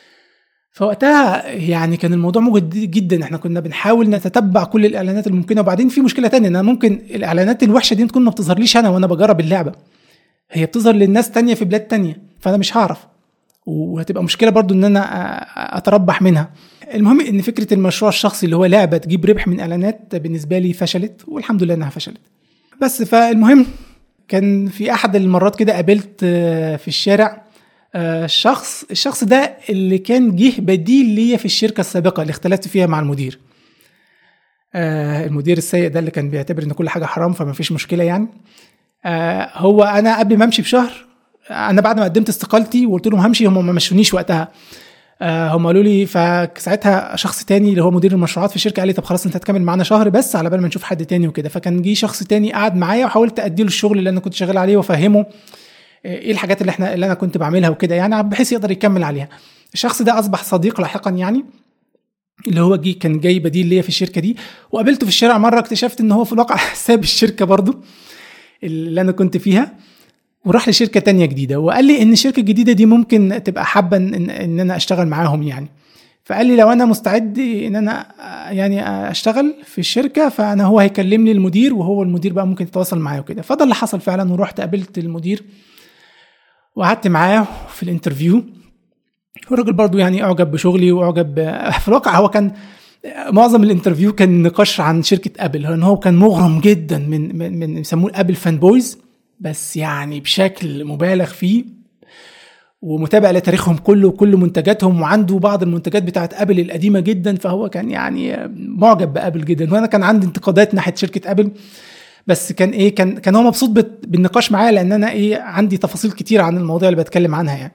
فوقتها يعني كان الموضوع مجهد جدا، احنا كنا بنحاول نتتبع كل الاعلانات الممكنه. وبعدين في مشكله تانية، ان ممكن الاعلانات الوحشه دي تكون ما بتظهرليش انا وانا بجرب اللعبه، هي بتظهر للناس تانية في بلاد تانية، فانا مش هعرف، وهتبقى مشكله برضو ان انا اتربح منها. المهم ان فكره المشروع الشخصي اللي هو لعبه تجيب ربح من اعلانات بالنسبه لي فشلت، والحمد لله انها فشلت. بس فالمهم كان في احد المرات كده قابلت في الشارع الشخص ده اللي كان جه بديل ليا في الشركه السابقه اللي اختلفت فيها مع المدير. المدير السيء ده اللي كان بيعتبر ان كل حاجه حرام فما فيش مشكله يعني. هو انا قبل ما امشي بشهر، انا بعد ما قدمت استقالتي وقلت لهم همشي، هم ما مشونيش وقتها. هم قالوا لي، فساعتها شخص تاني اللي هو مدير المشروعات في الشركه قال لي طب خلاص انت هتكمل معانا شهر بس على بال ما نشوف حد تاني وكده. فكان جه شخص تاني قعد معايا وحاولت ادي له الشغل اللي انا كنت شغال عليه وافهمه ايه الحاجات اللي انا كنت بعملها وكده، يعني بحيث يقدر يكمل عليها. الشخص ده اصبح صديق لاحقا يعني، اللي هو كان جاي بديل ليا في الشركه دي. وقابلته في الشارع مره، اكتشفت ان هو في الواقع ساب الشركه برضو اللي انا كنت فيها وراح لشركه تانية جديده، وقال لي ان الشركه الجديده دي ممكن تبقى حابه ان انا اشتغل معاهم يعني. فقال لي لو انا مستعد ان انا يعني اشتغل في الشركه، فانا هو هيكلمني المدير، وهو المدير بقى ممكن يتواصل معايا وكده. فده اللي حصل فعلا، ورحت قابلت المدير وقعدت معاه في الانترفيو. والراجل برضو يعني اعجب بشغلي واعجب في الواقع هو كان معظم الانترفيو كان نقاش عن شركه ابل، لان هو كان مغرم جدا من يسموه ابل فان بويز، بس يعني بشكل مبالغ فيه، ومتابع لتاريخهم كله وكل منتجاتهم، وعنده بعض المنتجات بتاعت ابل القديمه جدا. فهو كان يعني معجب بابل جدا، وانا كان عندي انتقادات ناحيه شركه ابل، بس كان هو مبسوط بالنقاش معايا، لان انا عندي تفاصيل كتير عن المواضيع اللي بتكلم عنها يعني.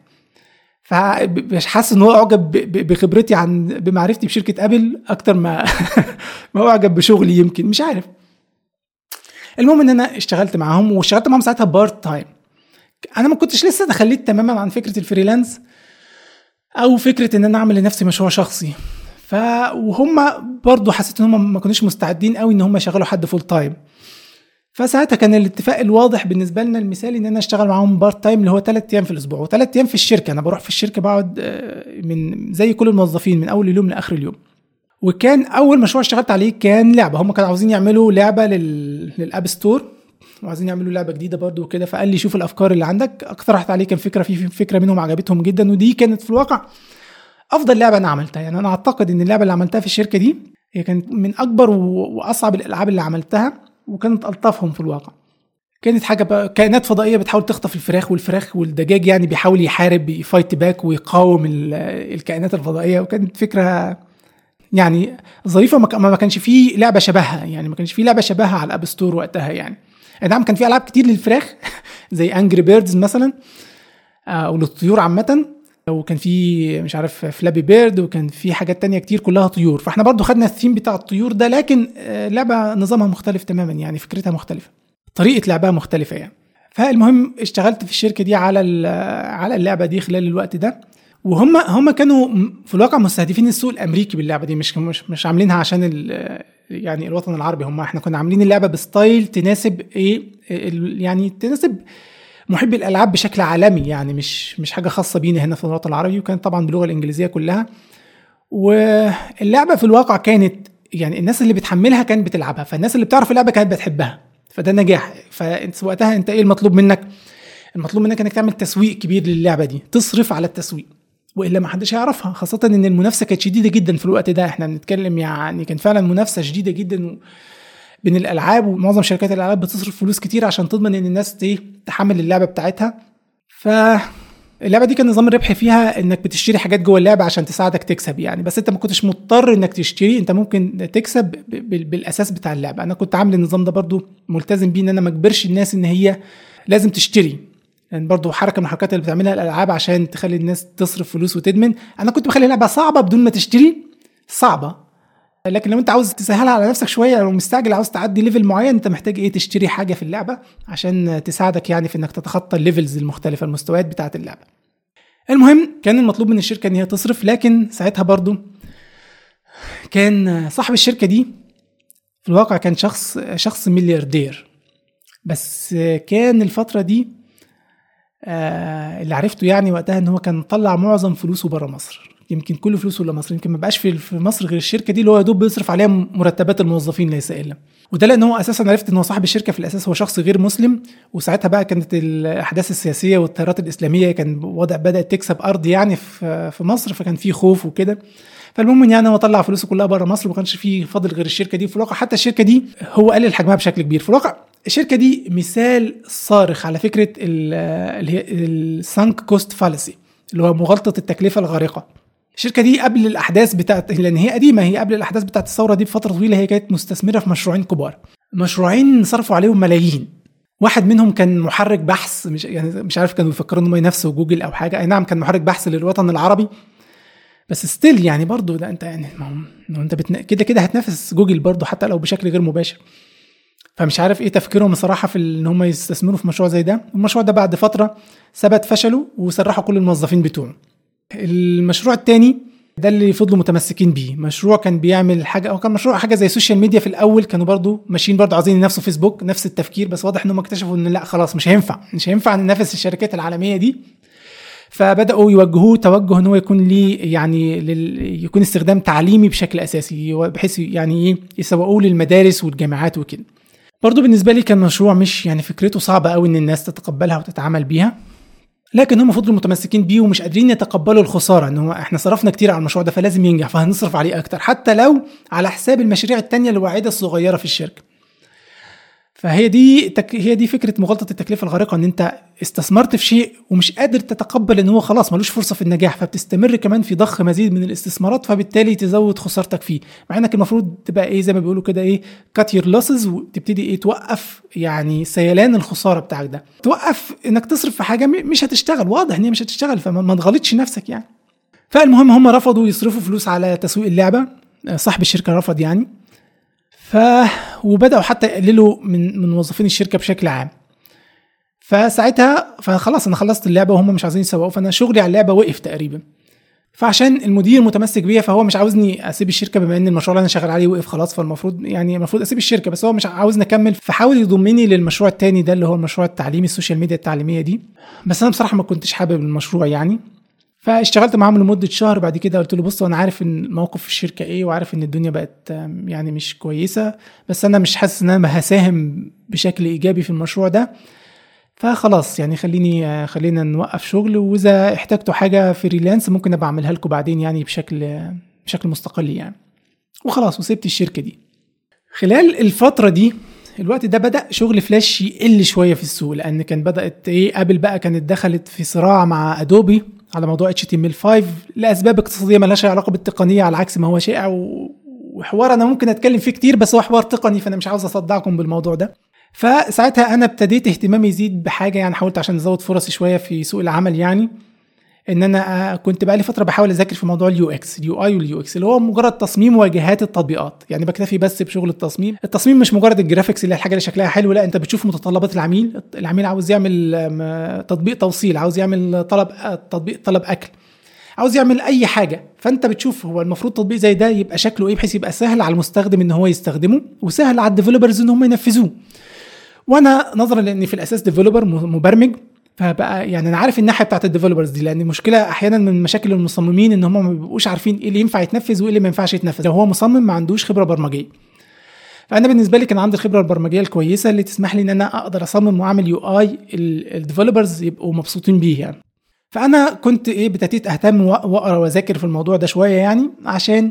فمش حاسس ان هو اعجب بخبرتي بمعرفتي بشركه ابل اكتر ما ما هو اعجب بشغلي، يمكن مش عارف. المهم ان انا اشتغلت معاهم، واشتغلت معاهم ساعتها بارت تايم. انا ما كنتش لسه دخلت تماما عن فكره الفريلانس او فكره ان انا اعمل لنفسي مشروع شخصي. وهم برضو حسيت ان هم ما كانوش مستعدين قوي ان هم يشغلوا حد فول تايم. فساعتها كان الاتفاق الواضح بالنسبه لنا المثالي ان انا اشتغل معاهم بارت تايم، اللي هو 3 ايام في الاسبوع و3 ايام في الشركه. انا بروح في الشركه بقعد من زي كل الموظفين من اول اليوم لاخر اليوم. وكان اول مشروع اشتغلت عليه كان لعبه، هم كانوا عاوزين يعملوا لعبه للاب ستور، وعايزين يعملوا لعبه جديده برضو وكده. فقال لي شوف الافكار اللي عندك، اقترحت عليه كان فكره منهم عجبتهم جدا، ودي كانت في الواقع افضل لعبه انا عملتها. يعني انا اعتقد ان اللعبه اللي عملتها في الشركه دي هي كانت من اكبر واصعب الالعاب اللي عملتها، وكانت الطفهم في الواقع. كانت حاجه بقى كائنات فضائيه بتحاول تخطف الفراخ والدجاج، يعني بيحاول يحارب يفايت باك ويقاوم الكائنات الفضائيه. وكانت فكره يعني ظريفه، ما كانش فيه لعبه شبهها، يعني ما كانش فيه لعبه شبهها على الاب ستور وقتها يعني. نعم كان في العاب كتير للفراخ زي انجري بيردز مثلا، او للطيور عامه، وكان في مش عارف فلابي بيرد، وكان في حاجات تانية كتير كلها طيور. فاحنا برضو خدنا الثيم بتاع الطيور ده، لكن لعبه نظامها مختلف تماما، يعني فكرتها مختلفه، طريقه لعبها مختلفه يعني. فالمهم اشتغلت في الشركه دي على اللعبه دي خلال الوقت ده. وهم كانوا في الواقع مستهدفين السوق الامريكي باللعبه دي، مش عاملينها عشان يعني الوطن العربي. احنا كنا عاملين اللعبه بستايل تناسب يعني تناسب محبي الالعاب بشكل عالمي، يعني مش حاجه خاصه بينا هنا في الوطن العربي، وكانت طبعا باللغه الانجليزيه كلها. واللعبه في الواقع كانت يعني الناس اللي بتحملها كانت بتلعبها، فالناس اللي بتعرف اللعبه كانت بتحبها، فده نجاح. فانت وقتها انت ايه المطلوب منك؟ المطلوب منك انك تعمل تسويق كبير للعبه دي، تصرف على التسويق، والا ما حدش يعرفها، خاصه ان المنافسه كانت شديده جدا في الوقت ده. احنا بنتكلم يعني كان فعلا منافسه شديده جدا بين الالعاب، ومعظم شركات الالعاب بتصرف فلوس كتير عشان تضمن ان الناس تحمل اللعبه بتاعتها. فاللعبه دي كان نظام الربح فيها انك بتشتري حاجات جوه اللعبه عشان تساعدك تكسب يعني، بس انت ما كنتش مضطر انك تشتري، انت ممكن تكسب بالاساس بتاع اللعبه. انا كنت عامل النظام ده برضو ملتزم بيه، ان انا ما اجبرش الناس ان هي لازم تشتري، يعني برضو حركه من الحركات اللي بتعملها الالعاب عشان تخلي الناس تصرف فلوس وتدمن. انا كنت بخلي اللعبه صعبه بدون ما تشتري، صعبه، لكن لو انت عاوز تسهلها على نفسك شويه، لو مستعجل عاوز تعدي ليفل معين، انت محتاج ايه تشتري حاجه في اللعبه عشان تساعدك يعني في انك تتخطى الليفلز المختلفه، المستويات بتاعه اللعبه. المهم كان المطلوب من الشركه ان هي تصرف، لكن ساعتها برضو كان صاحب الشركه دي في الواقع كان شخص ملياردير، بس كان الفتره دي اللي عرفته يعني وقتها ان هو كان طلع معظم فلوسه بره مصر، يمكن كل فلوسه لمصر، يمكن ما بقاش في مصر غير الشركه دي اللي هو يا دوب بيصرف عليها مرتبات الموظفين ليس الا. وده لان هو اساسا عرفت ان هو صاحب الشركه في الاساس هو شخص غير مسلم، وساعتها بقى كانت الاحداث السياسيه والتيارات الاسلاميه كان بدات تكسب ارض يعني في مصر، فكان في خوف وكده. فالمهم يعني هو طلع فلوسه كلها بره مصر، وما كانش فيه فاضل غير الشركه دي. في الواقع حتى الشركه دي هو قلل حجمها بشكل كبير. في الواقع الشركه دي مثال صارخ على فكره اللي هي السانك كوست فالسي، اللي هو مغالطه التكلفه الغارقه. الشركه دي قبل الاحداث بتاعت، لان هي قديمه، هي قبل الاحداث بتاعت الثوره دي بفتره طويله هي كانت مستثمره في مشروعين كبار، مشروعين صرفوا عليهم ملايين. واحد منهم كان محرك بحث، مش عارف كانوا بيفكروا انهم ينافسوا جوجل او حاجه. اي نعم كان محرك بحث للوطن العربي، بس ستيل يعني برضو ده انت يعني انت كده هتنافس جوجل برضو حتى لو بشكل غير مباشر. فمش عارف ايه تفكيرهم صراحه في ان هم يستثمروا في مشروع زي ده. المشروع ده بعد فتره ثبت فشله وسرحوا كل الموظفين بتوعه. المشروع الثاني ده اللي فضلوا متمسكين بيه، مشروع كان بيعمل حاجه، او كان مشروع حاجه زي سوشيال ميديا. في الاول كانوا برضو ماشيين برضو عايزين ينافسوا فيسبوك، نفس التفكير، بس واضح انهم اكتشفوا ان لا خلاص مش هينفع ننافس الشركات العالميه دي. فبداوا يوجهوه توجه ان هو يكون ليه يعني يكون استخدام تعليمي بشكل اساسي، بحيث يعني ايه يسوقوه للمدارس والجامعات وكده. برضو بالنسبه لي كان مشروع مش يعني فكرته صعبه قوي ان الناس تتقبلها وتتعامل بيها، لكن هم فضلوا متمسكين بيه ومش قادرين يتقبلوا الخساره، ان هو احنا صرفنا كتير على المشروع ده فلازم ينجح، فهنصرف عليه اكتر حتى لو على حساب المشاريع التانية الواعده الصغيره في الشركه. فهي دي فكره مغالطه التكلفه الغارقه، ان انت استثمرت في شيء ومش قادر تتقبل ان هو خلاص ملوش فرصه في النجاح، فبتستمر كمان في ضخ مزيد من الاستثمارات، فبالتالي تزود خسارتك فيه، مع انك المفروض تبقى ايه زي ما بيقولوا كده ايه cut your losses، وتبتدي ايه توقف يعني سيلان الخساره بتاعك ده، توقف انك تصرف في حاجه مش هتشتغل، واضح ان هي مش هتشتغل، فما تغلطش نفسك يعني. فالمهم هم رفضوا يصرفوا فلوس على تسويق اللعبه، صاحب الشركه رفض يعني. وبداوا حتى يقللوا من موظفين الشركه بشكل عام. فساعتها فخلاص انا خلصت اللعبه وهم مش عايزين يسوقوا، فانا شغلي على اللعبه وقف تقريبا. فعشان المدير متمسك بيا فهو مش عاوزني اسيب الشركه، بما ان المشروع اللي انا شغال عليه وقف خلاص، فالمفروض اسيب الشركه، بس هو مش عاوزني اكمل، فحاول يضمني للمشروع التاني ده اللي هو المشروع التعليمي، السوشيال ميديا التعليميه دي. بس انا بصراحه ما كنتش حابب المشروع يعني، فاشتغلت معاهم لمده شهر. بعد كده قلت له بص انا عارف ان الموقف في الشركه ايه، وعارف ان الدنيا بقت يعني مش كويسه، بس انا مش حاسس ان انا هساهم بشكل ايجابي في المشروع ده، فخلاص يعني خلينا نوقف شغل، واذا احتاجتوا حاجه فريلانس ممكن ابقى اعملها لكم بعدين يعني بشكل مستقل يعني. وخلاص وسبت الشركه دي. خلال الفتره دي الوقت ده بدأ شغل فلاش يقل شويه في السوق، لان كان بدأت ابل بقى كانت دخلت في صراع مع ادوبي على موضوع HTML5 لاسباب اقتصاديه مالهاش علاقه بالتقنيه، على عكس ما هو شائع وحوار انا ممكن اتكلم فيه كتير، بس هو حوار تقني فانا مش عاوز اصدعكم بالموضوع ده. فساعتها انا ابتديت اهتمامي يزيد بحاجه يعني، حاولت عشان ازود فرصي شويه في سوق العمل يعني، ان انا كنت بقالي فتره بحاول اذاكر في موضوع اليو اكس، اليو اي واليو اكس، اللي هو مجرد تصميم واجهات التطبيقات يعني. بكتفي بس بشغل التصميم مش مجرد الجرافيكس اللي الحاجه اللي شكلها حلو، لا انت بتشوف متطلبات العميل عاوز يعمل تطبيق توصيل، عاوز يعمل تطبيق طلب اكل، عاوز يعمل اي حاجه، فانت بتشوف هو المفروض تطبيق زي ده يبقى شكله ايه، بحيث يبقى سهل على المستخدم ان هو يستخدمه، وسهل على الديفلوبرز ان هم ينفذوه. وانا نظرا لاني في الاساس ديفلوبر مبرمج، فبقى يعني انا عارف الناحيه بتاعت الديفلوبرز دي، لان المشكله احيانا من مشاكل المصممين ان هم ما بيبقوش عارفين ايه اللي ينفع يتنفذ وايه اللي ما ينفعش يتنفذ، لو هو مصمم ما عندوش خبره برمجيه. فانا بالنسبه لي كان عندي الخبره البرمجيه الكويسه اللي تسمح لي ان انا اقدر اصمم واعمل يو اي الديفلوبرز يبقوا مبسوطين بيه يعني. فانا كنت ابتديت اهتم واقرا واذاكر في الموضوع ده شويه يعني، عشان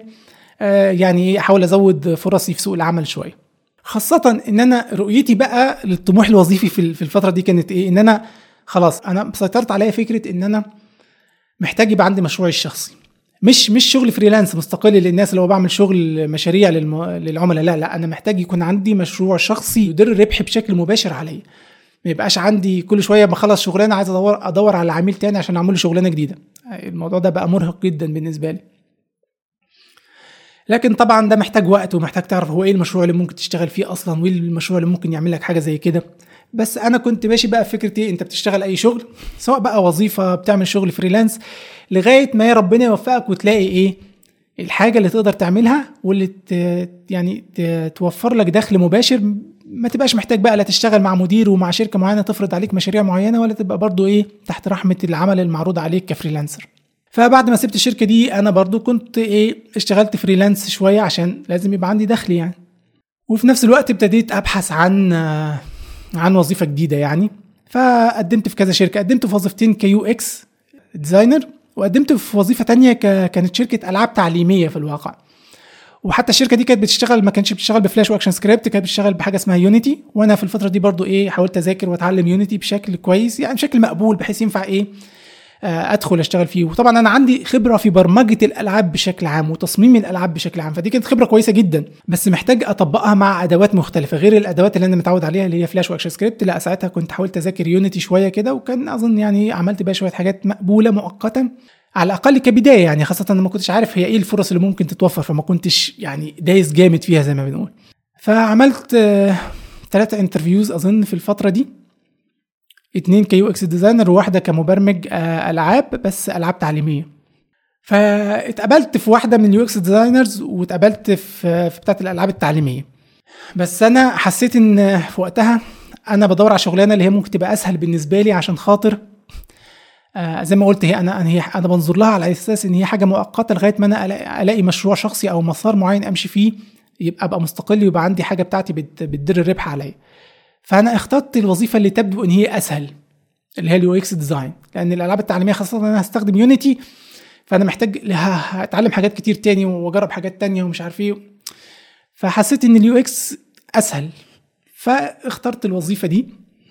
يعني احاول ازود فرصي في سوق العمل شويه، خاصه ان انا رؤيتي بقى للطموح الوظيفي في الفتره دي كانت ان انا خلاص انا سيطرت عليا فكره ان انا محتاج يبقى عندي مشروعي الشخصي، مش شغل فريلانس مستقل للناس اللي هو بعمل شغل مشاريع للعملاء، لا انا محتاج يكون عندي مشروع شخصي يدر الربح بشكل مباشر عليا. ما يبقاش عندي كل شويه ما اخلص شغلانه عايز ادور على عميل تاني عشان اعمل له شغلانه جديده. الموضوع ده بقى مرهق جدا بالنسبه لي. لكن طبعا ده محتاج وقت، ومحتاج تعرف هو ايه المشروع اللي ممكن تشتغل فيه اصلا، وايه المشروع اللي ممكن يعمل لك حاجه زي كده. بس انا كنت ماشي بقى فكره ايه، انت بتشتغل اي شغل سواء بقى وظيفه بتعمل شغل فريلانس لغايه ما ربنا يوفقك وتلاقي ايه الحاجه اللي تقدر تعملها واللي يعني توفر لك دخل مباشر، ما تبقاش محتاج بقى لا تشتغل مع مدير ومع شركه معينه تفرض عليك مشاريع معينه، ولا تبقى برضو ايه تحت رحمه العمل المعروض عليك كفريلانسر. فبعد ما سبت الشركه دي انا برضو كنت ايه اشتغلت فريلانس شويه عشان لازم يبقى عندي دخل يعني. وفي نفس الوقت ابتديت ابحث عن وظيفه جديده يعني. فقدمت في كذا شركه، قدمت في وظيفتين كيو اكس ديزاينر، وقدمت في وظيفه تانية كانت شركه العاب تعليميه في الواقع. وحتى الشركه دي كانت بتشتغل، ما كانتش بتشتغل بفلاش واكشن سكريبت، كانت بتشتغل بحاجه اسمها يونيتي. وانا في الفتره دي برضو ايه حاولت اذاكر واتعلم يونيتي بشكل كويس يعني بشكل مقبول بحيث ينفع ايه ادخل اشتغل فيه. وطبعا انا عندي خبره في برمجه الالعاب بشكل عام وتصميم الالعاب بشكل عام، فدي كانت خبره كويسه جدا، بس محتاج اطبقها مع ادوات مختلفه غير الادوات اللي انا متعود عليها اللي هي فلاش واكشن سكريبت. لا ساعتها كنت حاولت اذاكر يونيتي شويه كده، وكان اظن يعني عملت بقى شويه حاجات مقبوله مؤقتا على الاقل كبدايه يعني، خاصه انا ما كنتش عارف هي ايه الفرص اللي ممكن تتوفر، فما كنتش يعني دايس جامد فيها زي ما بنقول. فعملت 3 انترفيوز اظن في الفتره دي، 2 كيو اكس ديزاينر وواحده كمبرمج العاب، بس العاب تعليميه. فاتقبلت في واحده من اليو اكس ديزاينرز واتقبلت في بتاعه الالعاب التعليميه. بس انا حسيت ان في وقتها انا بدور على شغلانه اللي هي ممكن تبقى اسهل بالنسبه لي، عشان خاطر زي ما قلت هي انا بنظر لها على اساس ان هي حاجه مؤقته لغايه ما انا الاقي مشروع شخصي او مسار معين امشي فيه، يبقى ابقى مستقل ويبقى عندي حاجه بتاعتي بتدر الربح عليا. فانا اخترت الوظيفه اللي تبدو ان هي اسهل، اللي هي اليو اكس ديزاين، لان الالعاب التعليميه خاصه انا هستخدم يونيتي، فانا محتاج اتعلم حاجات كتير تاني واجرب حاجات تانية ومش عارف ايه. فحسيت ان اليو اكس اسهل، فاخترت الوظيفه دي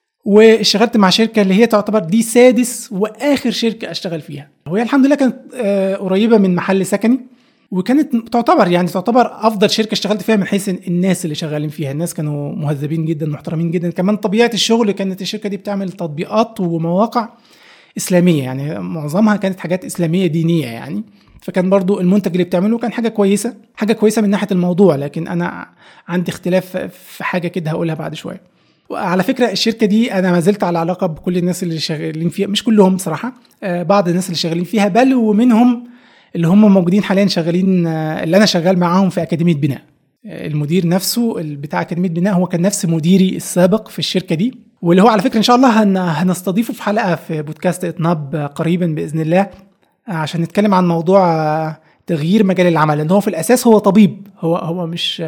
واشتغلت مع شركه اللي هي تعتبر دي سادس واخر شركه اشتغل فيها. وهي الحمد لله كانت قريبه من محل سكني، وكانت تعتبر افضل شركه اشتغلت فيها من حيث الناس اللي شغالين فيها. الناس كانوا مهذبين جدا محترمين جدا. كمان طبيعه الشغل كانت الشركه دي بتعمل تطبيقات ومواقع اسلاميه، يعني معظمها كانت حاجات اسلاميه دينيه يعني. فكان برضو المنتج اللي بتعمله كان حاجه كويسه من ناحيه الموضوع، لكن انا عندي اختلاف في حاجه كده هقولها بعد شويه. وعلى فكره الشركه دي انا ما زلت على علاقه بكل الناس اللي شغالين فيها، مش كلهم صراحه، بعض الناس اللي شغالين فيها، بل ومنهم اللي هم موجودين حاليا شغالين، اللي انا شغال معاهم في اكاديميه بناء. المدير نفسه بتاع اكاديميه بناء هو كان نفس مديري السابق في الشركه دي، واللي هو على فكره ان شاء الله هنستضيفه في حلقه في بودكاست اطناب قريبا باذن الله، عشان نتكلم عن موضوع تغيير مجال العمل. لان هو في الاساس هو طبيب، هو مش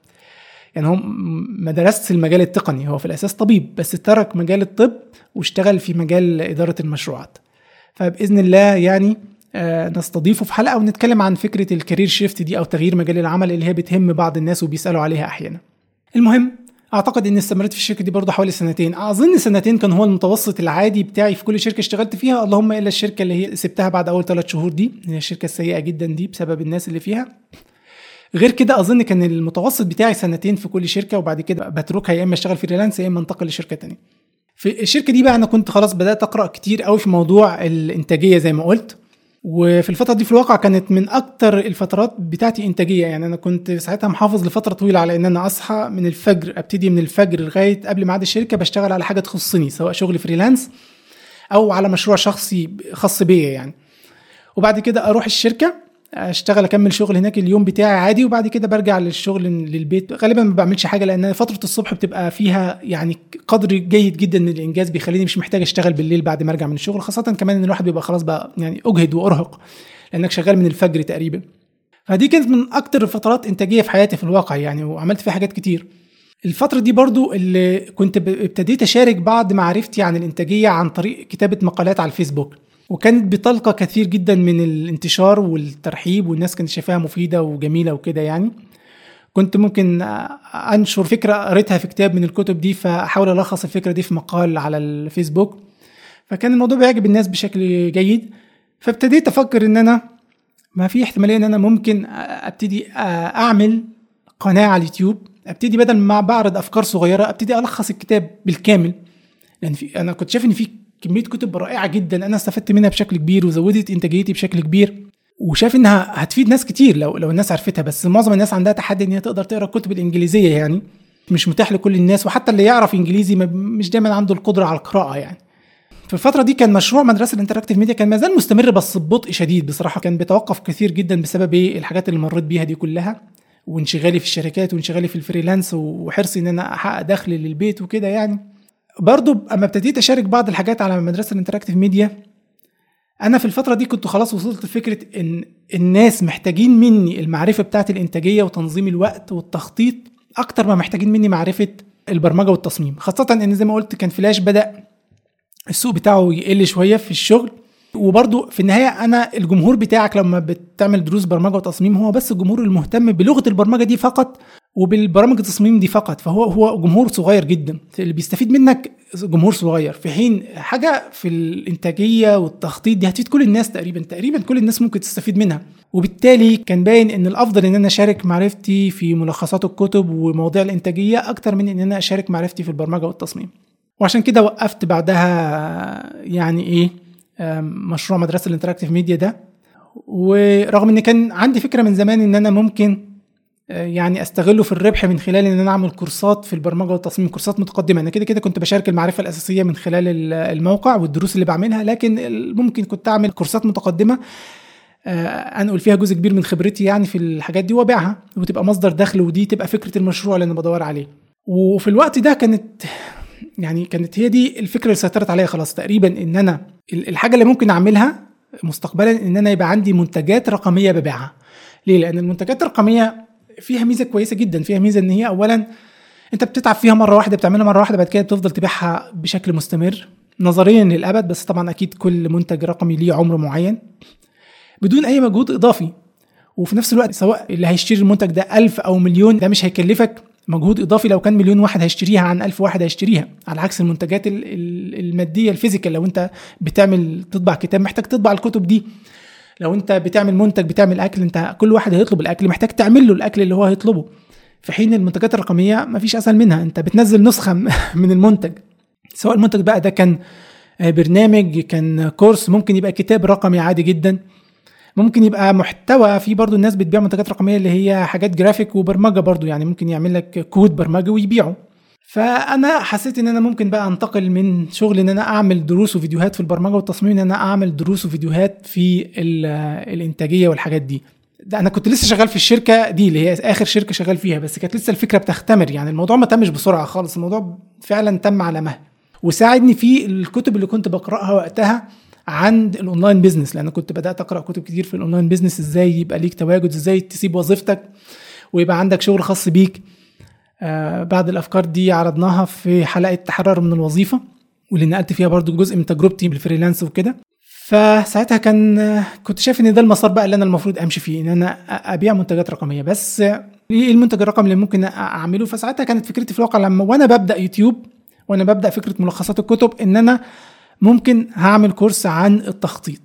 يعني هو ما درسش المجال التقني، هو في الاساس طبيب بس ترك مجال الطب واشتغل في مجال اداره المشروعات. فباذن الله يعني نستضيفه في حلقه ونتكلم عن فكره الكارير شيفت دي او تغيير مجال العمل اللي هي بتهم بعض الناس وبيسالوا عليها احيانا. المهم اعتقد اني استمرت في الشركه دي برضه حوالي 2 اظن 2 كان هو المتوسط العادي بتاعي في كل شركه اشتغلت فيها، اللهم الا الشركه اللي هي سبتها بعد اول 3 شهور دي، هي الشركه السيئه جدا دي بسبب الناس اللي فيها. غير كده اظن كان المتوسط بتاعي 2 في كل شركه، وبعد كده بتركها يا اما اشتغل فريلانس يا اما انتقل لشركه تانية. في الشركه دي بقى انا كنت خلاص بدات اقرا كتير قوي في موضوع الانتاجيه زي ما قلت، وفي الفتره دي في الواقع كانت من اكتر الفترات بتاعتي انتاجيه. يعني انا كنت ساعتها محافظ لفتره طويله على ان انا اصحى من الفجر، ابتدي من الفجر لغايه قبل ميعاد الشركه بشتغل على حاجه تخصني، سواء شغل فريلانس او على مشروع شخصي خاص بيا يعني. وبعد كده اروح الشركه اشتغل اكمل شغل هناك اليوم بتاعي عادي، وبعد كده برجع للشغل للبيت. غالبا ما بعملش حاجه لان فتره الصبح بتبقى فيها يعني قدر جيد جدا من الانجاز بيخليني مش محتاج اشتغل بالليل بعد ما ارجع من الشغل، خاصه كمان ان الواحد بيبقى خلاص بقى يعني اجهد وارهق لانك شغال من الفجر تقريبا. فدي كانت من اكتر الفترات انتاجيه في حياتي في الواقع يعني، وعملت فيها حاجات كتير. الفتره دي برضو اللي كنت ابتديت اشارك بعض معرفتي عن الانتاجيه عن طريق كتابه مقالات على الفيسبوك، وكانت بطلقة كثير جدا من الانتشار والترحيب، والناس كانت شايفاها مفيدة وجميلة وكده يعني. كنت ممكن أنشر فكرة قريتها في كتاب من الكتب دي، فأحاول ألخص الفكرة دي في مقال على الفيسبوك، فكان الموضوع بيعجب الناس بشكل جيد. فابتديت أفكر إن أنا ما في احتمالية إن أنا ممكن أبتدي أعمل قناة على اليوتيوب، أبتدي بدل ما بعرض أفكار صغيرة أبتدي ألخص الكتاب بالكامل، لان انا كنت شايف ان في كميه كتب رائعه جدا انا استفدت منها بشكل كبير وزودت انتاجيتي بشكل كبير، وشايف انها هتفيد ناس كتير لو الناس عرفتها. بس معظم الناس عندها تحدي ان هي تقدر تقرا الكتب الانجليزيه، يعني مش متاح لكل الناس، وحتى اللي يعرف انجليزي مش دايما عنده القدره على القراءه يعني. في الفترة دي كان مشروع مدرسة الانتراكتيف ميديا كان مازال مستمر بس ببطء شديد بصراحة، كان بيتوقف كثير جدا بسبب الحاجات اللي مريت بيها دي كلها، وانشغالي في الشركات وانشغالي في الفريلانس وحرصي ان انا احقق دخل للبيت وكده يعني. برضو اما ابتديت اشارك بعض الحاجات على مدرسة الانتراكتيف ميديا، انا في الفترة دي كنت خلاص وصلت لفكرة ان الناس محتاجين مني المعرفة بتاعت الانتاجية وتنظيم الوقت والتخطيط اكتر ما محتاجين مني معرفة البرمجة والتصميم، خاصة ان زي ما قلت كان فلاش بدأ السوق بتاعه يقل شوية في الشغل. وبرضو في النهاية أنا الجمهور بتاعك لما بتعمل دروس برمجة وتصميم هو بس الجمهور المهتم بلغة البرمجة دي فقط وبالبرامج التصميم دي فقط، فهو جمهور صغير جدا اللي بيستفيد منك، جمهور صغير. في حين حاجة في الإنتاجية والتخطيط دي هتفيد كل الناس، تقريبا كل الناس ممكن تستفيد منها. وبالتالي كان باين ان الافضل ان انا اشارك معرفتي في ملخصات الكتب ومواضيع الانتاجية اكتر من ان انا اشارك معرفتي في البرمجة والتصميم. وعشان كده وقفت بعدها يعني مشروع مدرسة الانتراكتيف ميديا ده. ورغم ان كان عندي فكرة من زمان ان انا ممكن يعني استغله في الربح من خلال ان انا اعمل كورسات في البرمجة والتصميم، كورسات متقدمة. انا كده كنت بشارك المعرفة الاساسية من خلال الموقع والدروس اللي بعملها، لكن ممكن كنت اعمل كورسات متقدمة انقل فيها جزء كبير من خبرتي يعني في الحاجات دي وابيعها وتبقى مصدر دخل، ودي تبقى فكرة المشروع اللي انا بدور عليه. وفي الوقت ده كانت هي دي الفكرة اللي سيطرت عليها خلاص تقريبا، ان انا الحاجة اللي ممكن اعملها مستقبلا ان انا يبقى عندي منتجات رقمية ببيعها. ليه؟ لان المنتجات الرقمية فيها ميزة كويسة جدا، فيها ميزة ان هي اولا انت بتتعب فيها مرة واحدة، بتعملها مرة واحدة، بعد كده بتفضل تبيعها بشكل مستمر نظريا للأبد، بس طبعا اكيد كل منتج رقمي ليه عمر معين بدون اي مجهود اضافي. وفي نفس الوقت سواء اللي هيشتري المنتج ده 1000 أو مليون ده مش هيكلفك مجهود اضافي لو كان مليون واحد هيشتريها عن 1000 واحد هيشتريها، على عكس المنتجات الماديه الفيزيكال. لو انت تطبع كتاب محتاج تطبع الكتب دي، لو انت بتعمل منتج بتعمل اكل، انت كل واحد هيطلب الاكل محتاج تعمل له الاكل اللي هو هيطلبه. في حين المنتجات الرقميه مفيش اسهل منها، انت بتنزل نسخه من المنتج، سواء المنتج بقى ده كان برنامج، كان كورس، ممكن يبقى كتاب رقمي عادي جدا، ممكن يبقى محتوى. في برضو الناس بتبيع منتجات رقمية اللي هي حاجات جرافيك وبرمجة برضو، يعني ممكن يعمل لك كود برمجة ويبيعه. فأنا حسيت ان انا ممكن بقى انتقل من شغل ان انا اعمل دروس وفيديوهات في البرمجة والتصميم ان انا اعمل دروس وفيديوهات في الانتاجية والحاجات دي. ده انا كنت لسه شغال في الشركة دي اللي هي اخر شركة شغال فيها، بس كانت لسه الفكرة بتختمر، يعني الموضوع ما تمش بسرعة خالص، الموضوع فعلا تم على مهل. وساعدني في الكتب اللي كنت بقرأها وقتها عن الاونلاين بيزنس، لان كنت بدات اقرا كتب كتير في الاونلاين بيزنس، ازاي يبقى ليك تواجد، ازاي تسيب وظيفتك ويبقى عندك شغل خاص بيك. بعد الافكار دي عرضناها في حلقه تحرر من الوظيفه، واللي نقلت فيها برضو جزء من تجربتي بالفريلانس وكده. فساعتها كنت شايف ان ده المسار بقى اللي انا المفروض امشي فيه، ان انا ابيع منتجات رقميه. بس ايه المنتج الرقمي اللي ممكن اعمله؟ فساعتها كانت فكرتي في الواقع لما وانا ببدا يوتيوب وانا ببدا فكره ملخصات الكتب ان انا ممكن هعمل كورس عن التخطيط.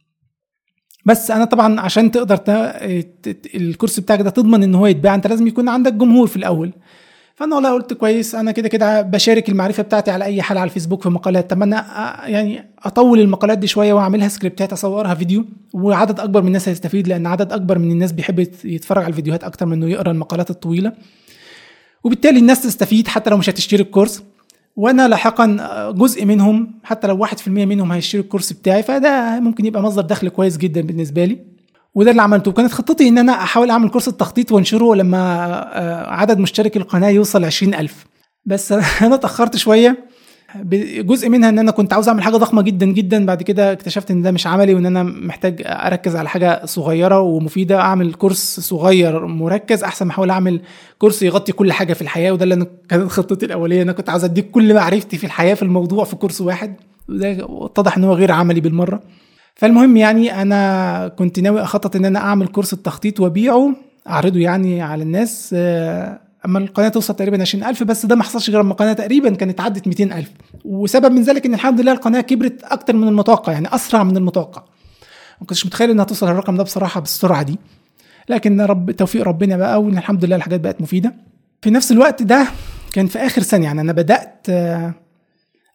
بس انا طبعا عشان تقدر الكورس بتاعك ده تضمن ان هو يتباع انت لازم يكون عندك جمهور في الاول. فانا والله قلت كويس، انا كده بشارك المعرفه بتاعتي على اي حال على الفيسبوك في مقالات، طب انا يعني اطول المقالات دي شويه واعملها سكريبتات اصورها فيديو، وعدد اكبر من الناس هيستفيد، لان عدد اكبر من الناس بيحب يتفرج على الفيديوهات اكتر من انه يقرا المقالات الطويله، وبالتالي الناس تستفيد حتى لو مش هتشتري الكورس. وانا لاحقا جزء منهم حتى لو 1% منهم هيشتري الكورس بتاعي، فده ممكن يبقى مصدر دخل كويس جدا بالنسبه لي. وده اللي عملته. وكانت خطتي ان انا احاول اعمل كورس التخطيط وانشره لما عدد مشتركي القناه يوصل 20,000. بس انا اتاخرت شويه، جزء منها ان انا كنت عاوز اعمل حاجه ضخمه جدا جدا، بعد كده اكتشفت ان ده مش عملي وان انا محتاج اركز على حاجه صغيره ومفيده. اعمل كورس صغير مركز احسن ما احاول اعمل كورس يغطي كل حاجه في الحياه، وده اللي كانت خطتي الاوليه. انا كنت عاوز اديك كل معرفتي في الحياه في الموضوع في كورس واحد، وده اتضح ان هو غير عملي بالمره. فالمهم يعني انا كنت ناوي اخطط ان انا اعمل كورس التخطيط وابيعه، اعرضه يعني على الناس اما القناه توصل تقريبا 20,000. بس ده ما حصلش غير اما القناه تقريبا كانت عدت 200,000. وسبب من ذلك ان الحمد لله القناه كبرت اكتر من المتوقع، يعني اسرع من المتوقع. ما كنتش متخيل انها توصل الرقم ده بصراحه بالسرعه دي، لكن توفيق ربنا بقى، وان الحمد لله الحاجات بقت مفيده. في نفس الوقت ده كان في اخر سنه، يعني انا بدات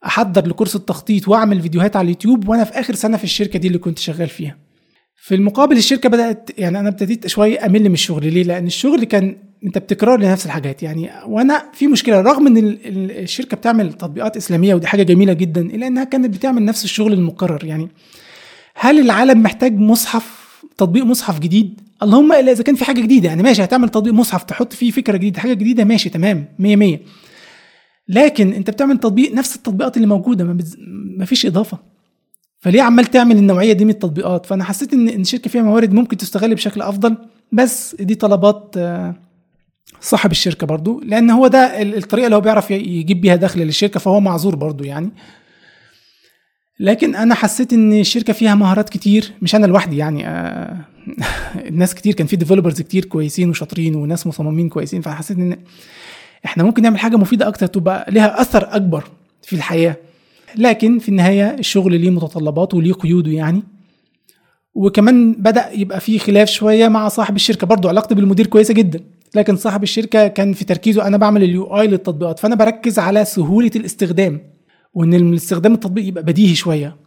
احضر لكورس التخطيط واعمل فيديوهات على اليوتيوب وانا في اخر سنه في الشركه دي اللي كنت شغال فيها. في المقابل الشركه بدات، يعني انا ابتديت شويه امل من الشغل. ليه؟ لان الشغل كان انت بتكرار لنفس الحاجات يعني. وانا في مشكله، رغم ان الشركه بتعمل تطبيقات اسلاميه ودي حاجه جميله جدا، الا انها كانت بتعمل نفس الشغل المكرر. يعني هل العالم محتاج مصحف، تطبيق مصحف جديد؟ اللهم الا اذا كان في حاجه جديده، يعني ماشي هتعمل تطبيق مصحف تحط فيه فكره جديده، حاجه جديده، ماشي تمام 100. لكن انت بتعمل تطبيق نفس التطبيقات اللي موجوده، ما فيش اضافه. فليه عمال تعمل النوعيه دي من التطبيقات؟ فانا حسيت ان الشركه فيها موارد ممكن تستغل بشكل افضل، بس دي طلبات صاحب الشركه برضو، لان هو ده الطريقه اللي هو بيعرف يجيب بيها دخل للشركه، فهو معذور برضو يعني. لكن انا حسيت ان الشركه فيها مهارات كتير، مش انا لوحدي يعني، الناس كتير، كان في ديفلوبرز كتير كويسين وشاطرين وناس مصممين كويسين. فحسيت ان احنا ممكن نعمل حاجه مفيده اكتر تبقى لها اثر اكبر في الحياه. لكن في النهايه الشغل ليه متطلباته وليه قيوده يعني. وكمان بدا يبقى في خلاف شويه مع صاحب الشركه، برضو علاقتي بالمدير كويسه جدا، لكن صاحب الشركه كان في تركيزه انا بعمل اليو اي للتطبيقات، فانا بركز على سهوله الاستخدام وان الاستخدام التطبيق يبقى بديهي شويه.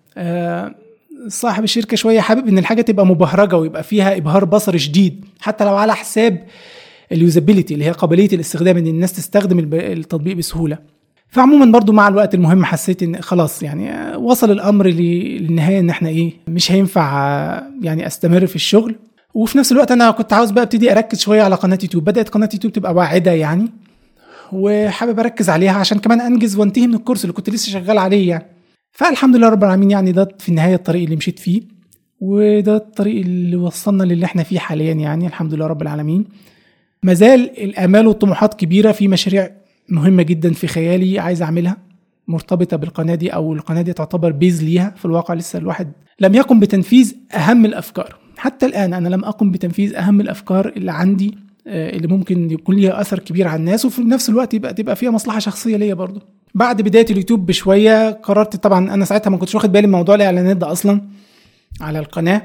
صاحب الشركه شويه حابب ان الحاجه تبقى مبهرجه ويبقى فيها ابهار بصري شديد، حتى لو على حساب اليوزابيليتي اللي هي قابليه الاستخدام، ان الناس تستخدم التطبيق بسهوله. فعموما برضو مع الوقت المهم حسيت ان خلاص يعني وصل الامر للنهايه ان احنا مش هينفع يعني استمر في الشغل. وفي نفس الوقت انا كنت عاوز بقى ابتدي اركز شويه على قناه يوتيوب. بدات قناه يوتيوب تبقى واعده يعني، وحابب اركز عليها عشان كمان انجز وانتهي من الكورس اللي كنت لسه شغال عليه يعني. فالحمد لله رب العالمين يعني، ده في النهايه الطريق اللي مشيت فيه، وده الطريق اللي وصلنا للي احنا فيه حاليا يعني، الحمد لله رب العالمين. مازال الامال والطموحات كبيره، في مشاريع مهمه جدا في خيالي عايز اعملها مرتبطه بالقناه دي، او القناه دي تعتبر بيز ليها. في الواقع لسه الواحد لم يقم بتنفيذ اهم الافكار. حتى الان انا لم اقم بتنفيذ اهم الافكار اللي عندي، اللي ممكن يكون ليها اثر كبير على الناس، وفي نفس الوقت تبقى فيها مصلحه شخصيه ليا برضو. بعد بدايه اليوتيوب بشويه قررت، طبعا انا ساعتها ما كنتش واخد بالي من موضوع الاعلانات ده اصلا على القناه،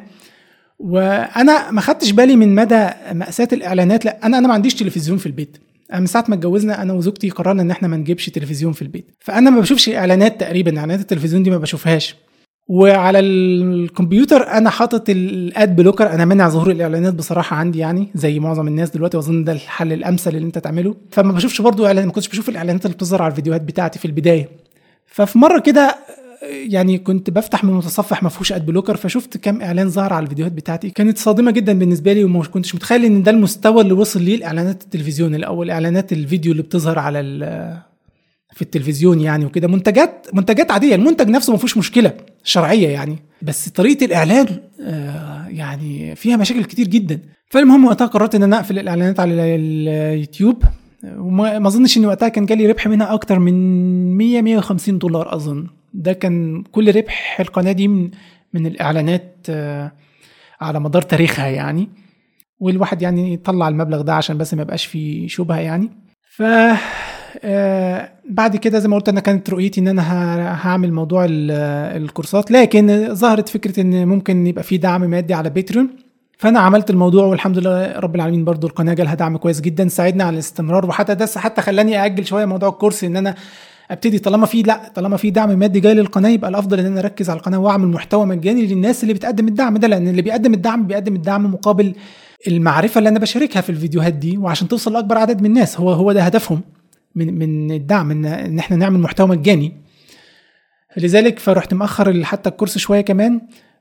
وانا ما خدتش بالي من مدى مأساة الاعلانات. لا انا ما عنديش تلفزيون في البيت. من ساعه ما اتجوزنا انا وزوجتي قررنا ان احنا ما نجيبش تلفزيون في البيت، فانا ما بشوفش اعلانات تقريبا، اعلانات التلفزيون دي ما بشوفهاش. وعلى الكمبيوتر انا حاطط الاد بلوكر، انا منع ظهور الاعلانات بصراحه عندي يعني، زي معظم الناس دلوقتي، واظن ده الحل الامثل اللي انت تعمله. فما بشوفش برضو اعلان، ما كنتش بشوف الاعلانات اللي بتظهر على الفيديوهات بتاعتي في البدايه. ففي مره كده يعني كنت بفتح من متصفح ما فيهوش اد بلوكر، فشفت كام اعلان ظهر على الفيديوهات بتاعتي، كانت صادمه جدا بالنسبه لي، وما كنتش متخيل ان ده المستوى اللي وصل ليه الاعلانات التلفزيون او الاعلانات الفيديو اللي بتظهر على في التلفزيون يعني. وكده منتجات عاديه، المنتج نفسه ما فيهوش مشكله شرعيه يعني، بس طريقه الاعلان يعني فيها مشاكل كتير جدا. فالمهم وقتها قررت ان انا اقفل الاعلانات على اليوتيوب، وما اظنش ان وقتها كان جالي ربح منها اكتر من $150 اظن. ده كان كل ربح القناه دي من الاعلانات على مدار تاريخها يعني، والواحد يعني يطلع المبلغ ده عشان بس ما يبقاش فيه شبهه يعني. ف بعد كده زي ما قلت انا كانت رؤيتي ان انا هعمل موضوع الكورسات، لكن ظهرت فكره ان ممكن يبقى فيه دعم مادي على باتريون. فانا عملت الموضوع والحمد لله رب العالمين، برضو القناه جالها دعم كويس جدا ساعدني على الاستمرار. وحتى ده حتى خلاني اجل شويه موضوع الكورس، ان انا ابتدي طالما في دعم مادي جاي للقناه، يبقى الافضل ان انا اركز على القناه واعمل محتوى مجاني للناس اللي بتقدم الدعم ده، لان اللي بيقدم الدعم مقابل المعرفه اللي انا بشاركها في الفيديوهات دي، وعشان توصل لاكبر عدد من الناس. هو ده هدفهم من الدعم، ان احنا نعمل محتوى مجاني. لذلك فرحت مأخر حتى الكورس شويه كمان،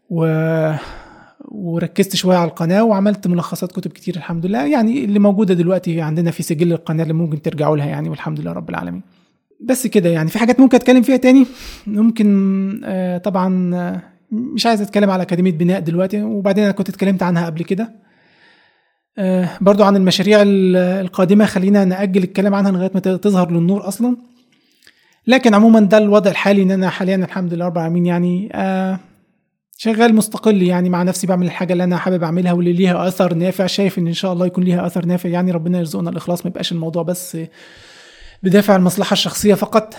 وركزت شويه على القناه، وعملت ملخصات كتب كتير الحمد لله يعني، اللي موجوده دلوقتي عندنا في سجل القناه اللي ممكن ترجعوا لها يعني، والحمد لله رب العالمين. بس كده يعني. في حاجات ممكن اتكلم فيها تاني، ممكن طبعا مش عايز اتكلم على اكاديميه بناء دلوقتي، وبعدين انا كنت اتكلمت عنها قبل كده. برضو عن المشاريع القادمه خلينا نأجل الكلام عنها لغايه ما تظهر للنور اصلا. لكن عموما ده الوضع الحالي، ان انا حاليا الحمد لله رب العالمين يعني شغال مستقل يعني مع نفسي، بعمل الحاجه اللي انا حابب اعملها واللي ليها اثر نافع. شايف ان شاء الله يكون ليها اثر نافع يعني، ربنا يرزقنا الاخلاص، ما يبقاش الموضوع بس بدافع المصلحه الشخصيه فقط.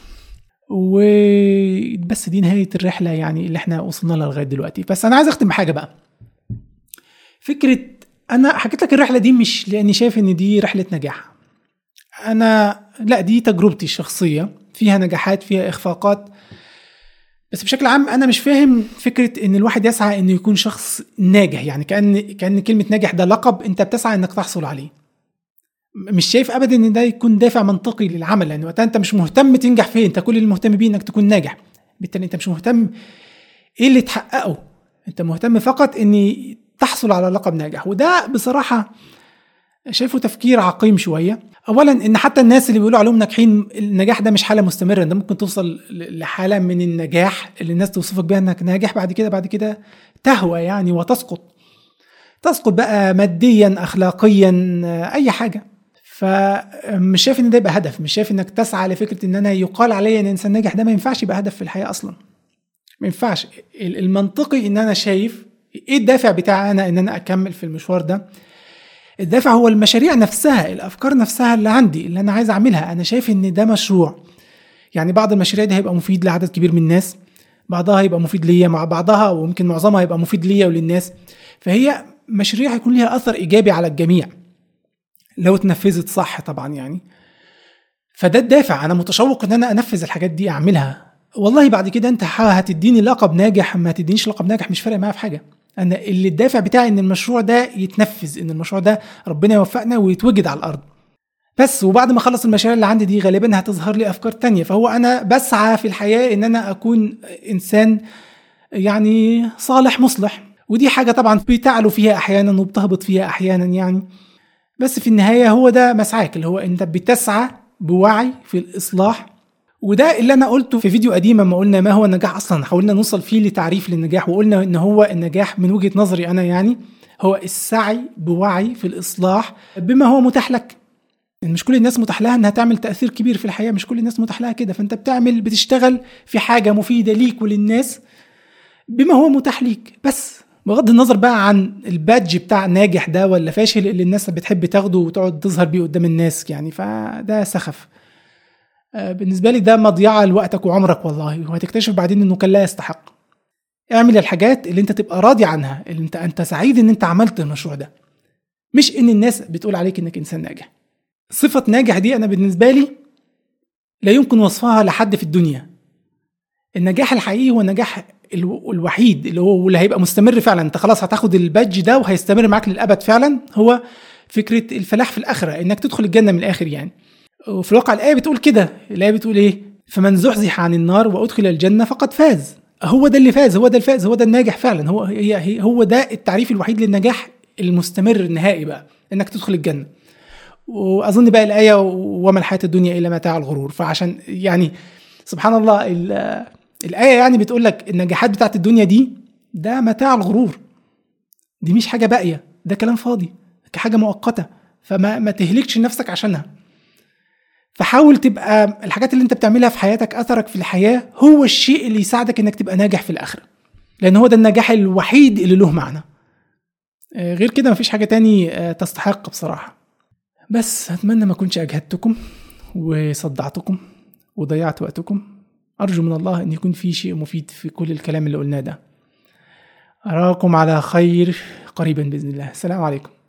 وبس دي نهايه الرحله يعني اللي احنا وصلنا لها لغايه دلوقتي. بس انا عايز اختم بحاجه بقى. فكره انا حكيت لك الرحله دي مش لاني شايف ان دي رحله نجاح، لا، دي تجربتي الشخصيه. فيها نجاحات فيها إخفاقات. بس بشكل عام أنا مش فاهم فكرة إن الواحد يسعى إنه يكون شخص ناجح، يعني كأن كلمة ناجح ده لقب أنت بتسعى إنك تحصل عليه. مش شايف أبدا إن ده يكون دافع منطقي للعمل، لأن وقتها أنت مش مهتم تنجح فيه، أنت كل المهتم بيه إنك تكون ناجح. بالتالي أنت مش مهتم إيه اللي تحققه، أنت مهتم فقط إن تحصل على لقب ناجح. وده بصراحة شايفه تفكير عقيم شوية. أولا إن حتى الناس اللي بيقولوا عليهم ناجحين، النجاح ده مش حالة مستمرة، ده ممكن توصل لحالة من النجاح اللي الناس توصفك بها إنك ناجح، بعد كده تهوى يعني وتسقط بقى ماديا أخلاقيا أي حاجة. فمش شايف إن ده يبقى هدف، مش شايف إنك تسعى لفكرة إن أنا يقال عليا إن إنسان ناجح، ده ما ينفعش يبقى هدف في الحياة أصلا، ما ينفعش. المنطقي إن أنا شايف إيه الدافع بتاعي أنا إن أنا أكمل في المشوار ده. الدافع هو المشاريع نفسها، الأفكار نفسها اللي عندي اللي أنا عايز أعملها. أنا شايف إن ده مشروع، يعني بعض المشاريع دي هيبقى مفيد لعدد كبير من الناس، بعضها هيبقى مفيد ليا، مع بعضها وممكن معظمها هيبقى مفيد ليا وللناس. فهي مشاريع هيكون ليها أثر إيجابي على الجميع لو اتنفذت صح طبعا يعني. فده الدافع، أنا متشوق إن أنا أنفذ الحاجات دي أعملها. والله بعد كده أنت هتديني لقب ناجح ما تدينيش لقب ناجح، مش فارق معايا في حاجة. أنا اللي الدافع بتاعي إن المشروع ده يتنفذ، إن المشروع ده ربنا يوفقنا ويتوجد على الأرض بس. وبعد ما أخلص المشاريع اللي عندي دي غالبا هتظهر لي أفكار تانية. فهو أنا بسعى في الحياة إن أنا أكون إنسان يعني صالح مصلح، ودي حاجة طبعا بتعلو فيها أحيانا وبتهبط فيها أحيانا يعني. بس في النهاية هو ده مسعاك، اللي هو أنت بتسعى بوعي في الإصلاح. وده اللي أنا قلته في فيديو قديم لما قلنا ما هو النجاح أصلا، حاولنا نوصل فيه لتعريف للنجاح، وقلنا إن هو النجاح من وجهة نظري أنا يعني هو السعي بوعي في الإصلاح بما هو متاح لك. مش كل الناس متاح لها انها تعمل تأثير كبير في الحياة، مش كل الناس متاح لها كده. فانت بتشتغل في حاجة مفيدة ليك وللناس بما هو متاح ليك بس، بغض النظر بقى عن البادج بتاع ناجح ده ولا فاشل اللي الناس بتحب تاخده وتقعد تظهر بيه قدام الناس يعني. فده سخف بالنسبة لي، ده مضيعة لوقتك وعمرك والله، وهتكتشف بعدين انه كان لا يستحق. اعمل الحاجات اللي انت تبقى راضي عنها، اللي انت سعيد ان انت عملت المشروع ده، مش ان الناس بتقول عليك انك انسان ناجح. صفة ناجح دي أنا بالنسبة لي لا يمكن وصفها لحد في الدنيا. النجاح الحقيقي هو النجاح الوحيد اللي هيبقى مستمر فعلا. أنت خلاص هتاخد البادج ده وهيستمر معاك للأبد فعلا، هو فكرة الفلاح في الآخرة، إنك تدخل الجنة من الآخر يعني. وفي الواقع الآية بتقول كده، الآية بتقول إيه؟ فمن زحزح عن النار وأدخل الجنة فقد فاز. هو ده اللي فاز، هو ده الفاز، هو ده الناجح فعلا. هو ده التعريف الوحيد للنجاح المستمر النهائي بقى، إنك تدخل الجنة. وأظن بقى الآية وما الحياة الدنيا إلا متاع الغرور. فعشان يعني سبحان الله الآية يعني بتقول لك النجاحات بتاعت الدنيا دي ده متاع الغرور، دي مش حاجة باقية، ده كلام فاضي، حاجة مؤقتة. فما تهلكش نفسك عشانها. فحاول تبقى الحاجات اللي انت بتعملها في حياتك، أثرك في الحياة هو الشيء اللي يساعدك انك تبقى ناجح في الآخرة، لأن هو ده النجاح الوحيد اللي له معنى. غير كده مفيش حاجة تاني تستحق بصراحة. بس أتمنى ما كنتش أجهدتكم وصدعتكم وضيعت وقتكم. أرجو من الله أن يكون في شيء مفيد في كل الكلام اللي قلناه ده. أراكم على خير قريبا بإذن الله. السلام عليكم.